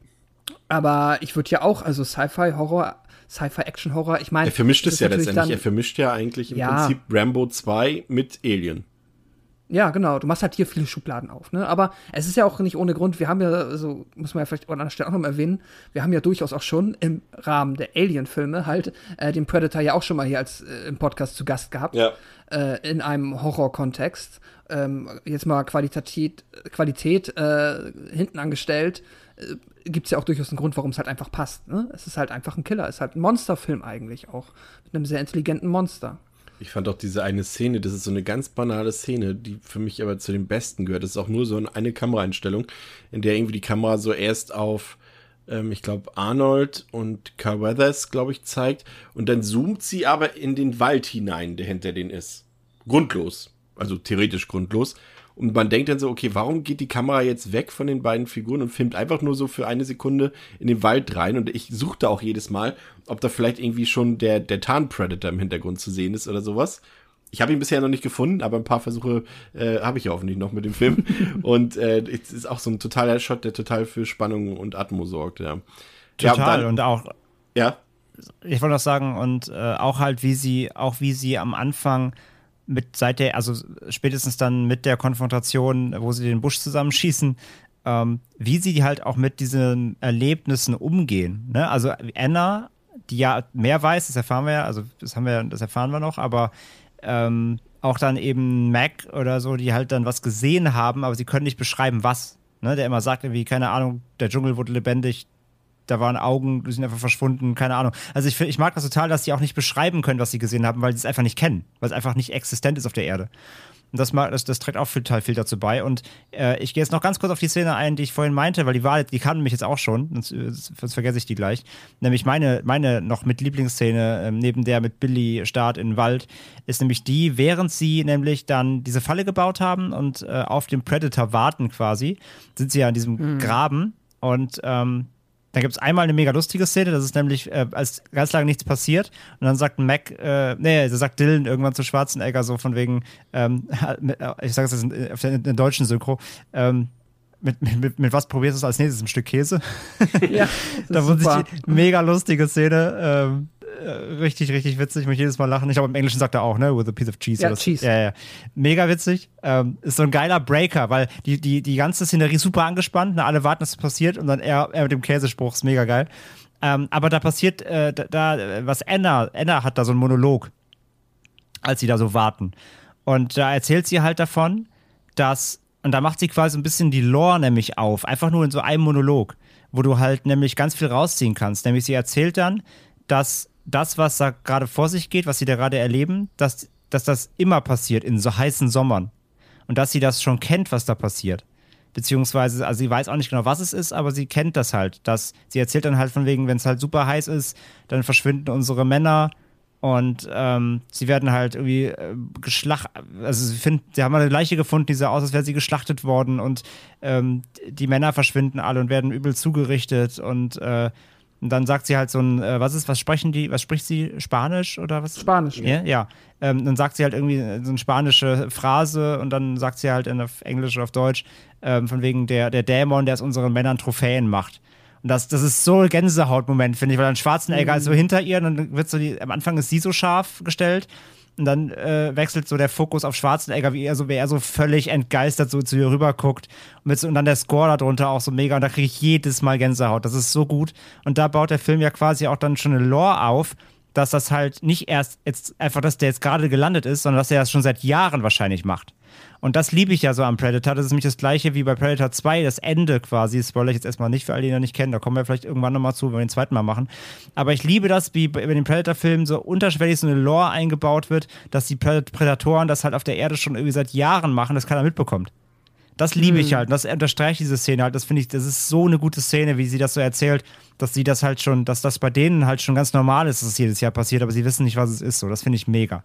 aber ich würde ja auch, also Sci-Fi, Horror, Sci-Fi-Action-Horror, ich meine... Er vermischt es ja letztendlich, dann, er vermischt ja eigentlich im ja. Prinzip Rambo zwei mit Alien. Ja, genau. Du machst halt hier viele Schubladen auf, ne? Aber es ist ja auch nicht ohne Grund. Wir haben ja, so muss man ja vielleicht an anderer Stelle auch noch mal erwähnen, wir haben ja durchaus auch schon im Rahmen der Alien-Filme halt äh, den Predator ja auch schon mal hier als äh, im Podcast zu Gast gehabt. Ja. Äh, in einem Horror-Kontext. Ähm, jetzt mal Qualität, Qualität äh, hinten angestellt. Äh, Gibt es ja auch durchaus einen Grund, warum es halt einfach passt, ne? Es ist halt einfach ein Killer. Es ist halt ein Monsterfilm eigentlich auch. Mit einem sehr intelligenten Monster. Ich fand auch diese eine Szene, das ist so eine ganz banale Szene, die für mich aber zu den besten gehört. Das ist auch nur so eine Kameraeinstellung, in der irgendwie die Kamera so erst auf, ähm, ich glaube, Arnold und Carl Weathers, glaube ich, zeigt. Und dann zoomt sie aber in den Wald hinein, der hinter denen ist. Grundlos. Also theoretisch grundlos. Und man denkt dann so, okay, warum geht die Kamera jetzt weg von den beiden Figuren und filmt einfach nur so für eine Sekunde in den Wald rein? Und ich suchte auch jedes Mal, ob da vielleicht irgendwie schon der, der Tarnpredator im Hintergrund zu sehen ist oder sowas. Ich habe ihn bisher noch nicht gefunden, aber ein paar Versuche äh, habe ich ja hoffentlich noch mit dem Film. Und äh, es ist auch so ein totaler Shot, der total für Spannung und Atmo sorgt, ja. Total, ja, dann, und auch, ja. Ich wollte auch sagen, und äh, auch halt, wie sie, auch wie sie am Anfang mit seit der, also spätestens dann mit der Konfrontation, wo sie den Busch zusammenschießen, ähm, wie sie halt auch mit diesen Erlebnissen umgehen. Ne? Also Anna, die ja mehr weiß, das erfahren wir ja, also das haben wir, das erfahren wir noch, aber ähm, auch dann eben Mac oder so, die halt dann was gesehen haben, aber sie können nicht beschreiben, was. Ne? Der immer sagt irgendwie, keine Ahnung, der Dschungel wurde lebendig, da waren Augen, die sind einfach verschwunden, keine Ahnung. Also ich, ich mag das total, dass sie auch nicht beschreiben können, was sie gesehen haben, weil sie es einfach nicht kennen, weil es einfach nicht existent ist auf der Erde. Und das, das, das trägt auch total viel dazu bei. Und äh, ich gehe jetzt noch ganz kurz auf die Szene ein, die ich vorhin meinte, weil die war, die kannten mich jetzt auch schon, sonst, sonst vergesse ich die gleich. Nämlich meine, meine noch mit Lieblingsszene, äh, neben der mit Billy Start in den Wald, ist nämlich die, während sie nämlich dann diese Falle gebaut haben und äh, auf den Predator warten quasi, sind sie ja in diesem mhm. Graben und ähm, dann gibt es einmal eine mega lustige Szene, das ist nämlich, äh, als ganz lange nichts passiert und dann sagt Mac, äh, nee, da sagt Dylan irgendwann zu Schwarzenegger so von wegen, ähm, ich sage es jetzt in, auf der, in der deutschen Synchro, ähm, mit, mit, mit was probierst du es als nächstes? Ein Stück Käse? Ja, da wurde sich mega lustige Szene, ähm, richtig, richtig witzig, ich muss jedes Mal lachen. Ich glaube, im Englischen sagt er auch, ne, with a piece of cheese. Ja, oder Cheese. Ja, ja. Mega witzig. Ähm, ist so ein geiler Breaker, weil die, die, die ganze Szenerie super angespannt, ne, alle warten, dass es passiert und dann er, er mit dem Käsespruch, ist mega geil. Ähm, aber da passiert, äh, da, da, was Anna, Anna hat da so einen Monolog, als sie da so warten. Und da erzählt sie halt davon, dass, und da macht sie quasi ein bisschen die Lore nämlich auf, einfach nur in so einem Monolog, wo du halt nämlich ganz viel rausziehen kannst. Nämlich sie erzählt dann, dass das, was da gerade vor sich geht, was sie da gerade erleben, dass, dass das immer passiert in so heißen Sommern. Und dass sie das schon kennt, was da passiert. Beziehungsweise, also sie weiß auch nicht genau, was es ist, aber sie kennt das halt. Dass, sie erzählt dann halt von wegen, wenn es halt super heiß ist, dann verschwinden unsere Männer und ähm, sie werden halt irgendwie äh, geschlachtet. Also sie, find, sie haben eine Leiche gefunden, die sah aus, als wäre sie geschlachtet worden und ähm, die Männer verschwinden alle und werden übel zugerichtet und äh, Und dann sagt sie halt so ein, äh, was ist, was sprechen die, was spricht sie? Spanisch oder was? Spanisch. Ja, ja. Ähm, dann sagt sie halt irgendwie so eine spanische Phrase und dann sagt sie halt in auf Englisch oder auf Deutsch, ähm, von wegen der, der Dämon, der aus unseren Männern Trophäen macht. Und das, das ist so ein Gänsehautmoment, finde ich, weil dann Schwarzenegger mhm. ist so hinter ihr und dann wird so die, am Anfang ist sie so scharf gestellt und dann äh, wechselt so der Fokus auf Schwarzenegger, wie er so, wie er so völlig entgeistert so zu ihr rüber guckt. Und, mit so, und dann der Score darunter auch so mega. Und da kriege ich jedes Mal Gänsehaut. Das ist so gut. Und da baut der Film ja quasi auch dann schon eine Lore auf, dass das halt nicht erst jetzt einfach, dass der jetzt gerade gelandet ist, sondern dass er das schon seit Jahren wahrscheinlich macht. Und das liebe ich ja so am Predator. Das ist nämlich das gleiche wie bei Predator zwei, das Ende quasi. Das spoilere ich jetzt erstmal nicht für alle, die ihn noch nicht kennen. Da kommen wir vielleicht irgendwann nochmal zu, wenn wir den zweiten Mal machen. Aber ich liebe das, wie bei den Predator-Filmen so unterschwellig so eine Lore eingebaut wird, dass die Prädatoren das halt auf der Erde schon irgendwie seit Jahren machen, dass keiner mitbekommt. Das liebe ich halt. Das unterstreicht diese Szene halt. Das finde ich, das ist so eine gute Szene, wie sie das so erzählt, dass sie das halt schon, dass das bei denen halt schon ganz normal ist, dass es jedes Jahr passiert, aber sie wissen nicht, was es ist. So, das finde ich mega.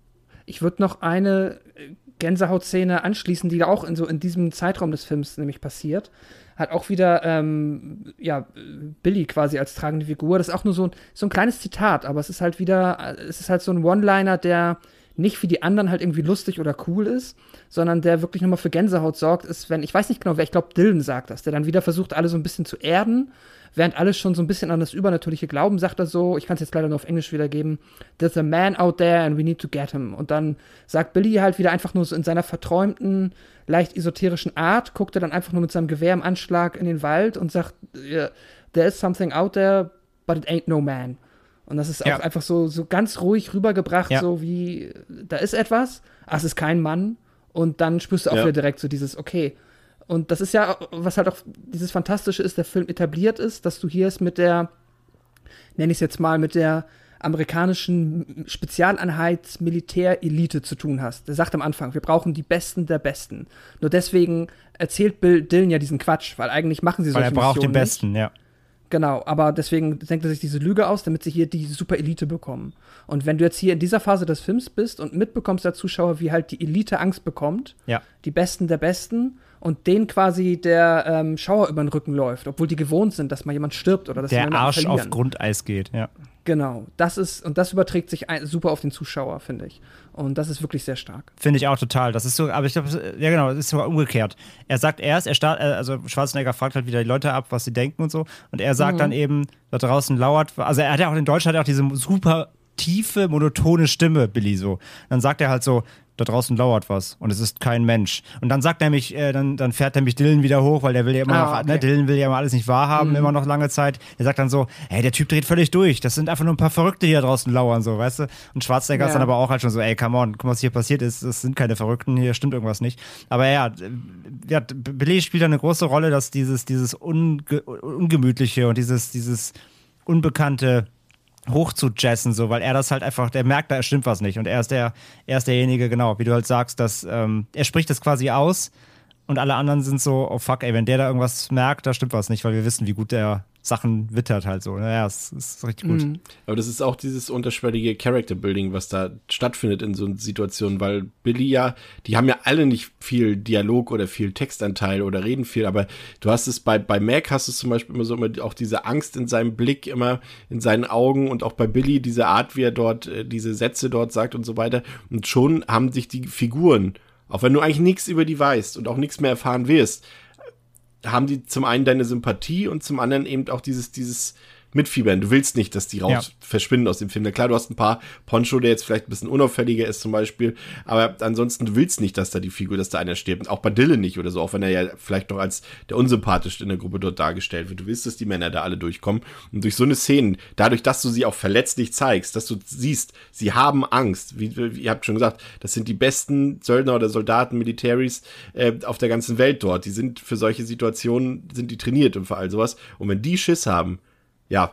Ich würde noch eine Gänsehautszene anschließen, die da auch in so in diesem Zeitraum des Films nämlich passiert. Hat auch wieder ähm, ja, Billy quasi als tragende Figur. Das ist auch nur so ein, so ein kleines Zitat, aber es ist halt wieder, es ist halt so ein One-Liner, der nicht wie die anderen halt irgendwie lustig oder cool ist, sondern der wirklich nochmal für Gänsehaut sorgt, ist, wenn, ich weiß nicht genau, wer, ich glaube, Dylan sagt das, der dann wieder versucht, alle so ein bisschen zu erden, während alle schon so ein bisschen an das Übernatürliche glauben, sagt er so, ich kann es jetzt leider nur auf Englisch wiedergeben, there's a man out there and we need to get him. Und dann sagt Billy halt wieder einfach nur so in seiner verträumten, leicht esoterischen Art, guckt er dann einfach nur mit seinem Gewehr im Anschlag in den Wald und sagt, there is something out there, but it ain't no man. Und das ist auch ja. einfach so, so ganz ruhig rübergebracht, ja. so wie, da ist etwas, ach, es ist kein Mann. Und dann spürst du auch ja. wieder direkt so dieses, okay. Und das ist ja, was halt auch dieses Fantastische ist, der Film etabliert ist, dass du hier es mit der, nenne ich es jetzt mal, mit der amerikanischen Spezialeinheit Militärelite zu tun hast. Der sagt am Anfang, wir brauchen die Besten der Besten. Nur deswegen erzählt Bill Dillon ja diesen Quatsch, weil eigentlich machen sie solche Missionen. Weil er braucht Missionen den Besten, nicht. ja. Genau, aber deswegen denkt er sich diese Lüge aus, damit sie hier die Super-Elite bekommen. Und wenn du jetzt hier in dieser Phase des Films bist und mitbekommst als Zuschauer, wie halt die Elite Angst bekommt, ja. die Besten der Besten, und denen quasi der ähm, Schauer über den Rücken läuft, obwohl die gewohnt sind, dass mal jemand stirbt oder dass der Arsch verlieren. Auf Grundeis geht, ja. Genau, das ist, und das überträgt sich ein, super auf den Zuschauer, finde ich. Und das ist wirklich sehr stark. Finde ich auch total. Das ist so, aber ich glaube, ja genau, das ist sogar umgekehrt. Er sagt erst, er start, also Schwarzenegger fragt halt wieder die Leute ab, was sie denken und so. Und er sagt mhm. dann eben, da draußen lauert, also er hat ja auch in Deutsch hat er auch diese super tiefe, monotone Stimme, Billy so. Dann sagt er halt so, da draußen lauert was und es ist kein Mensch. Und dann sagt er mich, äh, dann, dann fährt er mich Dylan wieder hoch, weil der will ja immer ah, noch, okay. ne, Dylan will ja immer alles nicht wahrhaben, mhm. immer noch lange Zeit. Er sagt dann so, ey, der Typ dreht völlig durch. Das sind einfach nur ein paar Verrückte, die da draußen lauern, so, weißt du? Und Schwarzenegger ja. ist dann aber auch halt schon so, ey, come on, guck mal, was hier passiert ist. Das sind keine Verrückten, hier stimmt irgendwas nicht. Aber ja, ja Billy spielt da eine große Rolle, dass dieses, dieses Unge- Ungemütliche und dieses, dieses Unbekannte hoch zu jazzen, so, weil er das halt einfach, der merkt, da stimmt was nicht. Und er ist der, er ist derjenige, genau, wie du halt sagst, dass ähm, er spricht das quasi aus und alle anderen sind so, oh fuck, ey, wenn der da irgendwas merkt, da stimmt was nicht, weil wir wissen, wie gut der Sachen wittert halt so. Naja, es ist richtig gut. Mhm. Aber das ist auch dieses unterschwellige Character-Building, was da stattfindet in so Situationen, weil Billy ja, die haben ja alle nicht viel Dialog oder viel Textanteil oder reden viel, aber du hast es bei, bei Mac hast du zum Beispiel immer so immer auch diese Angst in seinem Blick, immer in seinen Augen und auch bei Billy diese Art, wie er dort äh, diese Sätze dort sagt und so weiter. Und schon haben sich die Figuren, auch wenn du eigentlich nichts über die weißt und auch nichts mehr erfahren wirst, haben die zum einen deine Sympathie und zum anderen eben auch dieses, dieses Mitfiebern. Du willst nicht, dass die raus ja. verschwinden aus dem Film. Na klar, du hast ein paar Poncho, der jetzt vielleicht ein bisschen unauffälliger ist zum Beispiel, aber ansonsten, du willst nicht, dass da die Figur, dass da einer stirbt. Und auch bei Dylan nicht oder so, auch wenn er ja vielleicht noch als der unsympathischste in der Gruppe dort dargestellt wird. Du willst, dass die Männer da alle durchkommen. Und durch so eine Szene, dadurch, dass du sie auch verletzlich zeigst, dass du siehst, sie haben Angst. Wie, wie ihr habt schon gesagt, das sind die besten Söldner oder Soldaten, Militaries äh, auf der ganzen Welt dort. Die sind für solche Situationen, sind die trainiert und für all sowas. Und wenn die Schiss haben, ja,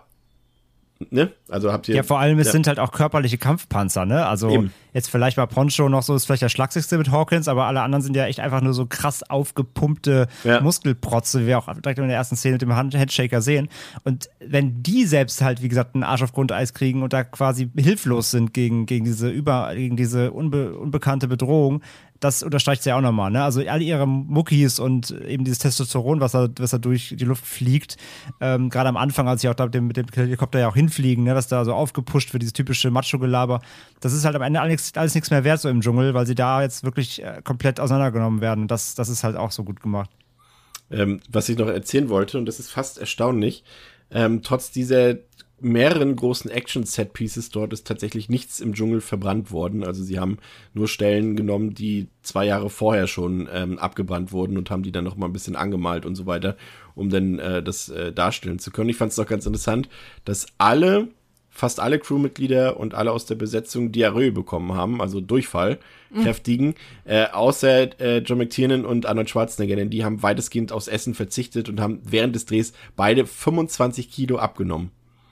ne? Also habt ihr. Ja, vor allem, es ja. sind halt auch körperliche Kampfpanzer, ne? Also Eben. jetzt vielleicht mal Poncho noch so, ist vielleicht der schlagsigste mit Hawkins, aber alle anderen sind ja echt einfach nur so krass aufgepumpte ja. Muskelprotze, wie wir auch direkt in der ersten Szene mit dem Handshaker sehen. Und wenn die selbst halt, wie gesagt, einen Arsch auf Grundeis kriegen und da quasi hilflos sind gegen, gegen diese über, gegen diese unbe, unbekannte Bedrohung, das unterstreicht sie ja auch nochmal, ne? Also all ihre Muckis und eben dieses Testosteron, was da, was da durch die Luft fliegt, ähm, gerade am Anfang, als sie auch da mit dem, mit dem Helikopter ja auch hinfliegen, ne? Was da so aufgepusht wird, dieses typische Macho-Gelaber, das ist halt am Ende alles, alles nichts mehr wert so im Dschungel, weil sie da jetzt wirklich äh, komplett auseinandergenommen werden. Und das, das ist halt auch so gut gemacht. Ähm, was ich noch erzählen wollte, und das ist fast erstaunlich, ähm, trotz dieser mehreren großen Action-Set-Pieces dort ist tatsächlich nichts im Dschungel verbrannt worden. Also sie haben nur Stellen genommen, die zwei Jahre vorher schon ähm, abgebrannt wurden und haben die dann noch mal ein bisschen angemalt und so weiter, um dann äh, das äh, darstellen zu können. Ich fand es doch ganz interessant, dass alle fast alle Crewmitglieder und alle aus der Besetzung Diarrhoe bekommen haben, also Durchfall, mhm. kräftigen, äh, außer äh, John McTiernan und Arnold Schwarzenegger, denn die haben weitestgehend aufs Essen verzichtet und haben während des Drehs beide fünfundzwanzig Kilo abgenommen.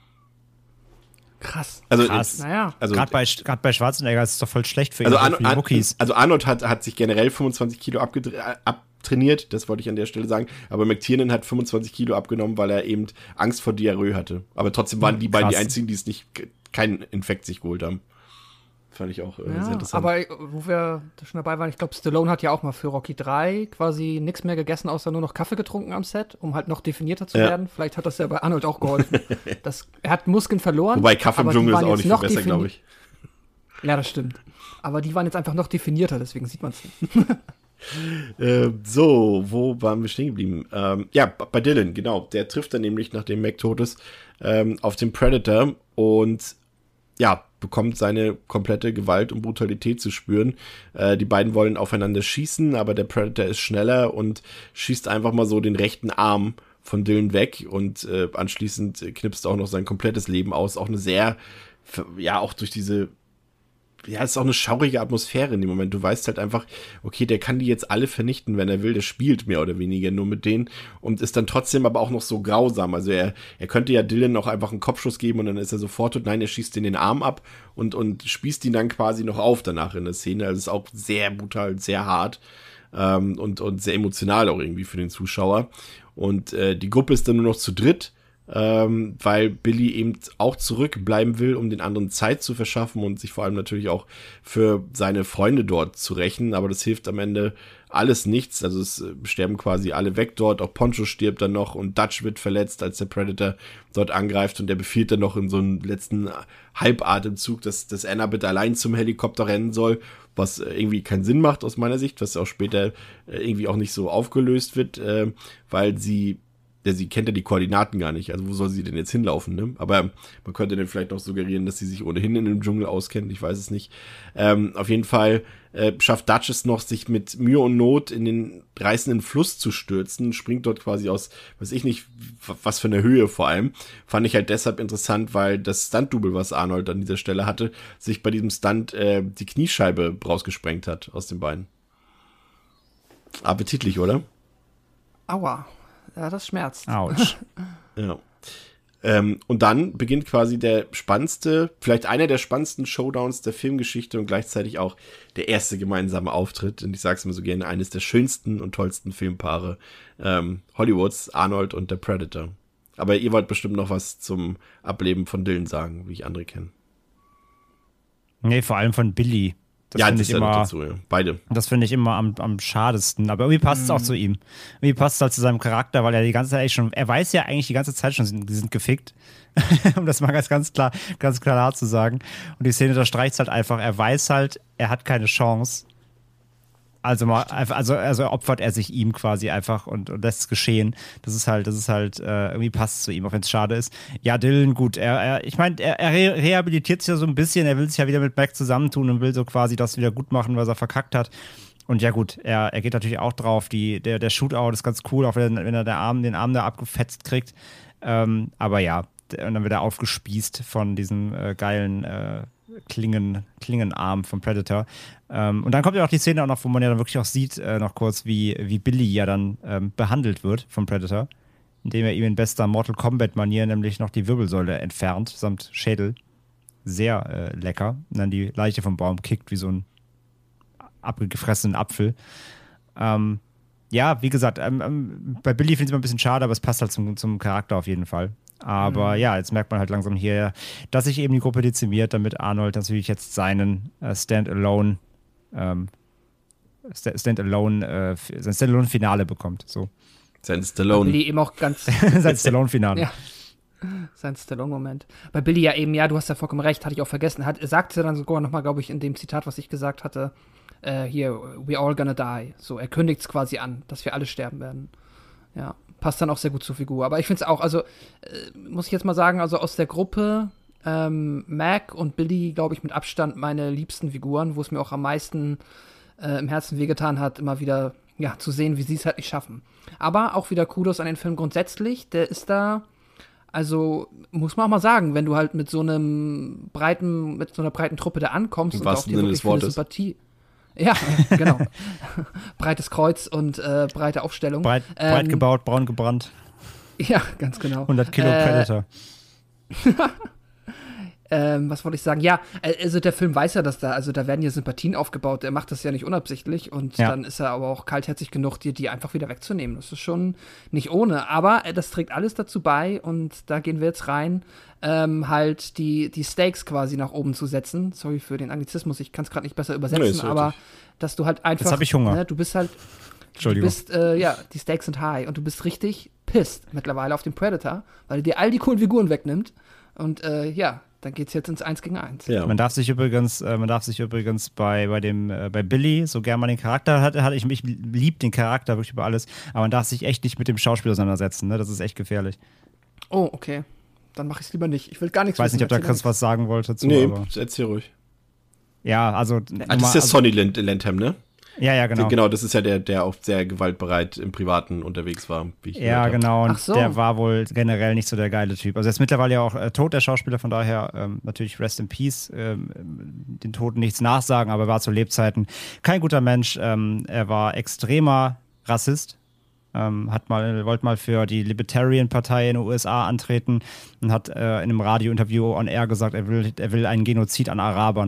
Krass. Also, Krass. Naja. Also, gerade bei, gerade bei Schwarzenegger ist es doch voll schlecht für, ihn, also für die Ar- Rookies. Also Arnold hat, hat sich generell fünfundzwanzig Kilo abgedre- abtrainiert, das wollte ich an der Stelle sagen, aber McTiernan hat fünfundzwanzig Kilo abgenommen, weil er eben Angst vor Diarrhoe hatte. Aber trotzdem waren die beiden die einzigen, die es nicht, keinen Infekt sich geholt haben. Fand ich auch äh, ja, sehr interessant. Aber wo wir da schon dabei waren, ich glaube, Stallone hat ja auch mal für Rocky drei quasi nichts mehr gegessen, außer nur noch Kaffee getrunken am Set, um halt noch definierter zu ja. werden. Vielleicht hat das ja bei Arnold auch geholfen. das, er hat Muskeln verloren. Wobei Kaffee im Dschungel ist auch nicht viel besser, glaube ich. Ja, das stimmt. Aber die waren jetzt einfach noch definierter, deswegen sieht man es nicht. äh, so, wo waren wir stehen geblieben? Ähm, ja, bei Dylan, genau. Der trifft dann nämlich, nachdem Mac tot ist, ähm, auf den Predator und ja, bekommt seine komplette Gewalt und Brutalität zu spüren. Äh, die beiden wollen aufeinander schießen, aber der Predator ist schneller und schießt einfach mal so den rechten Arm von Dylan weg und äh, anschließend knipst auch noch sein komplettes Leben aus. Auch eine sehr, ja, auch durch diese, ja, es ist auch eine schaurige Atmosphäre in dem Moment. Du weißt halt einfach, okay, der kann die jetzt alle vernichten, wenn er will. Der spielt mehr oder weniger nur mit denen und ist dann trotzdem aber auch noch so grausam. Also er, er könnte ja Dylan auch einfach einen Kopfschuss geben und dann ist er sofort tot. Nein, er schießt in den Arm ab und, und spießt ihn dann quasi noch auf danach in der Szene. Also es ist auch sehr brutal, sehr hart ähm, und, und sehr emotional auch irgendwie für den Zuschauer. Und äh, die Gruppe ist dann nur noch zu dritt. Ähm, weil Billy eben auch zurückbleiben will, um den anderen Zeit zu verschaffen und sich vor allem natürlich auch für seine Freunde dort zu rächen, aber das hilft am Ende alles nichts, also es sterben quasi alle weg dort, auch Poncho stirbt dann noch und Dutch wird verletzt, als der Predator dort angreift und der befiehlt dann noch in so einem letzten Halbatemzug, dass, dass Anna bitte allein zum Helikopter rennen soll, was irgendwie keinen Sinn macht aus meiner Sicht, was auch später irgendwie auch nicht so aufgelöst wird, äh, weil sie Ja, sie kennt ja die Koordinaten gar nicht, also wo soll sie denn jetzt hinlaufen, ne? Aber man könnte dann vielleicht noch suggerieren, dass sie sich ohnehin in dem Dschungel auskennt, ich weiß es nicht. Ähm, auf jeden Fall äh, schafft Dutch es noch, sich mit Mühe und Not in den reißenden Fluss zu stürzen, springt dort quasi aus, weiß ich nicht, was für eine Höhe vor allem. Fand ich halt deshalb interessant, weil das Stunt-Double, was Arnold an dieser Stelle hatte, sich bei diesem Stunt äh, die Kniescheibe rausgesprengt hat aus den Beinen. Appetitlich, oder? Aua. Ja, das schmerzt. Autsch. Ja. Ähm, und dann beginnt quasi der spannendste, vielleicht einer der spannendsten Showdowns der Filmgeschichte und gleichzeitig auch der erste gemeinsame Auftritt. Und ich sag's immer so gerne, eines der schönsten und tollsten Filmpaare ähm, Hollywoods, Arnold und der Predator. Aber ihr wollt bestimmt noch was zum Ableben von Dylan sagen, wie ich andere kenne. Nee, vor allem von Billy. Das ja, finde das ich ist ja immer, noch dazu, ja. Beide. Das finde ich immer am, am schadesten. Aber irgendwie passt es auch zu ihm. Irgendwie passt es halt zu seinem Charakter, weil er die ganze Zeit eigentlich schon, er weiß ja eigentlich die ganze Zeit schon, sie sind gefickt. Um das mal ganz, ganz klar, ganz klar zu sagen. Und die Szene unterstreicht es halt einfach. Er weiß halt, er hat keine Chance. Also mal, also, also opfert er sich ihm quasi einfach und, und lässt es geschehen. Das ist halt, das ist halt, äh, irgendwie passt es zu ihm, auch wenn es schade ist. Ja, Dylan, gut, er, er ich meine, er, er re- rehabilitiert sich ja so ein bisschen, er will sich ja wieder mit Mac zusammentun und will so quasi das wieder gut machen, was er verkackt hat. Und ja gut, er, er geht natürlich auch drauf. Die, der, der Shootout ist ganz cool, auch wenn, wenn er der Arm, den Arm da abgefetzt kriegt. Ähm, aber ja, und dann wird er aufgespießt von diesem äh, geilen äh, Klingen, Klingenarm vom Predator. Ähm, und dann kommt ja auch die Szene auch noch, wo man ja dann wirklich auch sieht, äh, noch kurz, wie, wie Billy ja dann ähm, behandelt wird vom Predator, indem er ihm in bester Mortal Kombat-Manier nämlich noch die Wirbelsäule entfernt, samt Schädel. Sehr äh, lecker. Und dann die Leiche vom Baum kickt wie so ein abgefressenen Apfel. Ähm, ja, wie gesagt, ähm, ähm, bei Billy finde ich es immer ein bisschen schade, aber es passt halt zum, zum Charakter auf jeden Fall. Aber mhm. ja, jetzt merkt man halt langsam hier, dass sich eben die Gruppe dezimiert, damit Arnold natürlich jetzt seinen äh, Stand-Alone ähm, Stand-Alone äh, sein Stand-Alone-Finale bekommt. So. Sein Stallone. Billy eben auch ganz sein Stallone-Finale. Ja. Sein Stallone-Moment. Bei Billy ja eben, ja, du hast ja vollkommen recht, hatte ich auch vergessen. Hat, sagte dann sogar nochmal, glaube ich, in dem Zitat, was ich gesagt hatte, äh, hier, we all gonna die. So, er kündigt es quasi an, dass wir alle sterben werden. Ja. Passt dann auch sehr gut zur Figur. Aber ich finde es auch, also, äh, muss ich jetzt mal sagen, also aus der Gruppe ähm, Mac und Billy, glaube ich, mit Abstand meine liebsten Figuren, wo es mir auch am meisten äh, im Herzen wehgetan hat, immer wieder, ja, zu sehen, wie sie es halt nicht schaffen. Aber auch wieder Kudos an den Film grundsätzlich. Der ist da Also muss man auch mal sagen, wenn du halt mit so einem breiten, mit so einer breiten Truppe da ankommst und auch dir wirklich viele Sympathie. Ja, genau. Breites Kreuz und äh, breite Aufstellung. Breit, ähm, breit gebaut, braun gebrannt. Ja, ganz genau. hundert Kilo äh, Predator. ähm, was wollte ich sagen? Ja, also der Film weiß ja, dass da, also da werden ja Sympathien aufgebaut. Er macht das ja nicht unabsichtlich und ja. dann ist er aber auch kaltherzig genug, dir die einfach wieder wegzunehmen. Das ist schon nicht ohne. Aber das trägt alles dazu bei und da gehen wir jetzt rein, ähm, halt die, die Stakes quasi nach oben zu setzen. Sorry für den Anglizismus, ich kann es gerade nicht besser übersetzen, nee, aber dass du halt einfach. Jetzt habe ich Hunger. Ne, du bist halt. Entschuldigung. Du bist, äh, ja, die Stakes sind high und du bist richtig pissed mittlerweile auf den Predator, weil er dir all die coolen Figuren wegnimmt. Und äh, ja, dann geht's jetzt ins Eins gegen Eins. Ja. Man darf sich übrigens, äh, man darf sich übrigens bei, bei dem, äh, bei Billy, so gern man den Charakter hat, hatte ich mich lieb den Charakter wirklich über alles, aber man darf sich echt nicht mit dem Schauspiel auseinandersetzen, ne? Das ist echt gefährlich. Oh, okay. Dann mache ich es lieber nicht. Ich will gar nichts wissen. Ich weiß nicht, ob da Chris was sagen wollte dazu. Nee, aber erzähl ruhig. Ja, also. Ah, das ist ja also, Sonny Landham, ne? Ja, ja, genau. Genau, das ist ja der, der auch sehr gewaltbereit im Privaten unterwegs war, wie ich Ja, genau, und Ach so. der war wohl generell nicht so der geile Typ. Also er ist mittlerweile ja auch äh, tot, der Schauspieler, von daher ähm, natürlich Rest in Peace, ähm, den Toten nichts nachsagen, aber er war zu Lebzeiten kein guter Mensch. Ähm, er war extremer Rassist, ähm, hat mal, wollte mal für die Libertarian-Partei in den U S A antreten und hat äh, in einem Radiointerview on air gesagt, er will, er will einen Genozid an Arabern.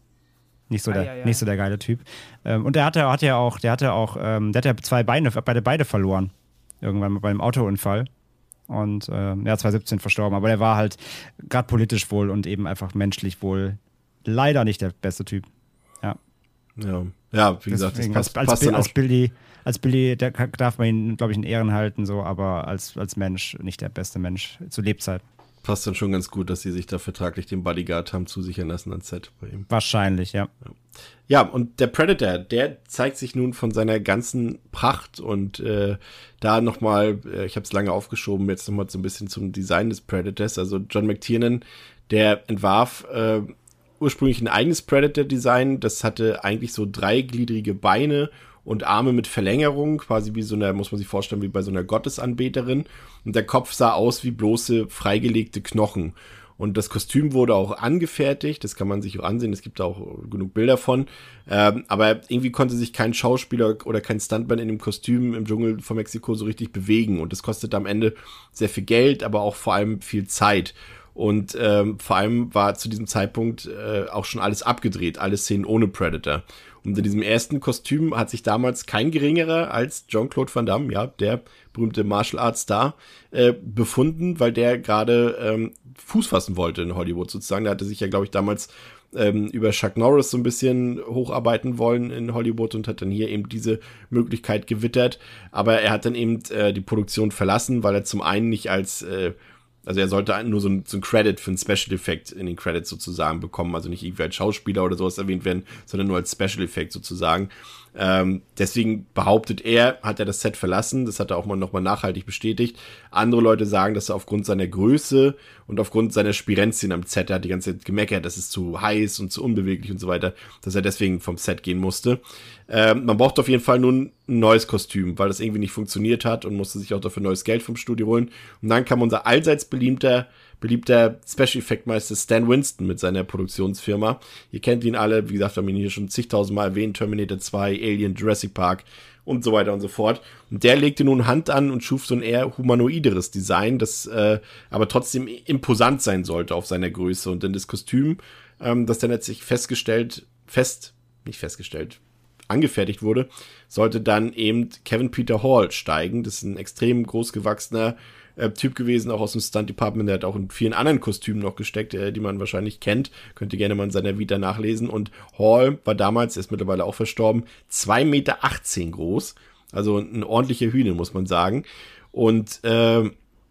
Nicht so, der, ah, ja, ja. nicht so der geile Typ. Ähm, und der hatte, hatte ja auch, der hatte auch, ähm, der hat ja zwei Beine, beide, beide verloren. Irgendwann mal beim Autounfall. Und ähm, ja, zwanzig siebzehn verstorben. Aber der war halt gerade politisch wohl und eben einfach menschlich wohl leider nicht der beste Typ. Ja. Ja, ja wie gesagt, das passt, als, passt als, als Billy, als Billy, da darf man ihn, glaube ich, in Ehren halten, so, aber als, als Mensch nicht der beste Mensch zu Lebzeiten. Passt dann schon ganz gut, dass sie sich da vertraglich den Bodyguard haben zusichern lassen ans Set bei ihm. Wahrscheinlich, ja. Ja, ja und der Predator, der zeigt sich nun von seiner ganzen Pracht und äh, da nochmal, äh, ich habe es lange aufgeschoben, jetzt nochmal so ein bisschen zum Design des Predators. Also John McTiernan, der entwarf äh, ursprünglich ein eigenes Predator-Design. Das hatte eigentlich so dreigliedrige Beine und Arme mit Verlängerung, quasi wie so eine, muss man sich vorstellen, wie bei so einer Gottesanbeterin. Und der Kopf sah aus wie bloße freigelegte Knochen. Und das Kostüm wurde auch angefertigt, das kann man sich auch ansehen, es gibt da auch genug Bilder von. Ähm, aber irgendwie konnte sich kein Schauspieler oder kein Stuntman in dem Kostüm im Dschungel von Mexiko so richtig bewegen. Und das kostete am Ende sehr viel Geld, aber auch vor allem viel Zeit. Und ähm, vor allem war zu diesem Zeitpunkt äh, auch schon alles abgedreht, alle Szenen ohne Predator. Und in diesem ersten Kostüm hat sich damals kein geringerer als Jean-Claude Van Damme, ja, der berühmte Martial Arts Star, äh, befunden, weil der gerade ähm, Fuß fassen wollte in Hollywood sozusagen. Der hatte sich ja, glaube ich, damals ähm, über Chuck Norris so ein bisschen hocharbeiten wollen in Hollywood und hat dann hier eben diese Möglichkeit gewittert. Aber er hat dann eben äh, die Produktion verlassen, weil er zum einen nicht als äh, Also er sollte nur so ein, so ein Credit für einen Special Effect in den Credits sozusagen bekommen, also nicht irgendwie als Schauspieler oder sowas erwähnt werden, sondern nur als Special Effect sozusagen. Ähm, deswegen behauptet er, hat er das Set verlassen, das hat er auch mal nochmal nachhaltig bestätigt. Andere Leute sagen, dass er aufgrund seiner Größe und aufgrund seiner Spirenzien am Set, er hat die ganze Zeit gemeckert, das ist zu heiß und zu unbeweglich und so weiter, dass er deswegen vom Set gehen musste. Ähm, man braucht auf jeden Fall nun ein neues Kostüm, weil das irgendwie nicht funktioniert hat und musste sich auch dafür neues Geld vom Studio holen. Und dann kam unser allseits beliebter beliebter Special-Effect-Meister Stan Winston mit seiner Produktionsfirma. Ihr kennt ihn alle, wie gesagt, wir haben ihn hier schon zigtausendmal erwähnt, Terminator zwei, Alien, Jurassic Park und so weiter und so fort. Und der legte nun Hand an und schuf so ein eher humanoideres Design, das äh, aber trotzdem imposant sein sollte auf seiner Größe. Und dann das Kostüm, ähm, das dann letztlich festgestellt, fest, nicht festgestellt, angefertigt wurde, sollte dann eben Kevin Peter Hall steigen. Das ist ein extrem großgewachsener äh, Typ gewesen, auch aus dem Stunt-Department. Der hat auch in vielen anderen Kostümen noch gesteckt, äh, die man wahrscheinlich kennt. Könnt ihr gerne mal in seiner Vita nachlesen. Und Hall war damals, ist mittlerweile auch verstorben, zwei Meter achtzehn groß. Also ein ordentlicher Hühner, muss man sagen. Und äh,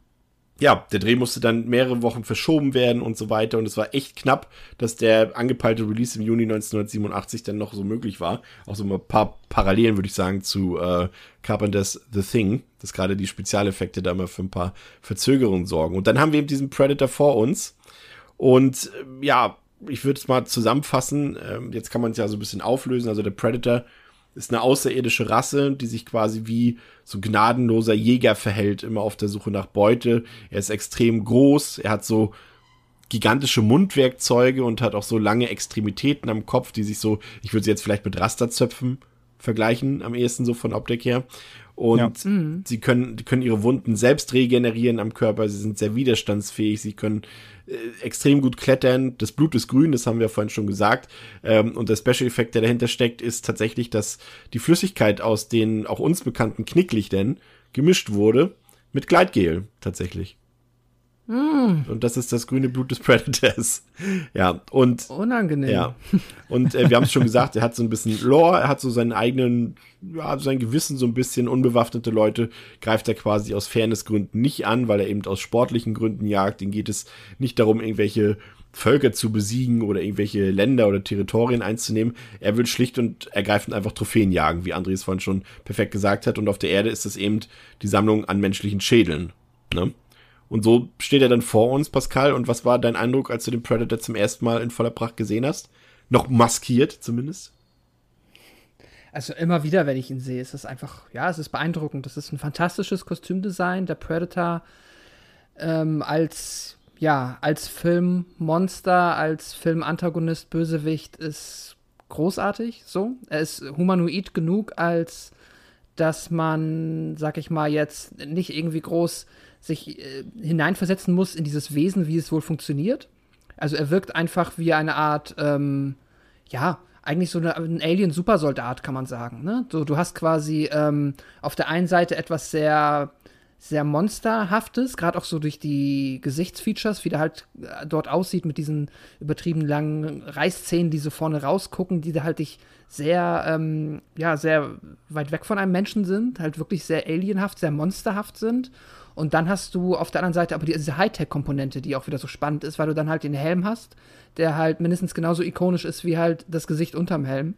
ja, der Dreh musste dann mehrere Wochen verschoben werden und so weiter. Und es war echt knapp, dass der angepeilte Release im Juni neunzehnhundertsiebenundachtzig dann noch so möglich war. Auch so ein paar Parallelen, würde ich sagen, zu äh, Carpenters The Thing, dass gerade die Spezialeffekte da mal für ein paar Verzögerungen sorgen. Und dann haben wir eben diesen Predator vor uns. Und äh, ja, ich würde es mal zusammenfassen. Ähm, jetzt kann man es ja so ein bisschen auflösen. Also der Predator ist eine außerirdische Rasse, die sich quasi wie so gnadenloser Jäger verhält, immer auf der Suche nach Beute. Er ist extrem groß, er hat so gigantische Mundwerkzeuge und hat auch so lange Extremitäten am Kopf, die sich so, ich würde sie jetzt vielleicht mit Rasterzöpfen vergleichen, am ehesten so von Optik her. Und ja. mhm. sie können, die können ihre Wunden selbst regenerieren am Körper, sie sind sehr widerstandsfähig, sie können äh, extrem gut klettern, das Blut ist grün, das haben wir vorhin schon gesagt. Ähm, und der Special-Effekt, der dahinter steckt, ist tatsächlich, dass die Flüssigkeit aus den auch uns bekannten Knicklichtern gemischt wurde mit Gleitgel tatsächlich. Mm. Und das ist das grüne Blut des Predators. Ja, und unangenehm. Ja. Und äh, wir haben es schon gesagt, er hat so ein bisschen Lore, er hat so seinen eigenen, ja, sein Gewissen so ein bisschen. Unbewaffnete Leute greift er quasi aus Fairnessgründen nicht an, weil er eben aus sportlichen Gründen jagt. Ihm geht es nicht darum, irgendwelche Völker zu besiegen oder irgendwelche Länder oder Territorien einzunehmen. Er will schlicht und ergreifend einfach Trophäen jagen, wie André es vorhin schon perfekt gesagt hat. Und auf der Erde ist es eben die Sammlung an menschlichen Schädeln. Ne? Und so steht er dann vor uns, Pascal. Und was war dein Eindruck, als du den Predator zum ersten Mal in voller Pracht gesehen hast? Noch maskiert zumindest? Also immer wieder, wenn ich ihn sehe, ist es einfach, ja, es ist beeindruckend. Das ist ein fantastisches Kostümdesign. Der Predator ähm, als, ja, als Filmmonster, als Filmantagonist, Bösewicht ist großartig. So, er ist humanoid genug, als dass man, sag ich mal, jetzt nicht irgendwie groß sich äh, hineinversetzen muss in dieses Wesen, wie es wohl funktioniert. Also er wirkt einfach wie eine Art, ähm, ja, eigentlich so eine, ein Alien-Supersoldat, kann man sagen. Ne? So, du hast quasi ähm, auf der einen Seite etwas sehr, sehr Monsterhaftes, gerade auch so durch die Gesichtsfeatures, wie der halt äh, dort aussieht mit diesen übertrieben langen Reißzähnen, die so vorne rausgucken, die da halt dich sehr, ähm, ja, sehr weit weg von einem Menschen sind, halt wirklich sehr alienhaft, sehr monsterhaft sind. Und dann hast du auf der anderen Seite aber diese Hightech-Komponente, die auch wieder so spannend ist, weil du dann halt den Helm hast, der halt mindestens genauso ikonisch ist wie halt das Gesicht unterm Helm.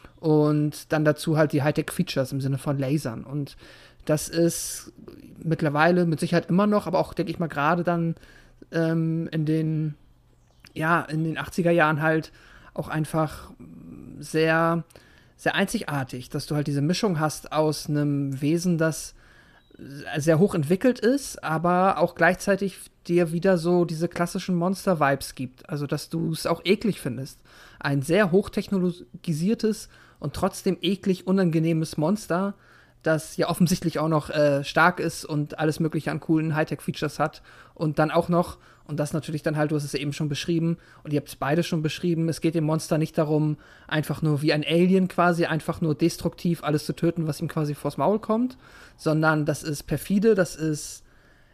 Und dann dazu halt die Hightech-Features im Sinne von Lasern. Und das ist mittlerweile mit Sicherheit immer noch, aber auch, denke ich mal, gerade dann ähm, in den, ja, in den achtziger Jahren halt auch einfach sehr, sehr einzigartig, dass du halt diese Mischung hast aus einem Wesen, das sehr hoch entwickelt ist, aber auch gleichzeitig dir wieder so diese klassischen Monster-Vibes gibt. Also, dass du es auch eklig findest. Ein sehr hochtechnologisiertes und trotzdem eklig unangenehmes Monster, das ja offensichtlich auch noch äh, stark ist und alles mögliche an coolen Hightech-Features hat. Und dann auch noch, und das natürlich dann halt, du hast es ja eben schon beschrieben, und ihr habt es beide schon beschrieben, es geht dem Monster nicht darum, einfach nur wie ein Alien quasi, einfach nur destruktiv alles zu töten, was ihm quasi vors Maul kommt, sondern das ist perfide, das ist,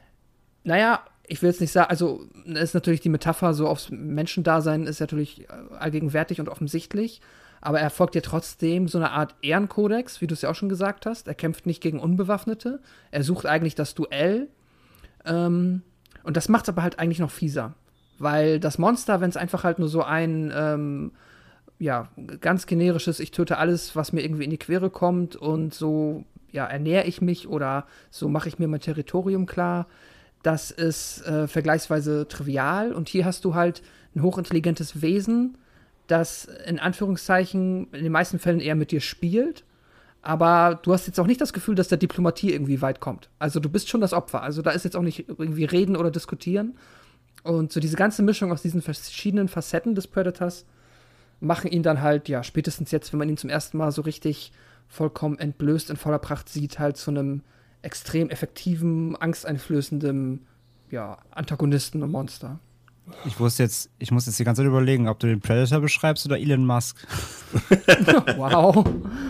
naja, ich will jetzt nicht sagen, also ist natürlich die Metapher so aufs Menschendasein ist natürlich allgegenwärtig und offensichtlich, aber er folgt ja trotzdem so eine Art Ehrenkodex, wie du es ja auch schon gesagt hast. Er kämpft nicht gegen Unbewaffnete, er sucht eigentlich das Duell, ähm, und das macht es aber halt eigentlich noch fieser. Weil das Monster, wenn es einfach halt nur so ein, ähm, ja, ganz generisches, ich töte alles, was mir irgendwie in die Quere kommt und so, ja, ernähre ich mich oder so mache ich mir mein Territorium klar, das ist äh, vergleichsweise trivial. Und hier hast du halt ein hochintelligentes Wesen, das in Anführungszeichen in den meisten Fällen eher mit dir spielt. Aber du hast jetzt auch nicht das Gefühl, dass der Diplomatie irgendwie weit kommt. Also du bist schon das Opfer. Also da ist jetzt auch nicht irgendwie reden oder diskutieren. Und so diese ganze Mischung aus diesen verschiedenen Facetten des Predators machen ihn dann halt, ja, spätestens jetzt, wenn man ihn zum ersten Mal so richtig vollkommen entblößt in voller Pracht sieht, halt zu einem extrem effektiven, angsteinflößenden, ja, Antagonisten und Monster. Ich wusste jetzt, ich muss jetzt die ganze Zeit überlegen, ob du den Predator beschreibst oder Elon Musk. Wow.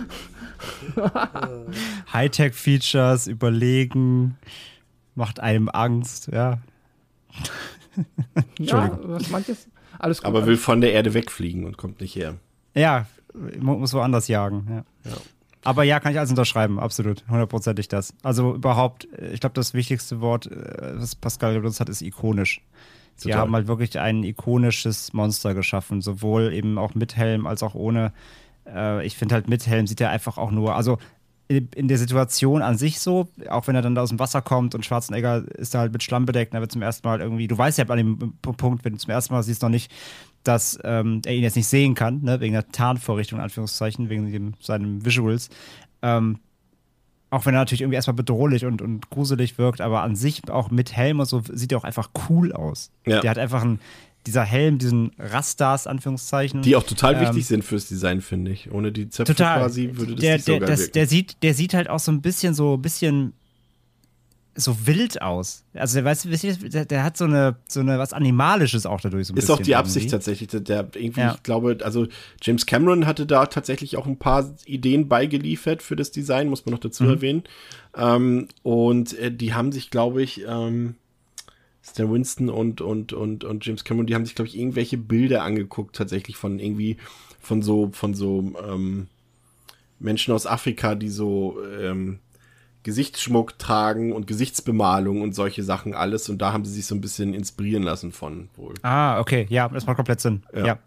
Hightech-Features, überlegen, macht einem Angst, ja. Entschuldigung. Ja, was manches, alles gut. Aber will von der Erde wegfliegen und kommt nicht her. Ja, muss woanders jagen, ja. ja. Aber ja, kann ich alles unterschreiben, absolut, hundertprozentig das. Also überhaupt, ich glaube, das wichtigste Wort, was Pascal benutzt hat, ist ikonisch. Sie Total. haben halt wirklich ein ikonisches Monster geschaffen, sowohl eben auch mit Helm als auch ohne. Äh, ich finde halt mit Helm sieht er einfach auch nur, also in der Situation an sich so, auch wenn er dann da aus dem Wasser kommt und Schwarzenegger ist da halt mit Schlamm bedeckt, er wird zum ersten Mal irgendwie, du weißt ja an dem Punkt, wenn du zum ersten Mal siehst, noch nicht, dass ähm, er ihn jetzt nicht sehen kann, ne, wegen der Tarnvorrichtung, in Anführungszeichen, wegen dem, seinen Visuals. Ähm, auch wenn er natürlich irgendwie erstmal bedrohlich und, und gruselig wirkt, aber an sich auch mit Helm und so sieht er auch einfach cool aus. Ja. Der hat einfach ein dieser Helm, diesen Rastas, Anführungszeichen. Die auch total ähm, wichtig sind fürs Design, finde ich. Ohne die Zöpfe total. quasi würde das der, nicht so der, geil das, wirken. Der sieht, der sieht halt auch so ein bisschen so ein bisschen so wild aus. Also der, weißt, der, der hat so eine, so eine was Animalisches auch dadurch so ein ist bisschen. Ist auch die Absicht irgendwie. tatsächlich. Der irgendwie, ja. ich glaube, also James Cameron hatte da tatsächlich auch ein paar Ideen beigeliefert für das Design, muss man noch dazu mhm. erwähnen. Ähm, und äh, die haben sich, glaube ich, ähm, Stan Winston und, und, und, und James Cameron, die haben sich, glaube ich, irgendwelche Bilder angeguckt, tatsächlich von irgendwie, von so, von so ähm, Menschen aus Afrika, die so ähm, Gesichtsschmuck tragen und Gesichtsbemalung und solche Sachen alles. Und da haben sie sich so ein bisschen inspirieren lassen von wohl. Ah, okay, ja, das macht komplett Sinn. Ja, ja,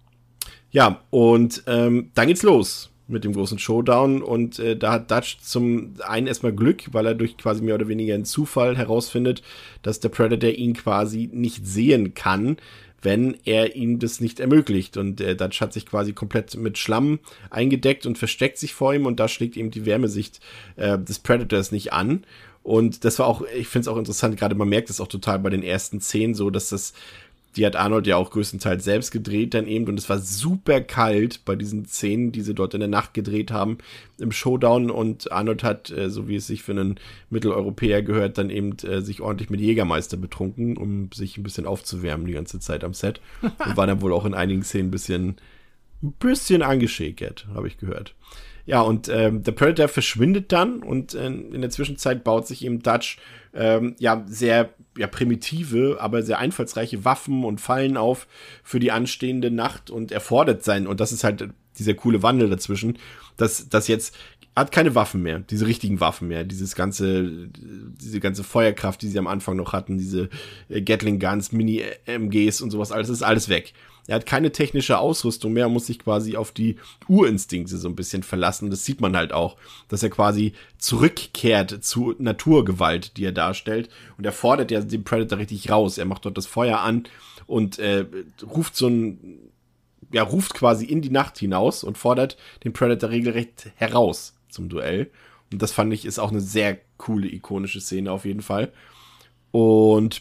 ja und ähm, dann geht's los mit dem großen Showdown und äh, da hat Dutch zum einen erstmal Glück, weil er durch quasi mehr oder weniger einen Zufall herausfindet, dass der Predator ihn quasi nicht sehen kann, wenn er ihm das nicht ermöglicht. Und äh, Dutch hat sich quasi komplett mit Schlamm eingedeckt und versteckt sich vor ihm und da schlägt ihm die Wärmesicht äh, des Predators nicht an. Und das war auch, ich finde es auch interessant, gerade man merkt es auch total bei den ersten Szenen so, dass das die hat Arnold ja auch größtenteils selbst gedreht dann eben und es war super kalt bei diesen Szenen, die sie dort in der Nacht gedreht haben im Showdown und Arnold hat, äh, so wie es sich für einen Mitteleuropäer gehört, dann eben äh, sich ordentlich mit Jägermeister betrunken, um sich ein bisschen aufzuwärmen die ganze Zeit am Set und war dann wohl auch in einigen Szenen ein bisschen, ein bisschen angeschäkert, habe ich gehört. Ja, und ähm, der Predator verschwindet dann und äh, in der Zwischenzeit baut sich eben Dutch ähm, ja sehr ja, primitive, aber sehr einfallsreiche Waffen und Fallen auf für die anstehende Nacht und er fordert sein, und das ist halt dieser coole Wandel dazwischen, dass das jetzt hat keine Waffen mehr, diese richtigen Waffen mehr, dieses ganze, diese ganze Feuerkraft, die sie am Anfang noch hatten, diese äh, Gatling Guns, Mini-M Gs und sowas, alles ist alles weg. Er hat keine technische Ausrüstung mehr, muss sich quasi auf die Urinstinkte so ein bisschen verlassen. Das sieht man halt auch, dass er quasi zurückkehrt zu Naturgewalt, die er darstellt. Und er fordert ja den Predator richtig raus. Er macht dort das Feuer an und äh, ruft so ein, ja, ruft quasi in die Nacht hinaus und fordert den Predator regelrecht heraus zum Duell. Und das fand ich ist auch eine sehr coole, ikonische Szene auf jeden Fall. Und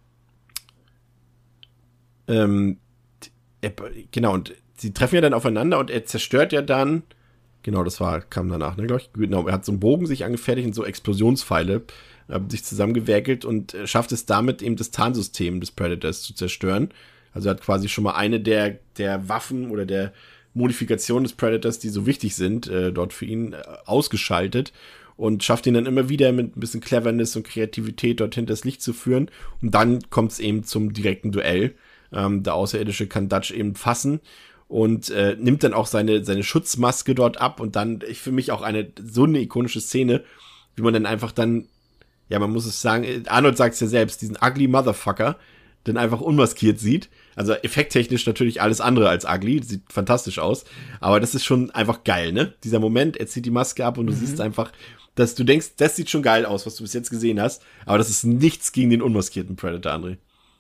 ähm, genau, und sie treffen ja dann aufeinander und er zerstört ja dann, genau, das war, kam danach, ne, glaube ich, genau, er hat so einen Bogen sich angefertigt und so Explosionspfeile äh, sich zusammengewerkelt und äh, schafft es damit eben das Tarnsystem des Predators zu zerstören. Also er hat quasi schon mal eine der, der Waffen oder der Modifikationen des Predators, die so wichtig sind, äh, dort für ihn äh, ausgeschaltet und schafft ihn dann immer wieder mit ein bisschen Cleverness und Kreativität dort hinters Licht zu führen und dann kommt es eben zum direkten Duell. Ähm, der Außerirdische kann Dutch eben fassen und äh, nimmt dann auch seine, seine Schutzmaske dort ab und dann, ich für mich auch eine, so eine ikonische Szene, wie man dann einfach dann, ja, man muss es sagen, Arnold sagt es ja selbst, diesen ugly Motherfucker, dann einfach unmaskiert sieht. Also effekttechnisch natürlich alles andere als ugly, sieht fantastisch aus, aber das ist schon einfach geil, ne? Dieser Moment, er zieht die Maske ab und du mhm. siehst einfach, dass du denkst, das sieht schon geil aus, was du bis jetzt gesehen hast, aber das ist nichts gegen den unmaskierten Predator, André.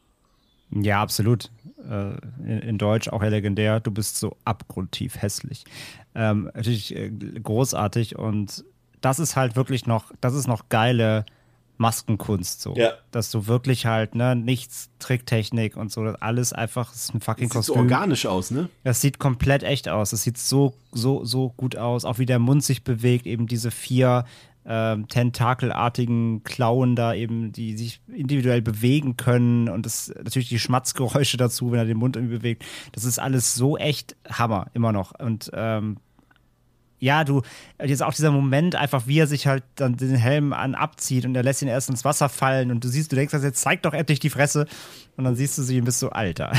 Ja, absolut. Äh, in, in Deutsch auch ja legendär. Du bist so abgrundtief hässlich. Ähm, natürlich äh, großartig und das ist halt wirklich noch, das ist noch geile Maskenkunst so. Ja. Dass du wirklich halt, ne, nichts Tricktechnik und so, alles einfach, das ist ein fucking das sieht Kostüm. So organisch aus, ne? Das sieht komplett echt aus. Das sieht so, so, so gut aus. Auch wie der Mund sich bewegt, eben diese vier Ähm, tentakelartigen Klauen da eben, die sich individuell bewegen können und das natürlich die Schmatzgeräusche dazu, wenn er den Mund irgendwie bewegt. Das ist alles so echt Hammer, immer noch. Und ähm, ja, du, jetzt auch dieser Moment einfach, wie er sich halt dann den Helm an abzieht und er lässt ihn erst ins Wasser fallen und du siehst, du denkst, jetzt zeig doch endlich die Fresse und dann siehst du sie und bist so, Alter,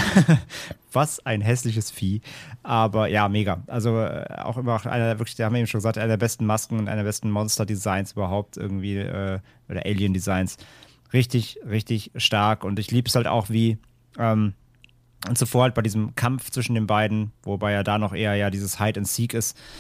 was ein hässliches Vieh. Aber ja, mega. Also äh, auch immer auch einer, wirklich, da haben wir eben schon gesagt, einer der besten Masken und einer der besten Monster-Designs überhaupt irgendwie, äh, oder Alien-Designs. Richtig, richtig stark und ich liebe es halt auch, wie ähm, und zuvor halt bei diesem Kampf zwischen den beiden, wobei ja da noch eher ja dieses Hide and Seek ist,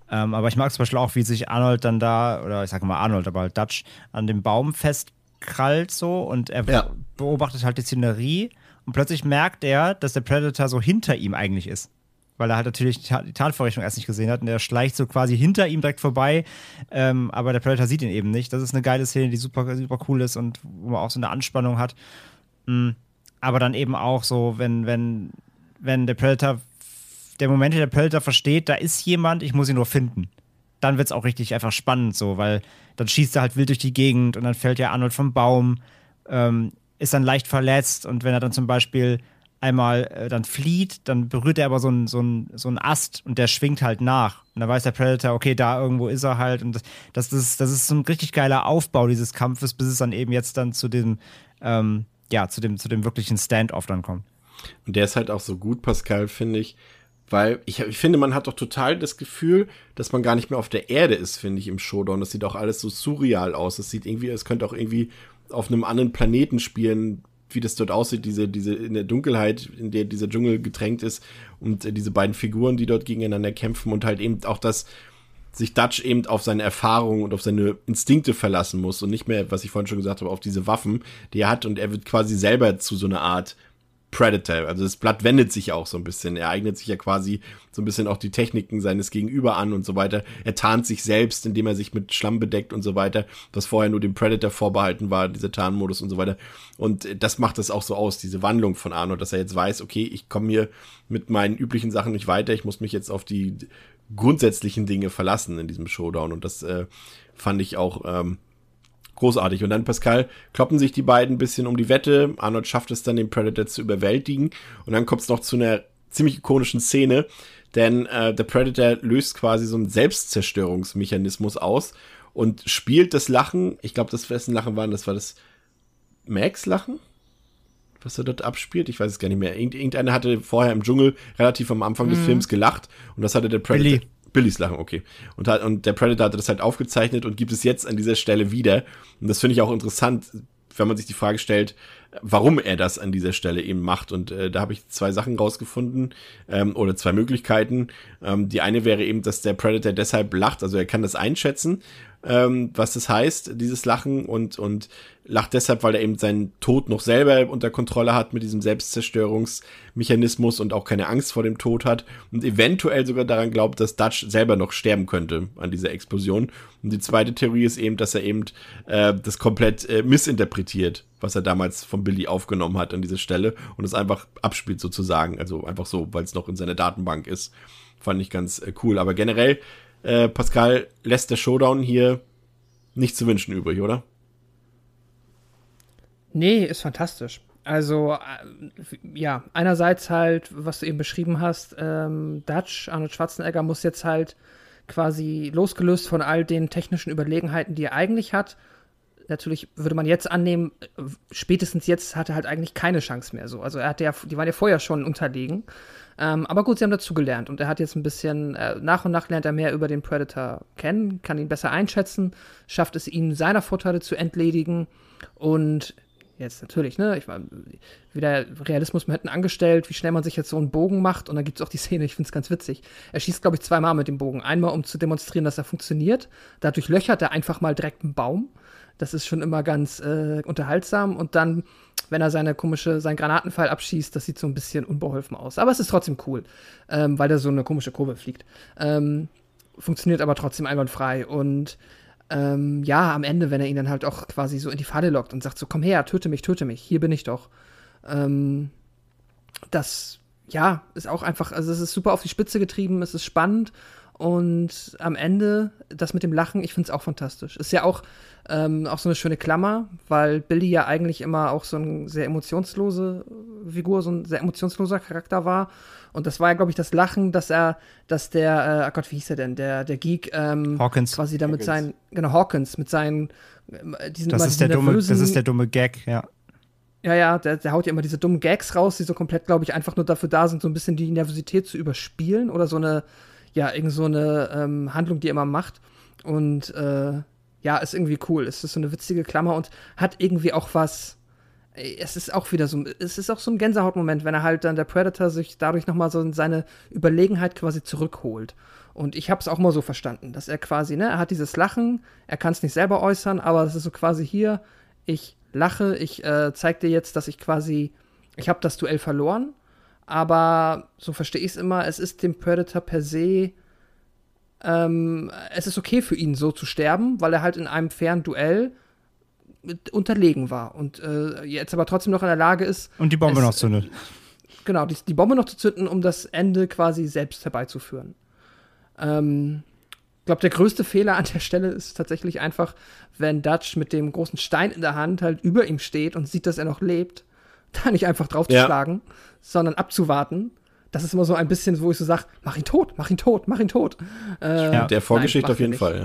Ähm, aber ich mag zum Beispiel auch, wie sich Arnold dann da, oder ich sage mal Arnold, aber halt Dutch, an dem Baum festkrallt so und er Ja. beobachtet halt die Szenerie und plötzlich merkt er, dass der Predator so hinter ihm eigentlich ist. Weil er halt natürlich die, Ta- die Tatvorrichtung erst nicht gesehen hat und er schleicht so quasi hinter ihm direkt vorbei, ähm, aber der Predator sieht ihn eben nicht. Das ist eine geile Szene, die super, super cool ist und wo man auch so eine Anspannung hat. Mhm. Aber dann eben auch so, wenn, wenn, wenn der Predator der Moment, der Predator versteht, da ist jemand, ich muss ihn nur finden. Dann wird es auch richtig einfach spannend so, weil dann schießt er halt wild durch die Gegend und dann fällt ja Arnold vom Baum, ähm, ist dann leicht verletzt und wenn er dann zum Beispiel einmal äh, dann flieht, dann berührt er aber so einen so einen, so einen Ast und der schwingt halt nach. Und dann weiß der Predator, okay, da irgendwo ist er halt und das, das, das, ist, das ist so ein richtig geiler Aufbau dieses Kampfes, bis es dann eben jetzt dann zu dem, ähm, ja, zu dem, zu dem wirklichen Standoff dann kommt. Und der ist halt auch so gut, Pascal, finde ich, weil ich, ich finde, man hat doch total das Gefühl, dass man gar nicht mehr auf der Erde ist, finde ich, im Showdown. Das sieht auch alles so surreal aus. Das sieht irgendwie, es könnte auch irgendwie auf einem anderen Planeten spielen, wie das dort aussieht, diese, diese, in der Dunkelheit, in der dieser Dschungel getränkt ist und äh, diese beiden Figuren, die dort gegeneinander kämpfen und halt eben auch das, sich Dutch eben auf seine Erfahrungen und auf seine Instinkte verlassen muss und nicht mehr, was ich vorhin schon gesagt habe, auf diese Waffen, die er hat und er wird quasi selber zu so einer Art Predator. Also das Blatt wendet sich ja auch so ein bisschen. Er eignet sich ja quasi so ein bisschen auch die Techniken seines Gegenüber an und so weiter. Er tarnt sich selbst, indem er sich mit Schlamm bedeckt und so weiter, was vorher nur dem Predator vorbehalten war, dieser Tarnmodus und so weiter. Und das macht das auch so aus, diese Wandlung von Arnold, dass er jetzt weiß, okay, ich komme hier mit meinen üblichen Sachen nicht weiter, ich muss mich jetzt auf die grundsätzlichen Dinge verlassen in diesem Showdown. Und das äh, fand ich auch ähm, großartig. Und dann, Pascal, kloppen sich die beiden ein bisschen um die Wette. Arnold schafft es dann, den Predator zu überwältigen. Und dann kommt es noch zu einer ziemlich ikonischen Szene, denn äh, der Predator löst quasi so einen Selbstzerstörungsmechanismus aus und spielt das Lachen, ich glaube, das wessen Lachen war, das war das Max-Lachen, was er dort abspielt, ich weiß es gar nicht mehr. Irgend, irgendeiner hatte vorher im Dschungel relativ am Anfang des Mhm. Films gelacht und das hatte der Predator... Billy. Billys Lachen, okay. Und, hat, und der Predator hatte das halt aufgezeichnet und gibt es jetzt an dieser Stelle wieder. Und das finde ich auch interessant, wenn man sich die Frage stellt, warum er das an dieser Stelle eben macht. Und äh, da habe ich zwei Sachen rausgefunden ähm, oder zwei Möglichkeiten. Ähm, die eine wäre eben, dass der Predator deshalb lacht, also er kann das einschätzen, ähm, was das heißt, dieses Lachen und, und lacht deshalb, weil er eben seinen Tod noch selber unter Kontrolle hat mit diesem Selbstzerstörungsmechanismus und auch keine Angst vor dem Tod hat und eventuell sogar daran glaubt, dass Dutch selber noch sterben könnte an dieser Explosion. Und die zweite Theorie ist eben, dass er eben äh, das komplett äh, missinterpretiert, was er damals von Billy aufgenommen hat an dieser Stelle und es einfach abspielt sozusagen, also einfach so, weil es noch in seiner Datenbank ist. Fand ich ganz äh, cool, aber generell Äh, Pascal, lässt der Showdown hier nicht zu wünschen übrig, oder? Nee, ist fantastisch. Also, äh, ja, einerseits halt, was du eben beschrieben hast, ähm, Dutch, Arnold Schwarzenegger, muss jetzt halt quasi losgelöst von all den technischen Überlegenheiten, die er eigentlich hat. Natürlich würde man jetzt annehmen, spätestens jetzt hat er halt eigentlich keine Chance mehr so. Also er hatte ja, die waren ja vorher schon unterlegen. Ähm, aber gut, sie haben dazugelernt und er hat jetzt ein bisschen, äh, nach und nach lernt er mehr über den Predator kennen, kann ihn besser einschätzen, schafft es ihn seiner Vorteile zu entledigen und jetzt natürlich, ne, ich meine, wieder Realismus man hätten angestellt, wie schnell man sich jetzt so einen Bogen macht und dann gibt es auch die Szene, ich finde es ganz witzig. Er schießt, glaube ich, zweimal mit dem Bogen. Einmal, um zu demonstrieren, dass er funktioniert. Dadurch löchert er einfach mal direkt einen Baum. Das ist schon immer ganz äh, unterhaltsam. Und dann, wenn er seine komische, seinen Granatenpfeil abschießt, das sieht so ein bisschen unbeholfen aus. Aber es ist trotzdem cool, ähm, weil da so eine komische Kurve fliegt. Ähm, funktioniert aber trotzdem einwandfrei. Und ähm, ja, am Ende, wenn er ihn dann halt auch quasi so in die Falle lockt und sagt so, komm her, töte mich, töte mich, hier bin ich doch. Ähm, das, ja, ist auch einfach, also es ist super auf die Spitze getrieben, es ist spannend. Und am Ende, das mit dem Lachen, ich finde es auch fantastisch. Ist ja auch, ähm, auch so eine schöne Klammer, weil Billy ja eigentlich immer auch so eine sehr emotionslose Figur, so ein sehr emotionsloser Charakter war. Und das war ja, glaube ich, das Lachen, dass er, dass der, äh, oh Gott, wie hieß er denn, der, der Geek, ähm, Hawkins. quasi da mit Hawkins. seinen, genau, Hawkins, mit seinen, äh, diesen Das immer ist, der diesen dumme, nervösen- das ist der dumme Gag, ja. ja, ja, der, der haut ja immer diese dummen Gags raus, die so komplett, glaube ich, einfach nur dafür da sind, so ein bisschen die Nervosität zu überspielen oder so eine, ja, irgend so eine ähm, Handlung, die er immer macht. Und äh, ja, ist irgendwie cool. Es ist so eine witzige Klammer und hat irgendwie auch was, es ist auch wieder so, es ist auch so ein Gänsehautmoment, wenn er halt dann der Predator sich dadurch nochmal so in seine Überlegenheit quasi zurückholt. Und ich habe es auch mal so verstanden, dass er quasi, ne, er hat dieses Lachen, er kann es nicht selber äußern, aber es ist so quasi hier, ich lache, ich äh, zeig dir jetzt, dass ich quasi, ich habe das Duell verloren, aber so verstehe ich es immer, es ist dem Predator per se, ähm, es ist okay für ihn so zu sterben, weil er halt in einem fairen Duell unterlegen war und äh, jetzt aber trotzdem noch in der Lage ist. Und die Bombe es, noch zündet. Genau, die, die Bombe noch zu zünden, um das Ende quasi selbst herbeizuführen. Ähm, ich glaube, der größte Fehler an der Stelle ist tatsächlich einfach, wenn Dutch mit dem großen Stein in der Hand halt über ihm steht und sieht, dass er noch lebt, da nicht einfach drauf ja. zu schlagen, sondern abzuwarten. Das ist immer so ein bisschen, wo ich so sage, mach ihn tot, mach ihn tot, mach ihn tot. Äh, ja, der Vorgeschichte nein, auf jeden Fall.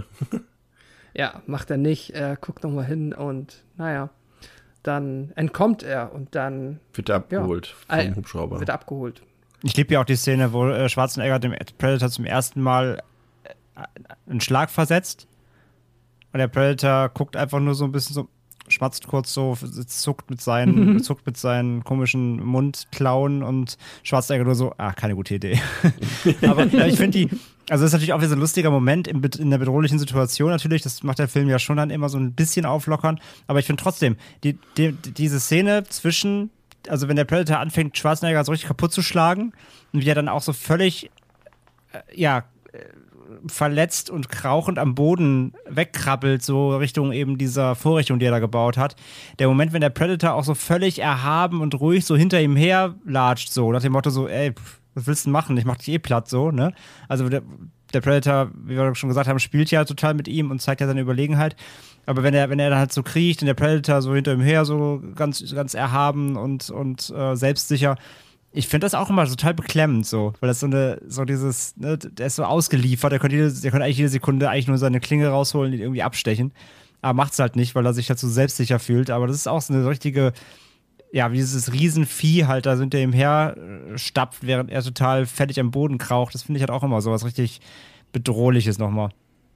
Ja, macht er nicht. Er guckt noch mal hin und, naja, dann entkommt er und dann wird er abgeholt ja, vom Hubschrauber. Wird er abgeholt. Ich liebe ja auch die Szene, wo äh, Schwarzenegger dem Predator zum ersten Mal äh, einen Schlag versetzt. Und der Predator guckt einfach nur so ein bisschen so, schmatzt kurz so, zuckt mit seinen, zuckt mit seinen komischen Mundklauen und Schwarzenegger nur so, ah, keine gute Idee. Aber äh, ich finde die, also das ist natürlich auch wieder so ein lustiger Moment in, in der bedrohlichen Situation natürlich, das macht der Film ja schon dann immer so ein bisschen auflockern, aber ich finde trotzdem, die, die, diese Szene zwischen, also wenn der Predator anfängt, Schwarzenegger so richtig kaputt zu schlagen und wie er dann auch so völlig, äh, ja, verletzt und krauchend am Boden wegkrabbelt, so Richtung eben dieser Vorrichtung, die er da gebaut hat. Der Moment, wenn der Predator auch so völlig erhaben und ruhig so hinter ihm her latscht, so nach dem Motto so, ey, was willst du machen? Ich mach dich eh platt, so, ne? Also der, der Predator, wie wir schon gesagt haben, spielt ja total mit ihm und zeigt ja seine Überlegenheit. Aber wenn er, wenn er dann halt so kriecht und der Predator so hinter ihm her so ganz, ganz erhaben und, und äh, selbstsicher, ich finde das auch immer total beklemmend, so, weil das so eine, so dieses, ne, der ist so ausgeliefert, der könnte, jede, der könnte eigentlich jede Sekunde eigentlich nur seine Klinge rausholen, die irgendwie abstechen, aber macht's halt nicht, weil er sich halt so selbstsicher fühlt, aber das ist auch so eine richtige, ja, wie dieses Riesenvieh halt da hinter ihm her stapft, während er total fertig am Boden kraucht, das finde ich halt auch immer so was richtig Bedrohliches nochmal.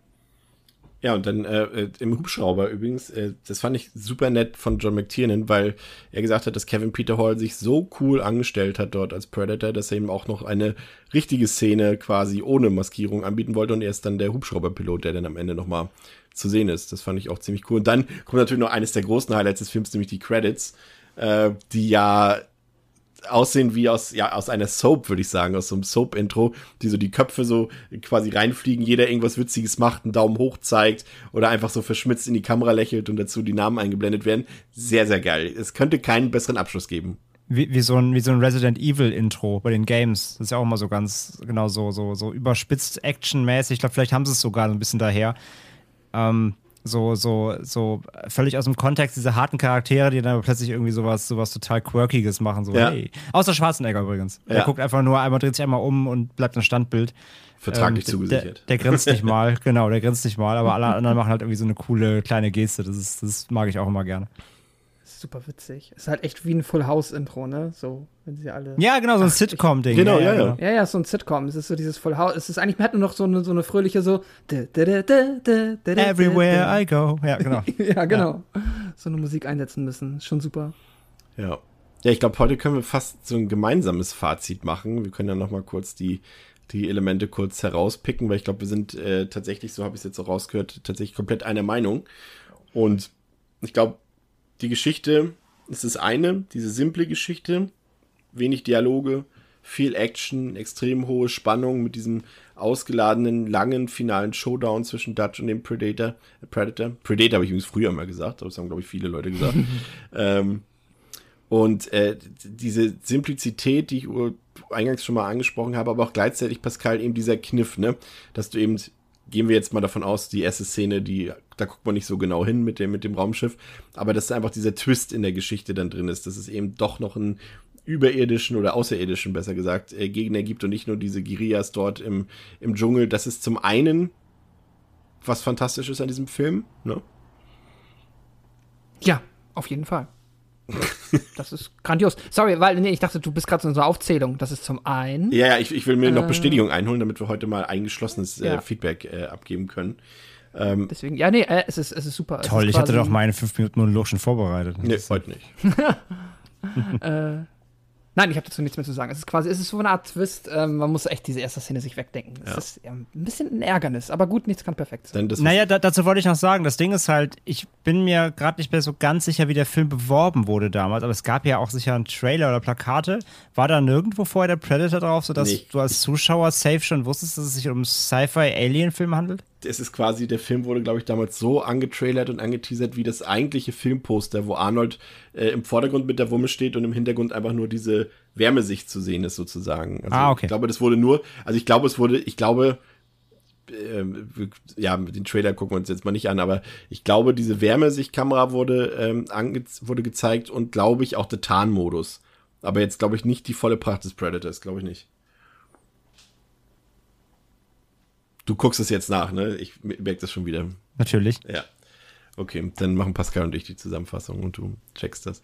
Ja, und dann äh, im Hubschrauber übrigens, äh, das fand ich super nett von John McTiernan, weil er gesagt hat, dass Kevin Peter Hall sich so cool angestellt hat dort als Predator, dass er ihm auch noch eine richtige Szene quasi ohne Maskierung anbieten wollte und er ist dann der Hubschrauberpilot, der dann am Ende nochmal zu sehen ist. Das fand ich auch ziemlich cool. Und dann kommt natürlich noch eines der großen Highlights des Films, nämlich die Credits, äh, die ja aussehen wie aus, ja, aus einer Soap, würde ich sagen, aus so einem Soap-Intro, die so die Köpfe so quasi reinfliegen, jeder irgendwas Witziges macht, einen Daumen hoch zeigt oder einfach so verschmitzt in die Kamera lächelt und dazu die Namen eingeblendet werden. Sehr, sehr geil. Es könnte keinen besseren Abschluss geben. Wie, wie, so ein, wie so ein Resident Evil-Intro bei den Games. Das ist ja auch immer so ganz, genau so, so, so überspitzt actionmäßig. Ich glaube, vielleicht haben sie es sogar ein bisschen daher. Ähm, So, so, so völlig aus dem Kontext, diese harten Charaktere, die dann plötzlich irgendwie sowas, sowas total Quirkiges machen. So, ja. Hey. Außer Schwarzenegger übrigens. Ja. Der guckt einfach nur einmal, dreht sich einmal um und bleibt ein Standbild. Vertraglich ähm, zugesichert. Der, der grinst nicht mal, genau, der grinst nicht mal, aber alle anderen machen halt irgendwie so eine coole kleine Geste. Das ist, das mag ich auch immer gerne. Super witzig. Ist halt echt wie ein Full House Intro, ne? So, wenn sie alle. Ja, genau, so ein Sitcom-Ding. Genau, ja, ja. Ja, ja, so ein Sitcom. Es ist so dieses Full House. Es ist eigentlich, man hat nur noch so eine, so eine fröhliche so. Everywhere I go. Ja, genau. Ja, genau. Ja. So eine Musik einsetzen müssen. Schon super. Ja. Ja, ich glaube, heute können wir fast so ein gemeinsames Fazit machen. Wir können ja noch mal kurz die, die Elemente kurz herauspicken, weil ich glaube, wir sind äh, tatsächlich, so habe ich es jetzt auch rausgehört, tatsächlich komplett einer Meinung. Und ich glaube, die Geschichte ist das eine, diese simple Geschichte, wenig Dialoge, viel Action, extrem hohe Spannung mit diesem ausgeladenen, langen, finalen Showdown zwischen Dutch und dem Predator. Äh, Predator. Predator habe ich übrigens früher mal gesagt, aber das haben, glaube ich, viele Leute gesagt. ähm, und äh, diese Simplizität, die ich eingangs schon mal angesprochen habe, aber auch gleichzeitig, Pascal, eben dieser Kniff, ne, dass du eben, gehen wir jetzt mal davon aus, die erste Szene, die, da guckt man nicht so genau hin mit dem, mit dem Raumschiff, aber dass einfach dieser Twist in der Geschichte dann drin ist, dass es eben doch noch einen überirdischen oder außerirdischen, besser gesagt, äh, Gegner gibt und nicht nur diese Guerillas dort im, im Dschungel. Das ist zum einen was Fantastisches an diesem Film, ne? Ja, auf jeden Fall. Das ist grandios. Sorry, weil nee, ich dachte, du bist gerade so in so einer Aufzählung. Das ist zum einen. Ja, ja, ich, ich will mir äh, noch Bestätigung einholen, damit wir heute mal eingeschlossenes ja. äh, Feedback äh, abgeben können. Ähm, Deswegen, ja, nee, äh, es ist, es ist super. Toll, ist ich hatte doch meine fünf Minuten Monolog schon vorbereitet. nee, heute nicht. äh, Nein, ich habe dazu nichts mehr zu sagen. Es ist quasi, es ist so eine Art Twist. Ähm, man muss echt diese erste Szene sich wegdenken. Das ja. ist ja, ein bisschen ein Ärgernis, aber gut, nichts kann perfekt sein. Das naja, da, dazu wollte ich noch sagen, das Ding ist halt, ich bin mir gerade nicht mehr so ganz sicher, wie der Film beworben wurde damals, aber es gab ja auch sicher einen Trailer oder Plakate. War da nirgendwo vorher der Predator drauf, sodass nee. du als Zuschauer safe schon wusstest, dass es sich um einen Sci-Fi-Alien-Film handelt? Es ist quasi, der Film wurde, glaube ich, damals so angetrailert und angeteasert wie das eigentliche Filmposter, wo Arnold äh, im Vordergrund mit der Wumme steht und im Hintergrund einfach nur diese Wärmesicht zu sehen ist, sozusagen. Also, ah, okay. Ich glaube, das wurde nur, also ich glaube, es wurde, ich glaube, äh, ja, den Trailer gucken wir uns jetzt mal nicht an, aber ich glaube, diese Wärmesichtkamera wurde, ähm, ange- wurde gezeigt und, glaube ich, auch der Tarnmodus. Aber jetzt, glaube ich, nicht die volle Pracht des Predators, glaube ich nicht. Du guckst es jetzt nach, ne? Ich merke das schon wieder. Natürlich. Ja. Okay, dann machen Pascal und ich die Zusammenfassung und du checkst das.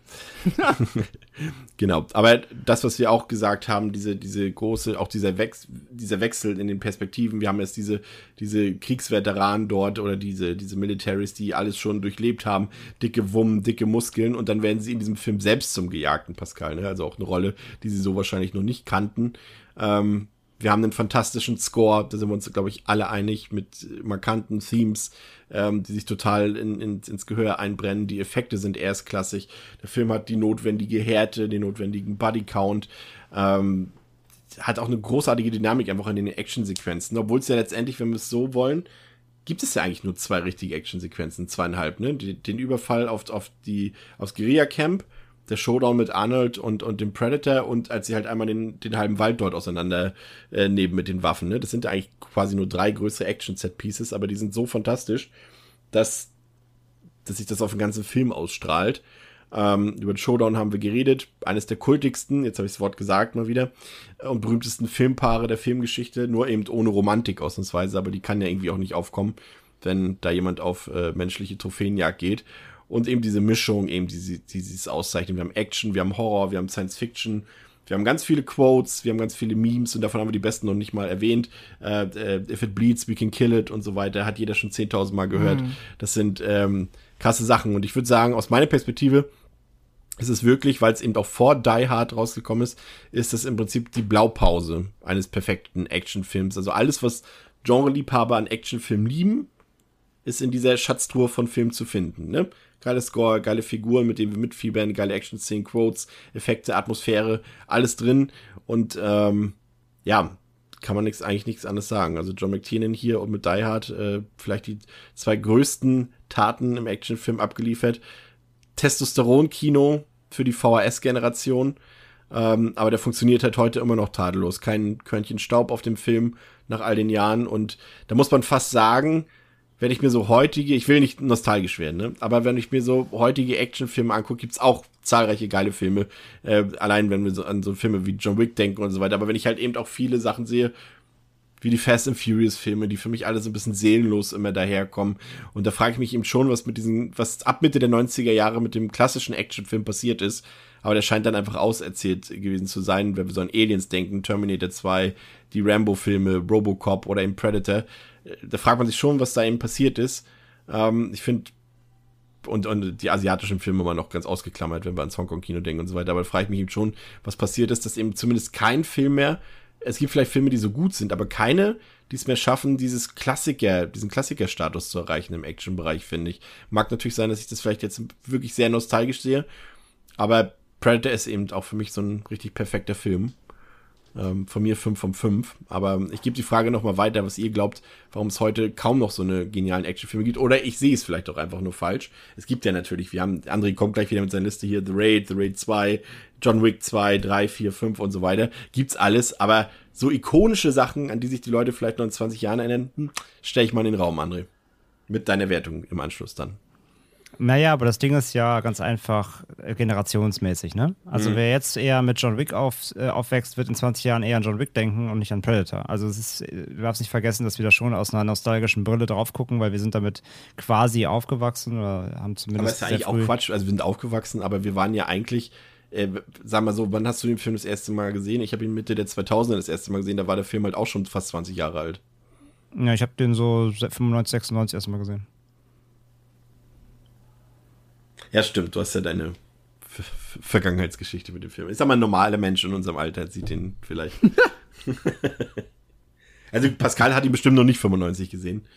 Genau. Aber das, was wir auch gesagt haben, diese, diese große, auch dieser, Wex- dieser Wechsel in den Perspektiven. Wir haben jetzt diese, diese Kriegsveteranen dort oder diese, diese Militaries, die alles schon durchlebt haben. Dicke Wummen, dicke Muskeln und dann werden sie in diesem Film selbst zum Gejagten, Pascal. Ne? Also auch eine Rolle, die sie so wahrscheinlich noch nicht kannten. Ähm, Wir haben einen fantastischen Score, da sind wir uns, glaube ich, alle einig, mit markanten Themes, ähm, die sich total in, in, ins Gehör einbrennen. Die Effekte sind erstklassig. Der Film hat die notwendige Härte, den notwendigen Bodycount. Ähm, hat auch eine großartige Dynamik einfach in den Actionsequenzen. Obwohl es ja letztendlich, wenn wir es so wollen, gibt es ja eigentlich nur zwei richtige Actionsequenzen, zweieinhalb. Ne? Den, den Überfall auf, auf die, aufs Guerilla-Camp, der Showdown mit Arnold und, und dem Predator und als sie halt einmal den, den halben Wald dort auseinander äh, nehmen mit den Waffen. Ne? Das sind ja eigentlich quasi nur drei größere Action-Set-Pieces, aber die sind so fantastisch, dass, dass sich das auf den ganzen Film ausstrahlt. Ähm, über den Showdown haben wir geredet. Eines der kultigsten, jetzt habe ich das Wort gesagt mal wieder, und berühmtesten Filmpaare der Filmgeschichte, nur eben ohne Romantik ausnahmsweise, aber die kann ja irgendwie auch nicht aufkommen, wenn da jemand auf äh, menschliche Trophäenjagd geht. Und eben diese Mischung, eben die, die sie es auszeichnen. Wir haben Action, wir haben Horror, wir haben Science Fiction, wir haben ganz viele Quotes, wir haben ganz viele Memes und davon haben wir die besten noch nicht mal erwähnt. Äh, äh, If it bleeds, we can kill it und so weiter. Hat jeder schon zehntausend Mal gehört. Mhm. Das sind ähm, krasse Sachen. Und ich würde sagen, aus meiner Perspektive ist es wirklich, weil es eben auch vor Die Hard rausgekommen ist, ist das im Prinzip die Blaupause eines perfekten Actionfilms. Also alles, was Genre-Liebhaber an Actionfilmen lieben, ist in dieser Schatztruhe von Filmen zu finden, ne? Geile Score, geile Figuren, mit denen wir mitfiebern, geile Action-Szenen, Quotes, Effekte, Atmosphäre, alles drin. Und ähm, ja, kann man nix, eigentlich nichts anderes sagen. Also John McTiernan hier und mit Die Hard äh, vielleicht die zwei größten Taten im Actionfilm abgeliefert. Testosteron-Kino für die V H S-Generation. Ähm, aber der funktioniert halt heute immer noch tadellos. Kein Körnchen Staub auf dem Film nach all den Jahren. Und da muss man fast sagen, wenn ich mir so heutige, ich will nicht nostalgisch werden, ne? Aber wenn ich mir so heutige Actionfilme angucke, gibt's auch zahlreiche geile Filme. Äh, allein wenn wir so an so Filme wie John Wick denken und so weiter. Aber wenn ich halt eben auch viele Sachen sehe, wie die Fast and Furious Filme, die für mich alle so ein bisschen seelenlos immer daherkommen. Und da frage ich mich eben schon, was mit diesen, was ab Mitte der neunziger Jahre mit dem klassischen Actionfilm passiert ist. Aber der scheint dann einfach auserzählt gewesen zu sein, wenn wir so an Aliens denken, Terminator zwei, die Rambo-Filme, Robocop oder eben Predator. Da fragt man sich schon, was da eben passiert ist. Ähm, ich finde, und, und die asiatischen Filme immer noch ganz ausgeklammert, wenn wir ans Hongkong-Kino denken und so weiter. Aber da frage ich mich eben schon, was passiert ist, dass eben zumindest kein Film mehr, es gibt vielleicht Filme, die so gut sind, aber keine, die es mehr schaffen, dieses Klassiker, diesen Klassiker-Status zu erreichen im Action-Bereich, finde ich. Mag natürlich sein, dass ich das vielleicht jetzt wirklich sehr nostalgisch sehe, aber Predator ist eben auch für mich so ein richtig perfekter Film. Ähm, von mir fünf von fünf. Aber ich gebe die Frage nochmal weiter, was ihr glaubt, warum es heute kaum noch so eine genialen Actionfilme gibt. Oder ich sehe es vielleicht auch einfach nur falsch. Es gibt ja natürlich, wir haben, André kommt gleich wieder mit seiner Liste hier, The Raid, The Raid zwei, John Wick zwei, drei, vier, fünf und so weiter. Gibt's alles, aber so ikonische Sachen, an die sich die Leute vielleicht noch in zwanzig Jahren erinnern, hm, stelle ich mal in den Raum, André. Mit deiner Wertung im Anschluss dann. Naja, aber das Ding ist ja ganz einfach äh, generationsmäßig, ne? Also mhm. wer jetzt eher mit John Wick auf, äh, aufwächst, wird in zwanzig Jahren eher an John Wick denken und nicht an Predator. Also es ist, du darfst nicht vergessen, dass wir da schon aus einer nostalgischen Brille drauf gucken, weil wir sind damit quasi aufgewachsen oder haben zumindest. Aber es ist ja eigentlich auch Quatsch, also wir sind aufgewachsen, aber wir waren ja eigentlich, äh, sag mal so, wann hast du den Film das erste Mal gesehen? Ich habe ihn Mitte der zweitausender das erste Mal gesehen, da war der Film halt auch schon fast zwanzig Jahre alt. Ja, ich habe den so fünfundneunzig, sechsundneunzig erstmal gesehen. Ja, stimmt, du hast ja deine Ver- Ver- Vergangenheitsgeschichte mit dem Film. Ich sag mal, ein normaler Mensch in unserem Alter sieht den vielleicht. Also Pascal hat ihn bestimmt noch nicht fünfundneunzig gesehen.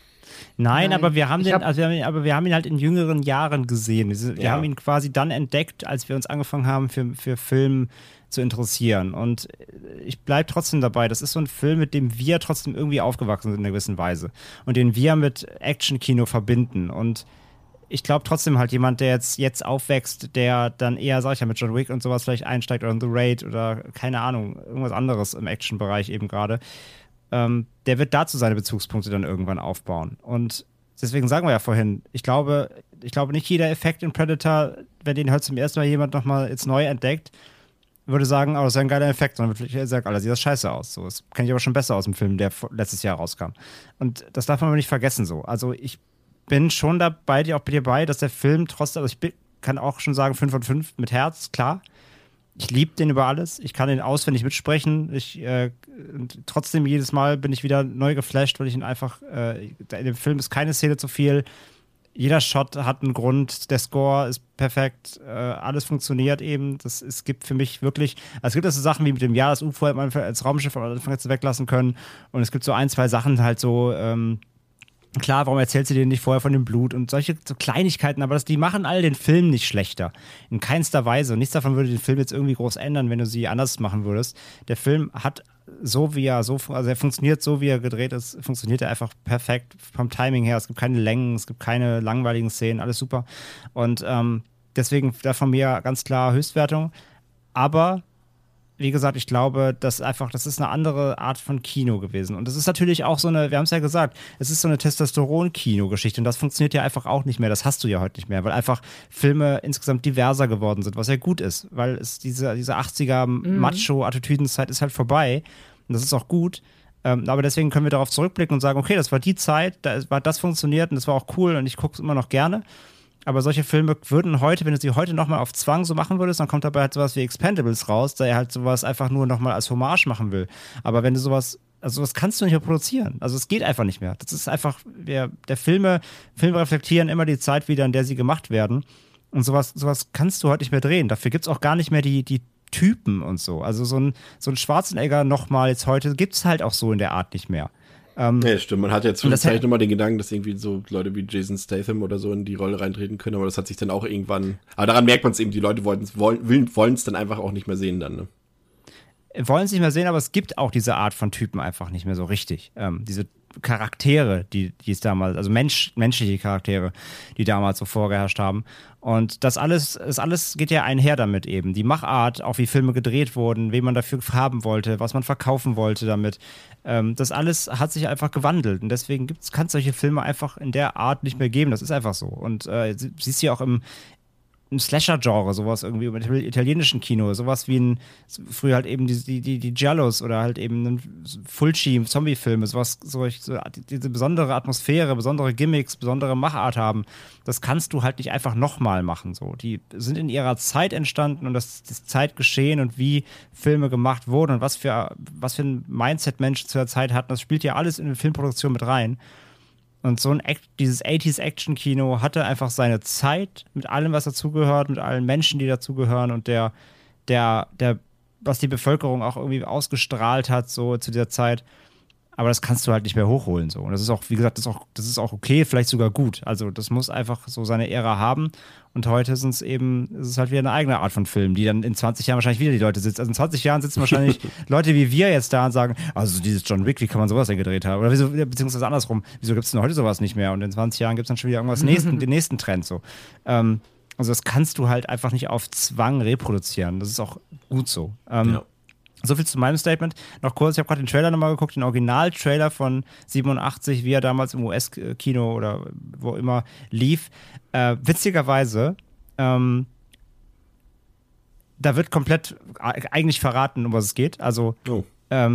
Nein, Nein, aber wir haben ich den, hab- also wir haben, aber wir haben ihn halt in jüngeren Jahren gesehen. Wir Ja. haben ihn quasi dann entdeckt, als wir uns angefangen haben, für, für Film zu interessieren. Und ich bleibe trotzdem dabei, das ist so ein Film, mit dem wir trotzdem irgendwie aufgewachsen sind in einer gewissen Weise. Und den wir mit Action-Kino verbinden. Und ich glaube trotzdem halt jemand, der jetzt, jetzt aufwächst, der dann eher, sag ich ja, mit John Wick und sowas vielleicht einsteigt oder in The Raid oder keine Ahnung, irgendwas anderes im Action-Bereich eben gerade, ähm, der wird dazu seine Bezugspunkte dann irgendwann aufbauen. Und deswegen sagen wir ja vorhin, ich glaube, ich glaube nicht jeder Effekt in Predator, wenn den heute zum ersten Mal jemand nochmal jetzt neu entdeckt, würde sagen, oh, das ist ja ein geiler Effekt, sondern würde vielleicht sagen, Alter, sieht das scheiße aus. So, das kenne ich aber schon besser aus dem Film, der letztes Jahr rauskam. Und das darf man aber nicht vergessen so. Also ich bin schon dabei, dir auch bei dir bei, dass der Film trotzdem, also ich bin, kann auch schon sagen, fünf von fünf mit Herz, klar. Ich liebe den über alles. Ich kann ihn auswendig mitsprechen. Ich, äh, und trotzdem jedes Mal bin ich wieder neu geflasht, weil ich ihn einfach, äh, in dem Film ist keine Szene zu viel. Jeder Shot hat einen Grund, der Score ist perfekt, äh, alles funktioniert eben. Das, es gibt für mich wirklich, also es gibt also Sachen wie mit dem Jahr das U F O als Raumschiff am Anfang jetzt weglassen können. Und es gibt so ein, zwei Sachen halt so, ähm, klar, warum erzählst du dir nicht vorher von dem Blut und solche so Kleinigkeiten, aber das, die machen all den Film nicht schlechter. In keinster Weise. Und nichts davon würde den Film jetzt irgendwie groß ändern, wenn du sie anders machen würdest. Der Film hat so, wie er so, also er funktioniert so, wie er gedreht ist, funktioniert er einfach perfekt vom Timing her. Es gibt keine Längen, es gibt keine langweiligen Szenen, alles super. Und ähm, deswegen da von mir ganz klar Höchstwertung. Aber wie gesagt, ich glaube, das einfach, das ist eine andere Art von Kino gewesen. Und das ist natürlich auch so eine, wir haben es ja gesagt, es ist so eine Testosteron-Kino-Geschichte. Und das funktioniert ja einfach auch nicht mehr. Das hast du ja heute nicht mehr, weil einfach Filme insgesamt diverser geworden sind, was ja gut ist, weil es diese, diese achtziger-Macho-Attitüdenzeit ist halt vorbei. Und das ist auch gut. Ähm, aber deswegen können wir darauf zurückblicken und sagen, okay, das war die Zeit, da war das funktioniert und das war auch cool und ich gucke es immer noch gerne. Aber solche Filme würden heute, wenn du sie heute nochmal auf Zwang so machen würdest, dann kommt dabei halt sowas wie Expendables raus, da er halt sowas einfach nur nochmal als Hommage machen will. Aber wenn du sowas, also sowas kannst du nicht mehr produzieren. Also es geht einfach nicht mehr. Das ist einfach, der, der Filme, Filme reflektieren immer die Zeit wieder, in der sie gemacht werden. Und sowas, sowas kannst du heute nicht mehr drehen. Dafür gibt es auch gar nicht mehr die, die Typen und so. Also so ein, so ein Schwarzenegger nochmal jetzt heute gibt es halt auch so in der Art nicht mehr. Ähm, ja, stimmt. Man hat jetzt und das vielleicht hat- nochmal den Gedanken, dass irgendwie so Leute wie Jason Statham oder so in die Rolle reintreten können, aber das hat sich dann auch irgendwann, aber daran merkt man es eben, die Leute wollen's- wollen wollen es dann einfach auch nicht mehr sehen dann, ne? wollen es nicht mehr sehen, aber es gibt auch diese Art von Typen einfach nicht mehr so richtig. Ähm, diese Charaktere, die, die es damals, also Mensch, menschliche Charaktere, die damals so vorgeherrscht haben. Und das alles, das alles geht ja einher damit eben. Die Machart, auch wie Filme gedreht wurden, wen man dafür haben wollte, was man verkaufen wollte damit. Ähm, das alles hat sich einfach gewandelt. Und deswegen kann es solche Filme einfach in der Art nicht mehr geben. Das ist einfach so. Und äh, sie- siehst du ja auch im, im Slasher-Genre, sowas irgendwie im italienischen Kino, sowas wie ein, früher halt eben die, die, die, die Giallos oder halt eben ein Fulci, Zombie-Filme, sowas, so, so, diese besondere Atmosphäre, besondere Gimmicks, besondere Machart haben, das kannst du halt nicht einfach nochmal machen, so. Die sind in ihrer Zeit entstanden und das, das Zeitgeschehen und wie Filme gemacht wurden und was für, was für ein Mindset Menschen zu der Zeit hatten, das spielt ja alles in die Filmproduktion mit rein. Und so ein Act, dieses achtziger-Action-Kino hatte einfach seine Zeit mit allem, was dazugehört, mit allen Menschen, die dazugehören und der, der, der, was die Bevölkerung auch irgendwie ausgestrahlt hat, so zu dieser Zeit. Aber das kannst du halt nicht mehr hochholen, so. Und das ist auch, wie gesagt, das ist auch, das ist auch okay, vielleicht sogar gut. Also, das muss einfach so seine Ära haben. Und heute sind es eben, ist es halt wieder eine eigene Art von Film, die dann in zwanzig Jahren wahrscheinlich wieder die Leute sitzen. Also in zwanzig Jahren sitzen wahrscheinlich Leute wie wir jetzt da und sagen, also dieses John Wick, wie kann man sowas denn gedreht haben? Oder wieso, beziehungsweise andersrum, wieso gibt es denn heute sowas nicht mehr? Und in zwanzig Jahren gibt es dann schon wieder irgendwas nächsten, den nächsten Trend so. Ähm, also das kannst du halt einfach nicht auf Zwang reproduzieren. Das ist auch gut so. Ähm, Ja. So viel zu meinem Statement. Noch kurz, ich habe gerade den Trailer nochmal geguckt, den Original-Trailer von siebenundachtzig, wie er damals im U S-Kino oder wo immer lief. Äh, witzigerweise, ähm, da wird komplett eigentlich verraten, um was es geht. Also, Oh. ähm,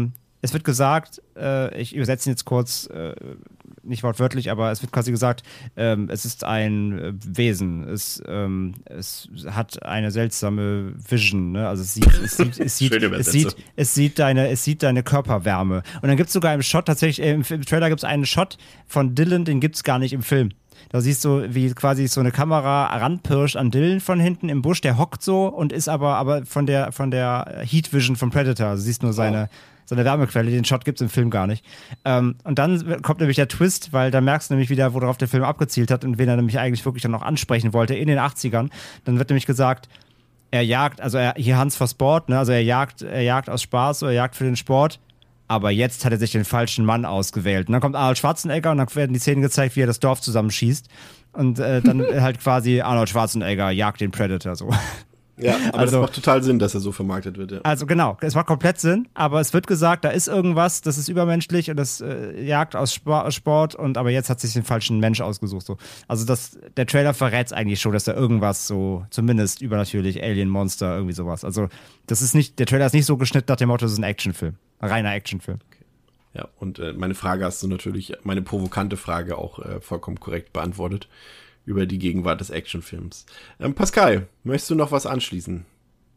es wird gesagt, äh, ich übersetze ihn jetzt kurz, äh, nicht wortwörtlich, aber es wird quasi gesagt, ähm, es ist ein äh, Wesen, es, ähm, es hat eine seltsame Vision, ne? Also es sieht, es sieht, es sieht, es sieht, es sieht deine, es sieht deine Körperwärme. Und dann gibt es sogar im Shot tatsächlich, äh, im, im Trailer gibt es einen Shot von Dylan, den gibt es gar nicht im Film. Da siehst du, wie quasi so eine Kamera ranpirscht an Dylan von hinten im Busch, der hockt so und ist aber, aber von der, von der Heat Vision vom Predator. Also siehst nur seine, oh. seine Wärmequelle, den Shot gibt es im Film gar nicht. Ähm, und dann kommt nämlich der Twist, weil dann merkst du nämlich wieder, worauf der Film abgezielt hat und wen er nämlich eigentlich wirklich dann noch ansprechen wollte in den achtzigern. Dann wird nämlich gesagt, er jagt, also er, hier Hans for Sport, ne? Also er jagt, er jagt aus Spaß oder er jagt für den Sport. Aber jetzt hat er sich den falschen Mann ausgewählt. Und dann kommt Arnold Schwarzenegger und dann werden die Szenen gezeigt, wie er das Dorf zusammenschießt. Und äh, dann halt quasi Arnold Schwarzenegger jagt den Predator so. Ja, aber also, das macht total Sinn, dass er so vermarktet wird. Ja. Also genau, es macht komplett Sinn, aber es wird gesagt, da ist irgendwas, das ist übermenschlich und das äh, jagt aus Sport, Sport und aber jetzt hat sich den falschen Mensch ausgesucht. So. Also das, der Trailer verrät es eigentlich schon, dass da irgendwas so, zumindest übernatürlich, Alien, Monster, irgendwie sowas. Also das ist nicht, der Trailer ist nicht so geschnitten nach dem Motto, es ist ein Actionfilm, ein reiner Actionfilm. Okay. Ja, und äh, meine Frage hast du natürlich, meine provokante Frage auch äh, vollkommen korrekt beantwortet. Über die Gegenwart des Actionfilms. Ähm, Pascal, möchtest du noch was anschließen?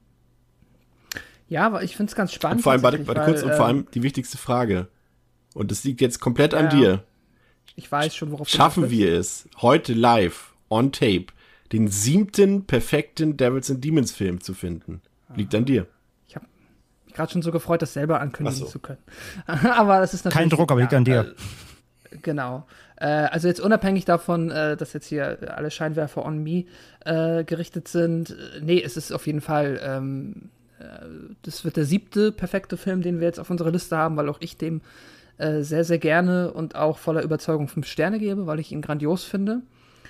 Ja, aber ich finde es ganz spannend. Und vor allem, warte, warte kurz, weil, und vor allem die wichtigste Frage. Und das liegt jetzt komplett ja, an dir. Ich weiß schon, worauf du Schaffen wir es, heute live, on tape, den siebten perfekten Devils and Demons Film zu finden? Liegt an dir. Ich habe mich gerade schon so gefreut, das selber ankündigen so. zu können. Aber das ist natürlich... Kein Druck, aber liegt an dir. Äh, genau. Also jetzt unabhängig davon, dass jetzt hier alle Scheinwerfer on me äh, gerichtet sind, nee, es ist auf jeden Fall, ähm, das wird der siebte perfekte Film, den wir jetzt auf unserer Liste haben, weil auch ich dem äh, sehr, sehr gerne und auch voller Überzeugung fünf Sterne gebe, weil ich ihn grandios finde.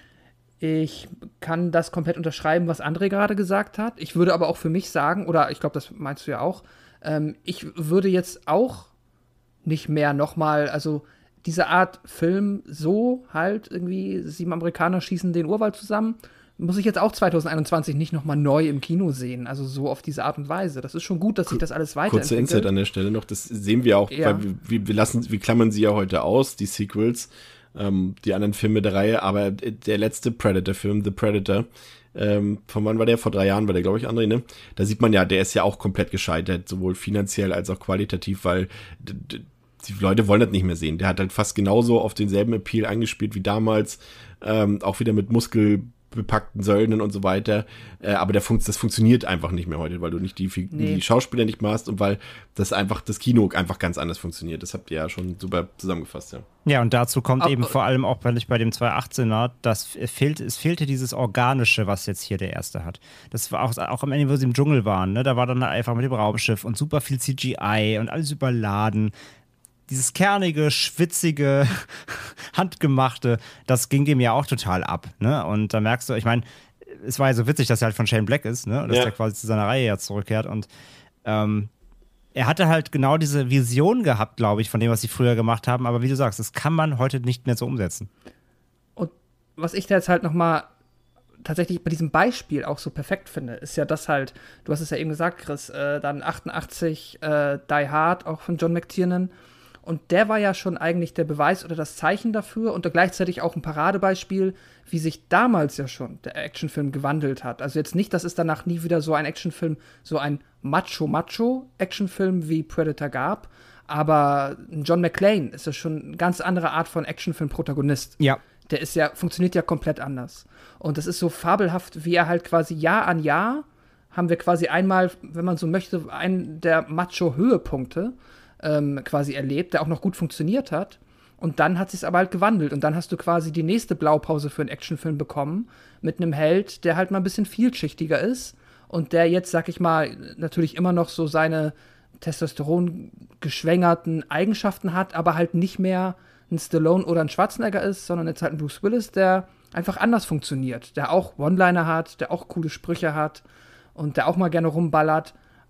Ich kann das komplett unterschreiben, was André gerade gesagt hat. Ich würde aber auch für mich sagen, oder ich glaube, das meinst du ja auch, ähm, ich würde jetzt auch nicht mehr nochmal, also diese Art Film so halt irgendwie, sieben Amerikaner schießen den Urwald zusammen, muss ich jetzt auch zwanzig einundzwanzig nicht nochmal neu im Kino sehen. Also so auf diese Art und Weise. Das ist schon gut, dass sich das alles weiterentwickelt. Kurze Insight an der Stelle noch, das sehen wir auch, ja. weil wir, wir lassen, wir klammern sie ja heute aus, die Sequels, ähm, die anderen Filme der Reihe, aber der letzte Predator-Film, The Predator, ähm, von wann war der? Vor drei Jahren war der, glaube ich, André, ne? Da sieht man ja, der ist ja auch komplett gescheitert, sowohl finanziell als auch qualitativ, weil d- d- die Leute wollen das nicht mehr sehen. Der hat halt fast genauso auf denselben Appeal eingespielt wie damals, ähm, auch wieder mit muskelbepackten Söldnern und so weiter. Äh, aber der Fun- das funktioniert einfach nicht mehr heute, weil du nicht die, nee. die Schauspieler nicht machst und weil das einfach das Kino einfach ganz anders funktioniert. Das habt ihr ja schon super zusammengefasst, ja. Ja, und dazu kommt Ab- eben vor allem auch bei, bei dem zweitausendachtzehner, dass es, fehlt, es fehlte dieses Organische, was jetzt hier der erste hat. Das war auch, auch am Ende, wo sie im Dschungel waren, ne? Da war dann einfach mit dem Raumschiff und super viel C G I und alles überladen. Dieses kernige, schwitzige, handgemachte, das ging dem ja auch total ab, ne? Und da merkst du, ich meine, es war ja so witzig, dass er halt von Shane Black ist, ne? Und dass ja. er quasi zu seiner Reihe jetzt zurückkehrt. Und ähm, er hatte halt genau diese Vision gehabt, glaube ich, von dem, was sie früher gemacht haben. Aber wie du sagst, das kann man heute nicht mehr so umsetzen. Und was ich da jetzt halt nochmal tatsächlich bei diesem Beispiel auch so perfekt finde, ist ja das halt, du hast es ja eben gesagt, Chris, äh, dann achtundachtzig äh, Die Hard, auch von John McTiernan. Und der war ja schon eigentlich der Beweis oder das Zeichen dafür und gleichzeitig auch ein Paradebeispiel, wie sich damals ja schon der Actionfilm gewandelt hat. Also jetzt nicht, dass es danach nie wieder so ein Actionfilm, so ein Macho-Macho-Actionfilm wie Predator gab, aber John McClane ist ja schon eine ganz andere Art von Actionfilm-Protagonist. Ja. Der ist ja, funktioniert ja komplett anders. Und das ist so fabelhaft, wie er halt quasi Jahr an Jahr haben wir quasi einmal, wenn man so möchte, einen der Macho-Höhepunkte Ähm, quasi erlebt, der auch noch gut funktioniert hat. Und dann hat sich's aber halt gewandelt. Und dann hast du quasi die nächste Blaupause für einen Actionfilm bekommen mit einem Held, der halt mal ein bisschen vielschichtiger ist und der jetzt, sag ich mal, natürlich immer noch so seine Testosteron geschwängerten Eigenschaften hat, aber halt nicht mehr ein Stallone oder ein Schwarzenegger ist, sondern jetzt halt ein Bruce Willis, der einfach anders funktioniert, der auch One-Liner hat, der auch coole Sprüche hat und der auch mal gerne rumballert.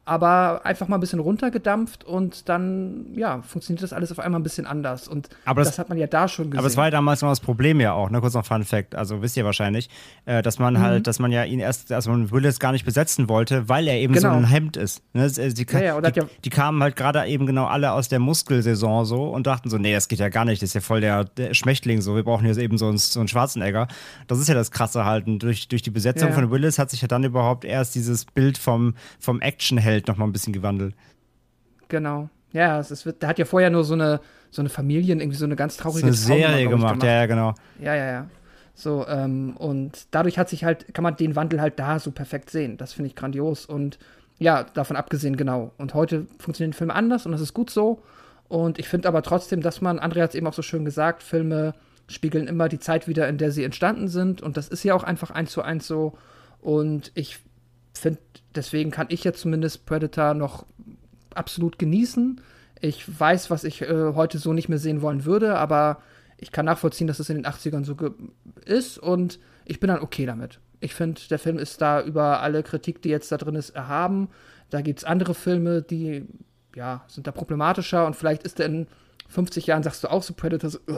aber einfach mal ein bisschen runtergedampft und dann, ja, funktioniert das alles auf einmal ein bisschen anders. Und aber das, das hat man ja da schon gesehen. Aber es war ja damals noch das Problem ja auch, ne? Kurz noch Fun Fact, also wisst ihr wahrscheinlich, äh, dass man mhm. halt, dass man ja ihn erst, also man Willis gar nicht besetzen wollte, weil er eben genau. so ein Hemd ist. Ne? Die, die, ja, ja, die, die kamen halt gerade eben genau alle aus der Muskelsaison so und dachten so, nee, das geht ja gar nicht, das ist ja voll der, der Schmächtling so, wir brauchen jetzt eben so einen, so einen Schwarzenegger. Das ist ja das Krasse halt. Und durch, durch die Besetzung ja, ja. von Willis hat sich ja dann überhaupt erst dieses Bild vom, vom Actionheld noch mal ein bisschen gewandelt. Genau. Ja, es wird, der hat ja vorher nur so eine, so eine Familien, irgendwie so eine ganz traurige so eine Serie gemacht. gemacht, ja, ja, genau. Ja, ja, ja. So, ähm, und dadurch hat sich halt, kann man den Wandel halt da so perfekt sehen. Das finde ich grandios und ja, davon abgesehen, genau. Und heute funktionieren Filme anders und das ist gut so. Und ich finde aber trotzdem, dass man, André hat es eben auch so schön gesagt, Filme spiegeln immer die Zeit wieder, in der sie entstanden sind und das ist ja auch einfach eins zu eins so. Und ich finde, deswegen kann ich jetzt zumindest Predator noch absolut genießen. Ich weiß, was ich äh, heute so nicht mehr sehen wollen würde, aber ich kann nachvollziehen, dass es in den achtzigern so ge- ist und ich bin dann okay damit. Ich finde, der Film ist da über alle Kritik, die jetzt da drin ist, erhaben. Da gibt es andere Filme, die, ja, sind da problematischer und vielleicht ist der in fünfzig Jahren, sagst du auch so, Predator so,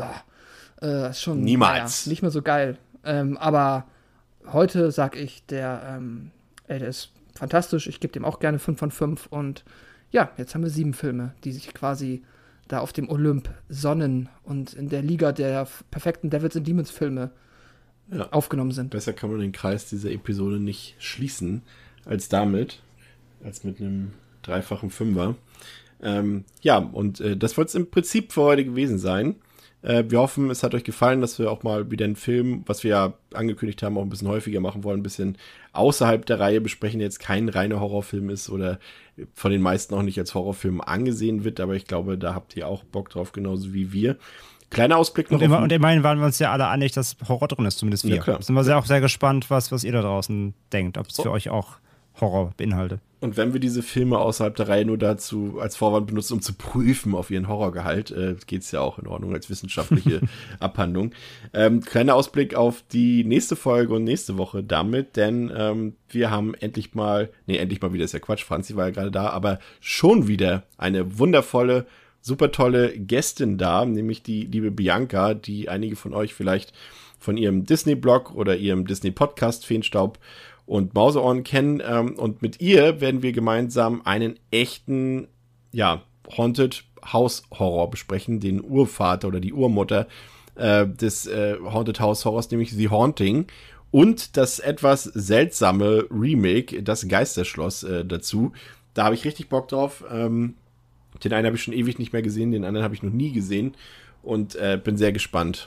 äh, ist schon niemals naja, nicht mehr so geil. Ähm, aber heute sag ich, der, ähm, ey, der ist fantastisch. Ich gebe dem auch gerne fünf von fünf und ja, jetzt haben wir sieben Filme, die sich quasi da auf dem Olymp sonnen und in der Liga der perfekten Devils and Demons Filme ja. aufgenommen sind. Besser kann man den Kreis dieser Episode nicht schließen als damit, als mit einem dreifachen Fünfer. Ähm, ja, und äh, das wird es im Prinzip für heute gewesen sein. Äh, wir hoffen, es hat euch gefallen, dass wir auch mal wieder einen Film, was wir ja angekündigt haben, auch ein bisschen häufiger machen wollen, ein bisschen außerhalb der Reihe besprechen, der jetzt kein reiner Horrorfilm ist oder von den meisten auch nicht als Horrorfilm angesehen wird, aber ich glaube, da habt ihr auch Bock drauf, genauso wie wir. Kleiner Ausblick noch. Und, immer, und immerhin waren wir uns ja alle einig, dass Horror drin ist, zumindest wir. Ja, klar. Sind wir sehr, auch sehr gespannt, was, was ihr da draußen denkt, ob es für oh. euch auch Horror beinhaltet. Und wenn wir diese Filme außerhalb der Reihe nur dazu als Vorwand benutzen, um zu prüfen auf ihren Horrorgehalt, äh, geht es ja auch in Ordnung als wissenschaftliche Abhandlung. Ähm, kleiner Ausblick auf die nächste Folge und nächste Woche damit, denn ähm, wir haben endlich mal, nee, endlich mal wieder, ist ja Quatsch, Franzi war ja gerade da, aber schon wieder eine wundervolle, super tolle Gästin da, nämlich die liebe Bianca, die einige von euch vielleicht von ihrem Disney-Blog oder ihrem Disney-Podcast Feenstaub und Mauseohren kennen. Ähm, und mit ihr werden wir gemeinsam einen echten, ja, Haunted House Horror besprechen, den Urvater oder die Urmutter äh, des äh, Haunted House Horrors, nämlich The Haunting. Und das etwas seltsame Remake, das Geisterschloss, äh, dazu. Da habe ich richtig Bock drauf. Ähm, den einen habe ich schon ewig nicht mehr gesehen, den anderen habe ich noch nie gesehen. Und äh, bin sehr gespannt.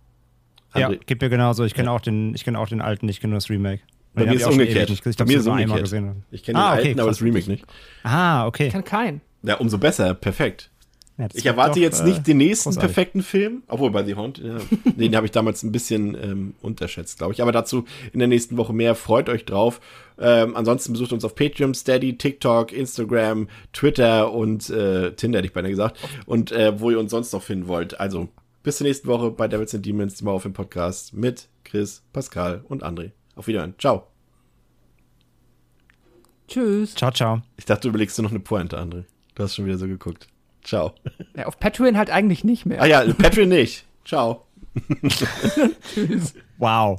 André. Ja, geht mir genauso. Ich kenne ja. auch den, ich kenne auch den alten, ich kenne nur das Remake. Bei mir ist umgekehrt. Ich Bei mir ist umgekehrt. Ich kenne den ah, okay, alten, aber das Remake nicht. Ah, okay. Ich kann keinen. Ja, umso besser. Perfekt. Ja, ich erwarte doch, jetzt nicht äh, den nächsten großartig. perfekten Film. Obwohl, bei The Haunt, ja, den habe ich damals ein bisschen ähm, unterschätzt, glaube ich. Aber dazu in der nächsten Woche mehr. Freut euch drauf. Ähm, ansonsten besucht uns auf Patreon, Steady, TikTok, Instagram, Twitter und äh, Tinder, hätte ich beinahe gesagt. Und äh, wo ihr uns sonst noch finden wollt. Also, bis zur nächsten Woche bei Devils and Demons, dem Horrorfilm Podcast mit Chris, Pascal und André. Auf Wiedersehen. Ciao. Tschüss. Ciao, ciao. Ich dachte, du überlegst dir noch eine Pointe, André. Du hast schon wieder so geguckt. Ciao. Ja, auf Patreon halt eigentlich nicht mehr. Ah ja, Patreon nicht. Ciao. Tschüss. Wow.